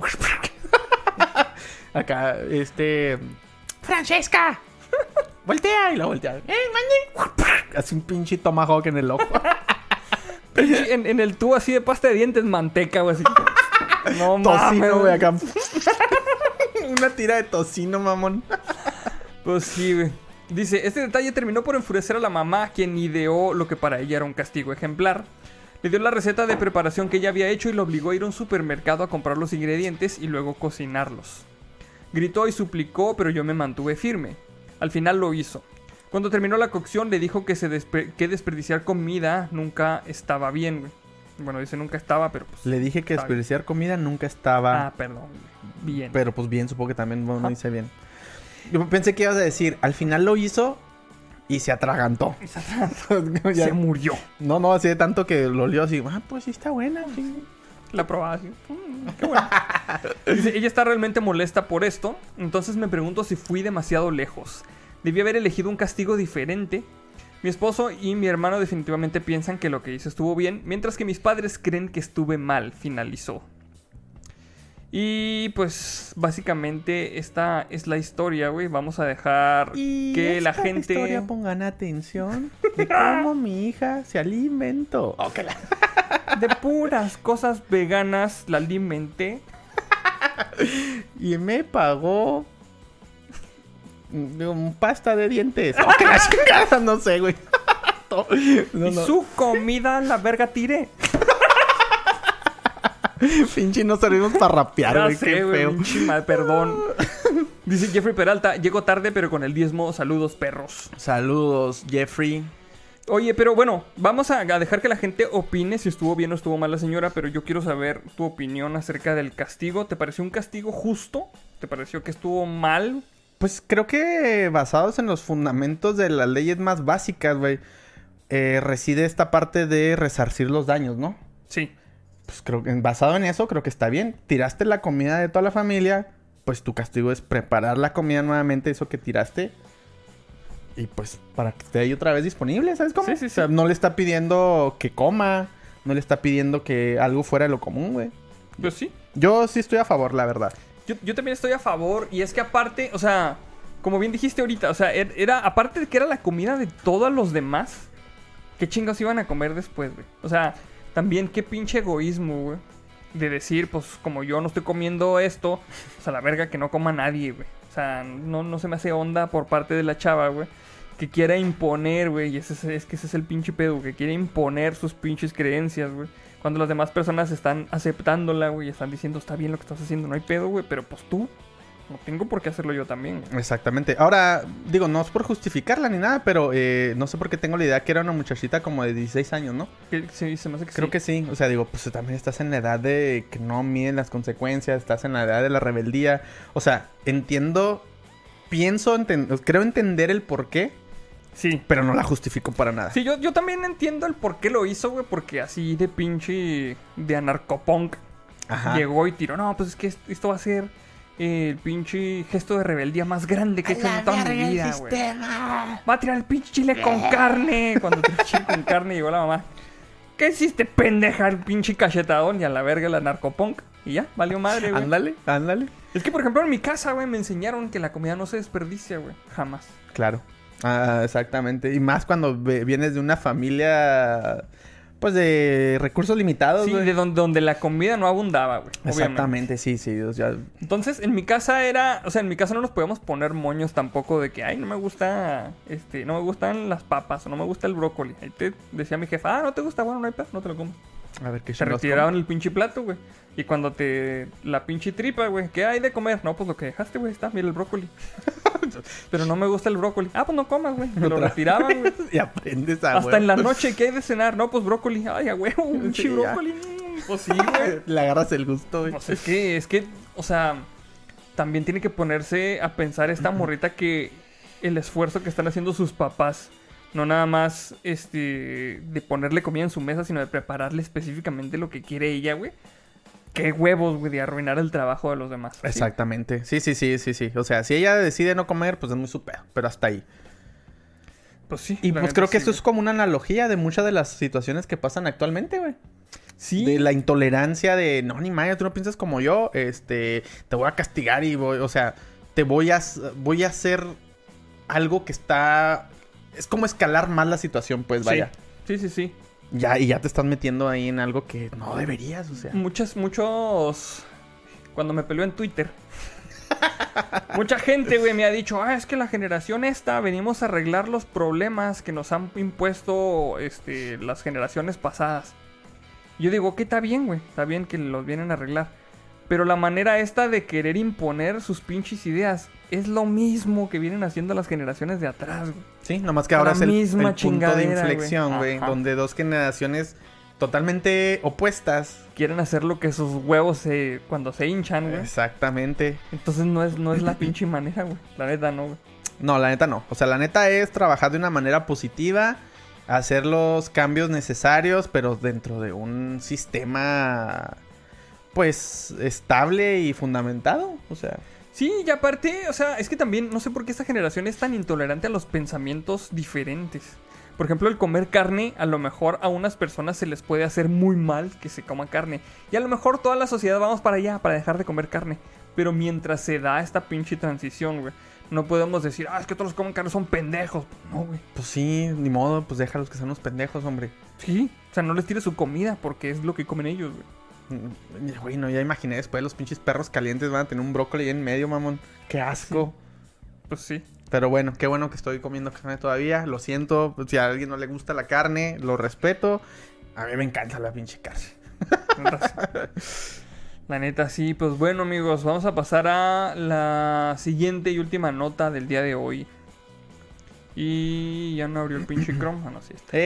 Acá, ¡Francesca! ¡Voltea! Y la voltea. Hace un pinche tomahawk en el ojo. en el tubo así de pasta de dientes, manteca, güey, así. No mames. Tocino, güey, acá. Una tira de tocino, mamón. Pues sí, güey. Dice, este detalle terminó por enfurecer a la mamá, quien ideó lo que para ella era un castigo ejemplar. Le dio la receta de preparación que ella había hecho y lo obligó a ir a un supermercado a comprar los ingredientes y luego cocinarlos. Gritó y suplicó, pero yo me mantuve firme. Al final lo hizo. Cuando terminó la cocción le dijo que desperdiciar comida nunca estaba bien, güey. Bueno, dice nunca estaba, pero pues... Le dije que desperdiciar comida nunca estaba... Ah, perdón. Bien. Pero pues bien, supongo que también no hice bien. Yo pensé que ibas a decir, al final lo hizo y se atragantó. Se murió. No, así de tanto que lo olió así. Ah, pues sí está buena. Sí. La probaba así. Qué bueno. Dice, ella está realmente molesta por esto. Entonces me pregunto si fui demasiado lejos. Debí haber elegido un castigo diferente. Mi esposo y mi hermano definitivamente piensan que lo que hice estuvo bien, mientras que mis padres creen que estuve mal, finalizó. Y pues básicamente esta es la historia, güey. Vamos a dejar que la gente... historia pongan atención de cómo mi hija se alimentó. De puras cosas veganas la alimenté. Y me pagó... pasta de dientes. Que la chingada, no sé, güey. Y su comida la verga tiré. Pinche no servimos para rapear, güey. Qué feo. Perdón. Dice Jeffrey Peralta, llego tarde pero con el diezmo. Saludos, perros. Saludos, Jeffrey. Oye, pero bueno, vamos a dejar que la gente opine si estuvo bien o estuvo mal la señora, pero yo quiero saber tu opinión acerca del castigo. ¿Te pareció un castigo justo? ¿Te pareció que estuvo mal? Pues creo que basados en los fundamentos de las leyes más básicas, güey, reside esta parte de resarcir los daños, ¿no? Sí. Pues creo que basado en eso, creo que está bien. Tiraste la comida de toda la familia, pues tu castigo es preparar la comida nuevamente, eso que tiraste. Y pues para que esté ahí otra vez disponible, ¿sabes cómo? Sí. O sea, no le está pidiendo que coma, no le está pidiendo que algo fuera de lo común, güey. Pues sí. Yo sí estoy a favor, la verdad. Yo también estoy a favor. Y es que aparte, o sea, como bien dijiste ahorita, o sea, era aparte de que era la comida de todos los demás, ¿qué chingados iban a comer después, güey? O sea, también qué pinche egoísmo, güey. de decir, pues como yo no estoy comiendo esto, pues a la verga que no coma nadie, güey. O sea, no se me hace onda por parte de la chava, güey, que quiera imponer, güey, y ese es el pinche pedo, que quiere imponer sus pinches creencias, güey. Cuando las demás personas están aceptándola, güey, están diciendo, está bien lo que estás haciendo, no hay pedo, güey, pero pues tú, no tengo por qué hacerlo yo también, güey. Exactamente. Ahora, digo, no es por justificarla ni nada, pero no sé por qué tengo la idea que era una muchachita como de 16 años, ¿no? Sí, se me hace que Creo sí. que sí. O sea, digo, pues también estás en la edad de que no miden las consecuencias, estás en la edad de la rebeldía. O sea, creo entender el por qué, Sí. pero no la justifico para nada. Sí, yo también entiendo el por qué lo hizo, güey, porque así de pinche de anarcopunk Ajá. llegó y tiró, no, pues es que esto va a ser el pinche gesto de rebeldía más grande que he hecho en toda mi vida, güey. Va a tirar el pinche chile con carne. Cuando tiró el chile con carne llegó la mamá. ¿Qué hiciste, pendeja? El pinche cachetadón y a la verga la narcopunk. Y ya, valió madre, güey. Ándale. Es que, por ejemplo, en mi casa, güey, me enseñaron que la comida no se desperdicia, güey. Jamás. Claro. Ah, exactamente. Y más cuando vienes de una familia, pues, de recursos limitados, Sí, güey. de donde la comida no abundaba, güey. Exactamente, sí. O sea, Entonces, en mi casa en mi casa no nos podíamos poner moños tampoco de que, ay, no me gusta, no me gustan las papas o no me gusta el brócoli. Ahí te decía mi jefa, no te gusta, bueno, no hay pedo, no te lo comes. a ver qué Te chingados retiraban el pinche plato, güey. Y cuando la pinche tripa, güey, ¿qué hay de comer? No, pues lo que dejaste, güey, está, mira el brócoli. Pero no me gusta el brócoli. Ah, pues no comas, güey. Me lo retiraban, güey. Y aprendes a Hasta en la noche, ¿qué hay de cenar? No, pues brócoli. Ay, a huevo, un pinche Sí, ya. brócoli. Pues sí, güey. Le agarras el gusto, güey. Pues es que, o sea, también tiene que ponerse a pensar esta morrita que el esfuerzo que están haciendo sus papás, no nada más de ponerle comida en su mesa, sino de prepararle específicamente lo que quiere ella, güey. Qué huevos, güey, de arruinar el trabajo de los demás. ¿Sí? Exactamente. Sí. O sea, si ella decide no comer, pues es muy su pedo. Pero hasta ahí. Pues sí. Y la pues neta, creo que sí, esto es como una analogía de muchas de las situaciones que pasan actualmente, güey. Sí. De la intolerancia de, no, ni madre, tú no piensas como yo, te voy a castigar y o sea, voy a hacer algo que está... Es como escalar más la situación, pues, vaya. Sí. Y ya te estás metiendo ahí en algo que no deberías, o sea. Muchos... Cuando me peleo en Twitter... mucha gente, güey, me ha dicho, es que la generación venimos a arreglar los problemas que nos han impuesto las generaciones pasadas. Yo digo, que está bien, güey, está bien que los vienen a arreglar. Pero la manera de querer imponer sus pinches ideas es lo mismo que vienen haciendo las generaciones de atrás, güey. Sí, nomás que ahora es el punto de chingadera, inflexión, güey. Donde dos generaciones totalmente opuestas. Quieren hacer lo que sus huevos cuando se hinchan, güey. Exactamente. Entonces no es la pinche manera, güey. La neta no, güey. No, la neta no. O sea, la neta es trabajar de una manera positiva, hacer los cambios necesarios, pero dentro de un sistema, pues, estable y fundamentado. O sea... Sí, y aparte, o sea, es que también no sé por qué esta generación es tan intolerante a los pensamientos diferentes. Por ejemplo, el comer carne, a lo mejor a unas personas se les puede hacer muy mal que se coman carne. Y a lo mejor toda la sociedad vamos para allá, para dejar de comer carne. Pero mientras se da esta pinche transición, güey, no podemos decir, es que todos los que comen carne son pendejos. No, güey. Pues sí, ni modo, pues déjalos que sean unos pendejos, hombre. Sí, o sea, no les tires su comida porque es lo que comen ellos, güey. Güey, no, ya imaginé después los pinches perros calientes van a tener un brócoli ahí en medio, mamón. Qué asco. Pues sí. Pero bueno, qué bueno que estoy comiendo carne todavía. Lo siento, si a alguien no le gusta la carne, lo respeto. A mí me encanta la pinche carne. La neta, sí. Pues bueno, amigos, vamos a pasar a la siguiente y última nota del día de hoy. Y ya no abrió el pinche Chrome. No, sí está.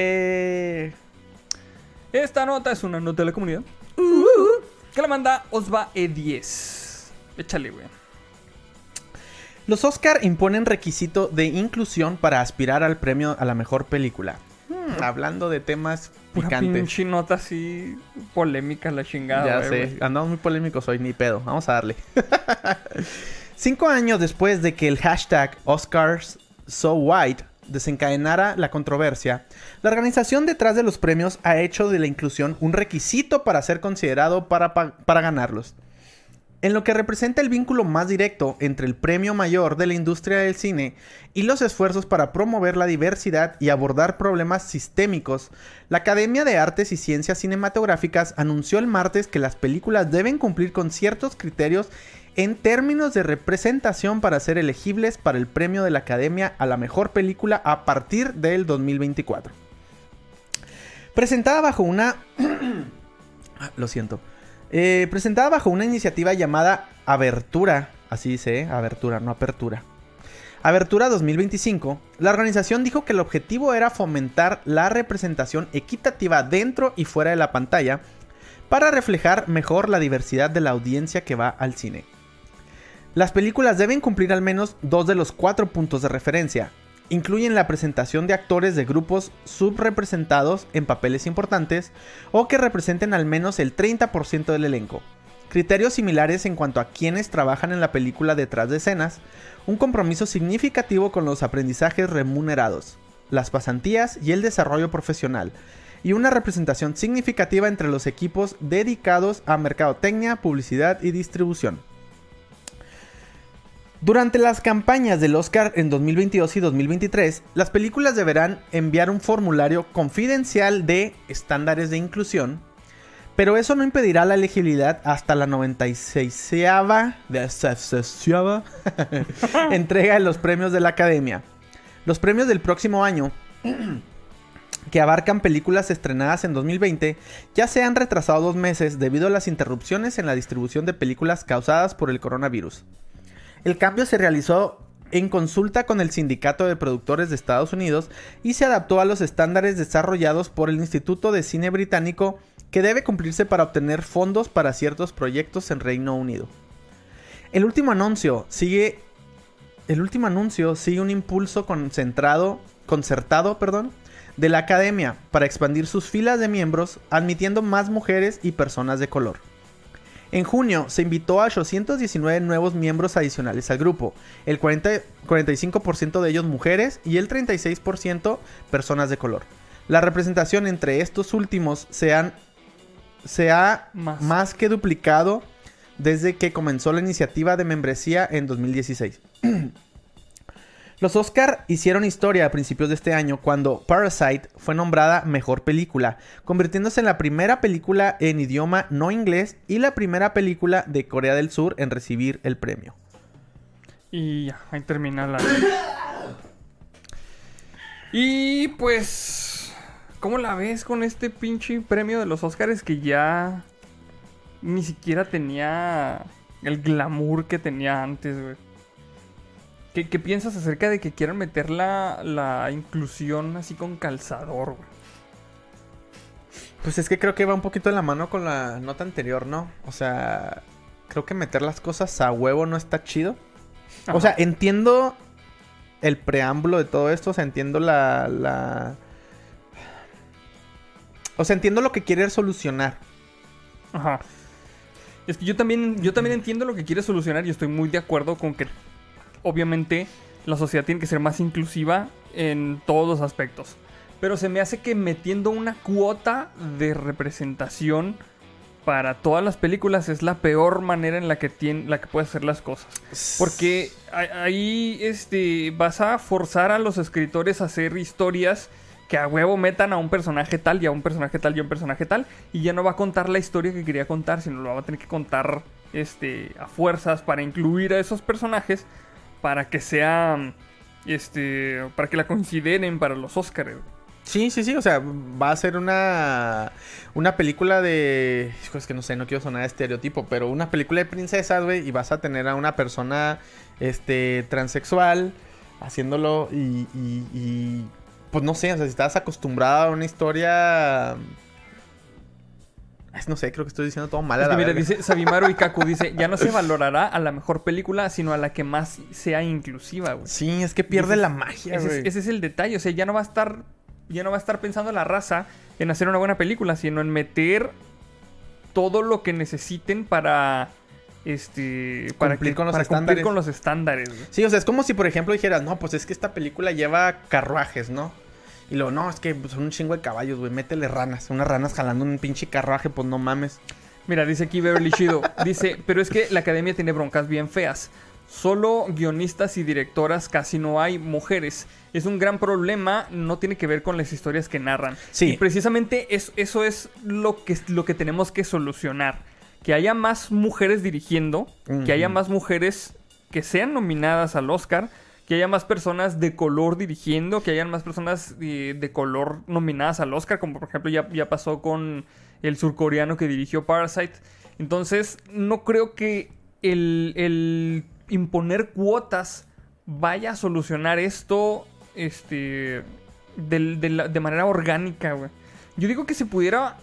Esta nota es una nota de la comunidad. Que la manda Osva E10. Échale, güey. Los Oscar imponen requisito de inclusión para aspirar al premio a la mejor película. Hablando de temas Pura picantes. pinche nota así polémica la chingada, Ya güey, sé, güey. andamos muy polémicos hoy, ni pedo. Vamos a darle. 5 años después de que el hashtag OscarsSoWhite desencadenara la controversia, la organización detrás de los premios ha hecho de la inclusión un requisito para ser considerado para ganarlos. en lo que representa el vínculo más directo entre el premio mayor de la industria del cine y los esfuerzos para promover la diversidad y abordar problemas sistémicos, la Academia de Artes y Ciencias Cinematográficas anunció el martes que las películas deben cumplir con ciertos criterios en términos de representación para ser elegibles para el premio de la Academia a la mejor película a partir del 2024. Presentada bajo una... presentada bajo una iniciativa llamada Abertura, así dice, Abertura, no Apertura. Abertura 2025, la organización dijo que el objetivo era fomentar la representación equitativa dentro y fuera de la pantalla para reflejar mejor la diversidad de la audiencia que va al cine. Las películas deben cumplir al menos 2 de los 4 puntos de referencia. Incluyen la presentación de actores de grupos subrepresentados en papeles importantes o que representen al menos el 30% del elenco. Criterios similares en cuanto a quienes trabajan en la película detrás de escenas, un compromiso significativo con los aprendizajes remunerados, las pasantías y el desarrollo profesional, y una representación significativa entre los equipos dedicados a mercadotecnia, publicidad y distribución. Durante las campañas del Oscar en 2022 y 2023, las películas deberán enviar un formulario confidencial de estándares de inclusión, pero eso no impedirá la elegibilidad hasta la 96ª entrega de los premios de la Academia. Los premios del próximo año, que abarcan películas estrenadas en 2020, ya se han retrasado 2 meses debido a las interrupciones en la distribución de películas causadas por el coronavirus. El cambio se realizó en consulta con el Sindicato de Productores de Estados Unidos y se adaptó a los estándares desarrollados por el Instituto de Cine Británico, que debe cumplirse para obtener fondos para ciertos proyectos en Reino Unido. El último anuncio sigue un impulso concertado, de la Academia para expandir sus filas de miembros, admitiendo más mujeres y personas de color. En junio se invitó a 819 nuevos miembros adicionales al grupo, el 45% de ellos mujeres y el 36% personas de color. La representación entre estos últimos se ha más que duplicado desde que comenzó la iniciativa de membresía en 2016. Los Oscar hicieron historia a principios de este año cuando Parasite fue nombrada Mejor Película, convirtiéndose en la primera película en idioma no inglés y la primera película de Corea del Sur en recibir el premio. Y ya, ahí termina la... Y pues... ¿Cómo la ves con este pinche premio de los Oscars que ya ni siquiera tenía el glamour que tenía antes, güey? ¿Qué piensas acerca de que quieran meter la inclusión así con calzador, güey? Pues es que creo que va un poquito de la mano con la nota anterior, ¿no? O sea, creo que meter las cosas a huevo no está chido. Ajá. O sea, entiendo el preámbulo de todo esto, o sea, entiendo o sea, entiendo lo que quiere solucionar. Ajá. Es que yo también entiendo lo que quiere solucionar y estoy muy de acuerdo con que obviamente la sociedad tiene que ser más inclusiva en todos los aspectos. Pero se me hace que metiendo una cuota de representación para todas las películas es la peor manera en la que puedes hacer las cosas. Porque ahí vas a forzar a los escritores a hacer historias que a huevo metan a un personaje tal y a un personaje tal y a un personaje tal, y ya no va a contar la historia que quería contar, sino lo va a tener que contar a fuerzas para incluir a esos personajes para que sea para que la consideren para los Oscars. Sí, o sea, va a ser una película de... Es que no sé, no quiero sonar estereotipo, pero una película de princesas, güey, y vas a tener a una persona transexual haciéndolo y pues no sé, o sea, si estás acostumbrada a una historia... No sé, creo que estoy diciendo todo mal. Es que mira, dice Sabimaru Ikaku, dice, ya no se valorará a la mejor película, sino a la que más sea inclusiva, güey. Sí, es que pierde la magia, güey. Ese es el detalle, o sea, ya no va a estar pensando la raza en hacer una buena película, sino en meter todo lo que necesiten para cumplir con los estándares. Güey. Sí, o sea, es como si, por ejemplo, dijeras, no, pues es que esta película lleva carruajes, ¿no? Y luego, no, es que son un chingo de caballos, güey, métele ranas. Unas ranas jalando un pinche carruaje, pues no mames. Mira, dice aquí Beverly Shido. Dice, pero es que la academia tiene broncas bien feas. Solo guionistas y directoras, casi no hay mujeres. Es un gran problema, no tiene que ver con las historias que narran. Sí. Y precisamente eso es lo que tenemos que solucionar. Que haya más mujeres dirigiendo, que haya más mujeres que sean nominadas al Oscar, que haya más personas de color dirigiendo, que hayan más personas de color nominadas al Oscar, como por ejemplo ya pasó con el surcoreano que dirigió Parasite. Entonces, no creo que el imponer cuotas vaya a solucionar esto de manera orgánica, güey. Yo digo que se pudiera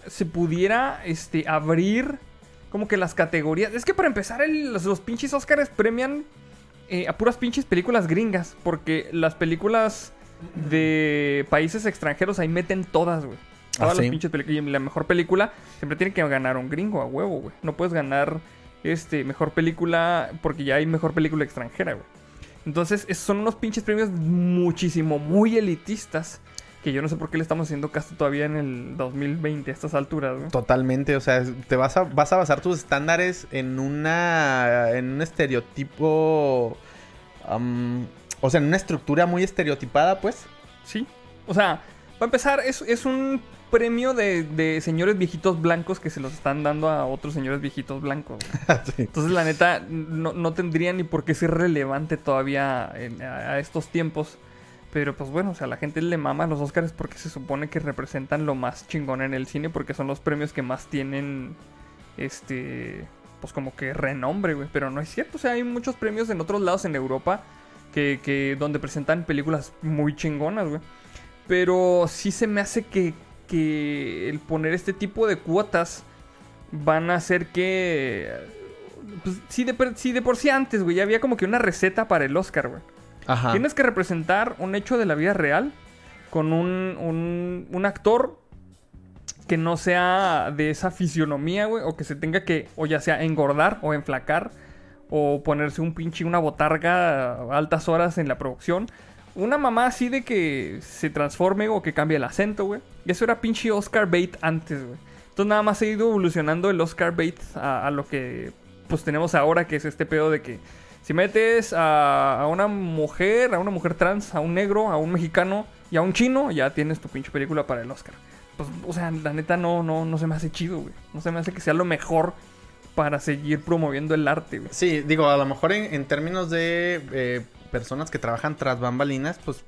abrir como que las categorías. Es que para empezar, los pinches Oscars premian a puras pinches películas gringas, porque las películas de países extranjeros ahí meten todas, güey. Todas las pinches películas. Y la mejor película siempre tiene que ganar un gringo a huevo, güey. No puedes ganar mejor película porque ya hay mejor película extranjera, güey. Entonces, son unos pinches premios muy elitistas, que yo no sé por qué le estamos haciendo caso todavía en el 2020 a estas alturas, güey. Totalmente, o sea, vas a basar tus estándares en un estereotipo, o sea, en una estructura muy estereotipada, pues. Sí, o sea, para empezar, es un premio de señores viejitos blancos que se los están dando a otros señores viejitos blancos. Sí. Entonces, la neta, no tendría ni por qué ser relevante todavía a estos tiempos. Pero pues bueno, o sea, la gente le mama a los Oscars porque se supone que representan lo más chingón en el cine, porque son los premios que más tienen, pues como que renombre, güey. Pero no es cierto, o sea, hay muchos premios en otros lados en Europa que donde presentan películas muy chingonas, güey. Pero sí se me hace que el poner este tipo de cuotas van a hacer que... Pues si de por sí antes, güey, ya había como que una receta para el Oscar, güey. Ajá. Tienes que representar un hecho de la vida real con un actor que no sea de esa fisionomía, güey, o que se tenga que, o ya sea engordar o enflacar, o ponerse una botarga a altas horas en la producción. Una mamá así de que se transforme o que cambie el acento, güey. Y eso era pinche Oscar bait antes, güey. Entonces nada más ha ido evolucionando el Oscar bait a lo que pues tenemos ahora, que es este pedo de que si metes a una mujer trans, a un negro, a un mexicano y a un chino, ya tienes tu pinche película para el Oscar. Pues, o sea, la neta no se me hace chido, güey. No se me hace que sea lo mejor para seguir promoviendo el arte, güey. Sí, digo, a lo mejor en términos de personas que trabajan tras bambalinas, pues...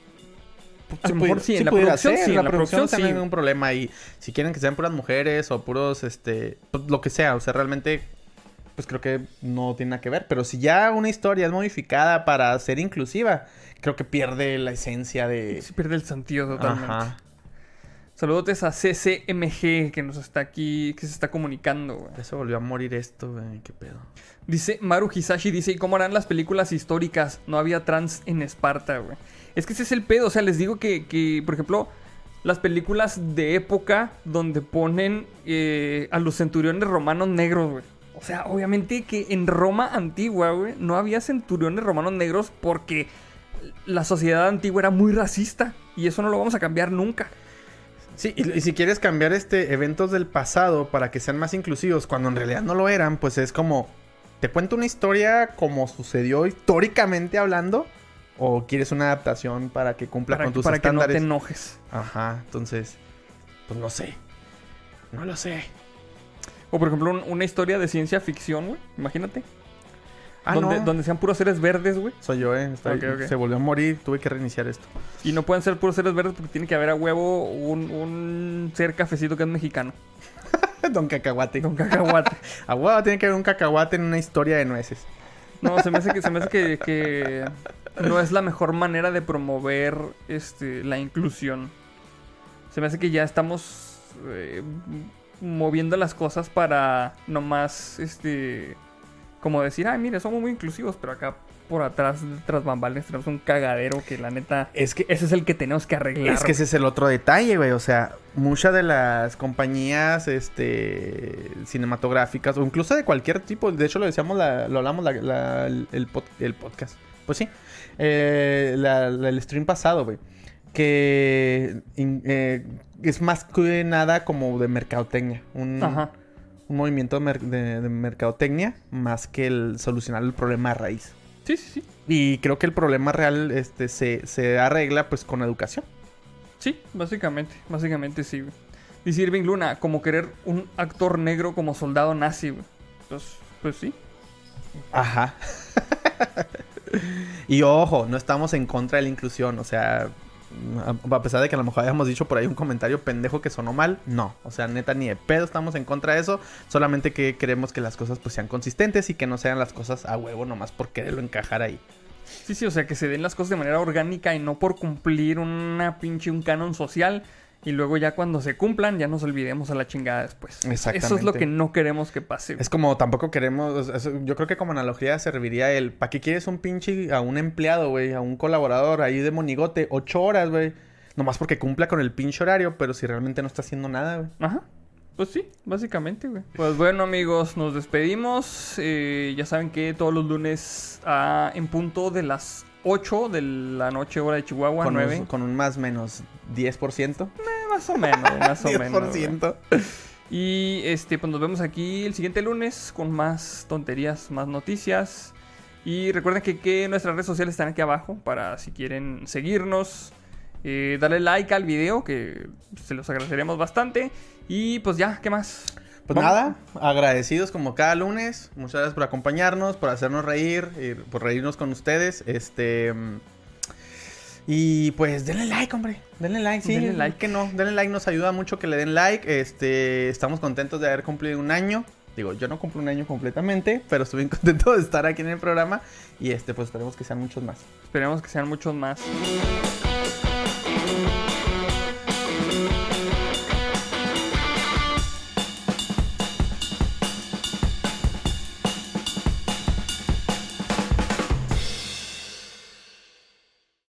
A lo mejor sí, en la pudiera producción ser. sí, En la producción sí. también hay un problema. Y si quieren que sean puras mujeres o puros, pues, lo que sea. O sea, realmente, pues creo que no tiene nada que ver. Pero si ya una historia es modificada para ser inclusiva, creo que pierde la esencia de... Sí, pierde el sentido totalmente. Ajá. Saludotes a CCMG que nos está aquí, que se está comunicando, güey. Ya se volvió a morir esto, güey. ¿Qué pedo? Dice Maru Hisashi, dice, ¿y cómo harán las películas históricas? No había trans en Esparta, güey. Es que ese es el pedo, o sea, les digo que por ejemplo, las películas de época donde ponen a los centuriones romanos negros, güey. O sea, obviamente que en Roma antigua, güey, no había centuriones romanos negros porque la sociedad antigua era muy racista. Y eso no lo vamos a cambiar nunca. Sí, y si quieres cambiar eventos del pasado para que sean más inclusivos, cuando en realidad no lo eran, pues es como... ¿Te cuento una historia como sucedió históricamente hablando? ¿O quieres una adaptación para que cumpla con tus estándares? Para que no te enojes. Ajá, entonces... Pues no sé. No lo sé. O por ejemplo, una historia de ciencia ficción, güey. Imagínate. No. Donde sean puros seres verdes, güey. Soy yo, Ok. Se volvió a morir, tuve que reiniciar esto. Y no pueden ser puros seres verdes porque tiene que haber a huevo un ser cafecito que es mexicano. Don Cacahuate. Don Cacahuate. A huevo tiene que haber un cacahuate en una historia de nueces. No, se me hace que no es la mejor manera de promover la inclusión. Se me hace que ya estamos moviendo las cosas para nomás como decir, ay, mire, somos muy inclusivos, pero acá por atrás, tras bambalinas, tenemos un cagadero que la neta... Es que ese es el que tenemos que arreglar. Es que ese es el otro detalle, güey. O sea, muchas de las compañías cinematográficas, o incluso de cualquier tipo, de hecho lo decíamos, lo hablamos el podcast. Pues sí. El stream pasado, güey. Que es más que nada como de mercadotecnia. Ajá. un movimiento de mercadotecnia más que el solucionar el problema de raíz. Sí, sí, sí. Y creo que el problema real se arregla pues con educación. Sí, básicamente sí, güey. Dice Irving Luna, como querer un actor negro como soldado nazi, güey. Pues sí. Ajá. Y ojo, no estamos en contra de la inclusión, o sea, a pesar de que a lo mejor hayamos dicho por ahí un comentario pendejo que sonó mal, no, o sea, neta ni de pedo estamos en contra de eso, solamente que queremos que las cosas pues sean consistentes y que no sean las cosas a huevo nomás por quererlo encajar ahí. Sí, o sea, que se den las cosas de manera orgánica y no por cumplir un canon social. Y luego ya cuando se cumplan, ya nos olvidemos a la chingada después. Exactamente. Eso es lo que no queremos que pase. Es como tampoco queremos... yo creo que como analogía serviría el... ¿Para qué quieres un pinche... a un empleado, güey? A un colaborador ahí de monigote. 8 horas, güey. Nomás porque cumpla con el pinche horario. Pero si realmente no está haciendo nada, güey. Ajá. Pues sí, básicamente, güey. Pues bueno, amigos, nos despedimos. Ya saben que todos los lunes en punto de las 8 de la noche, hora de Chihuahua, con 9. Con un más menos 10%. Más o menos, más o 10%. menos. Y pues nos vemos aquí el siguiente lunes con más tonterías, más noticias. Y recuerden que nuestras redes sociales están aquí abajo para si quieren seguirnos. Darle like al video, que se los agradeceríamos bastante. Y pues ya, ¿qué más? Pues nada, agradecidos como cada lunes. Muchas gracias por acompañarnos, por hacernos reír, y por reírnos con ustedes. Y pues denle like, hombre. Denle like, sí. Denle like. Que no, denle like, nos ayuda mucho que le den like. Estamos contentos de haber cumplido un año. Digo, yo no cumplo un año completamente, pero estoy bien contento de estar aquí en el programa. Y pues esperemos que sean muchos más. Esperemos que sean muchos más.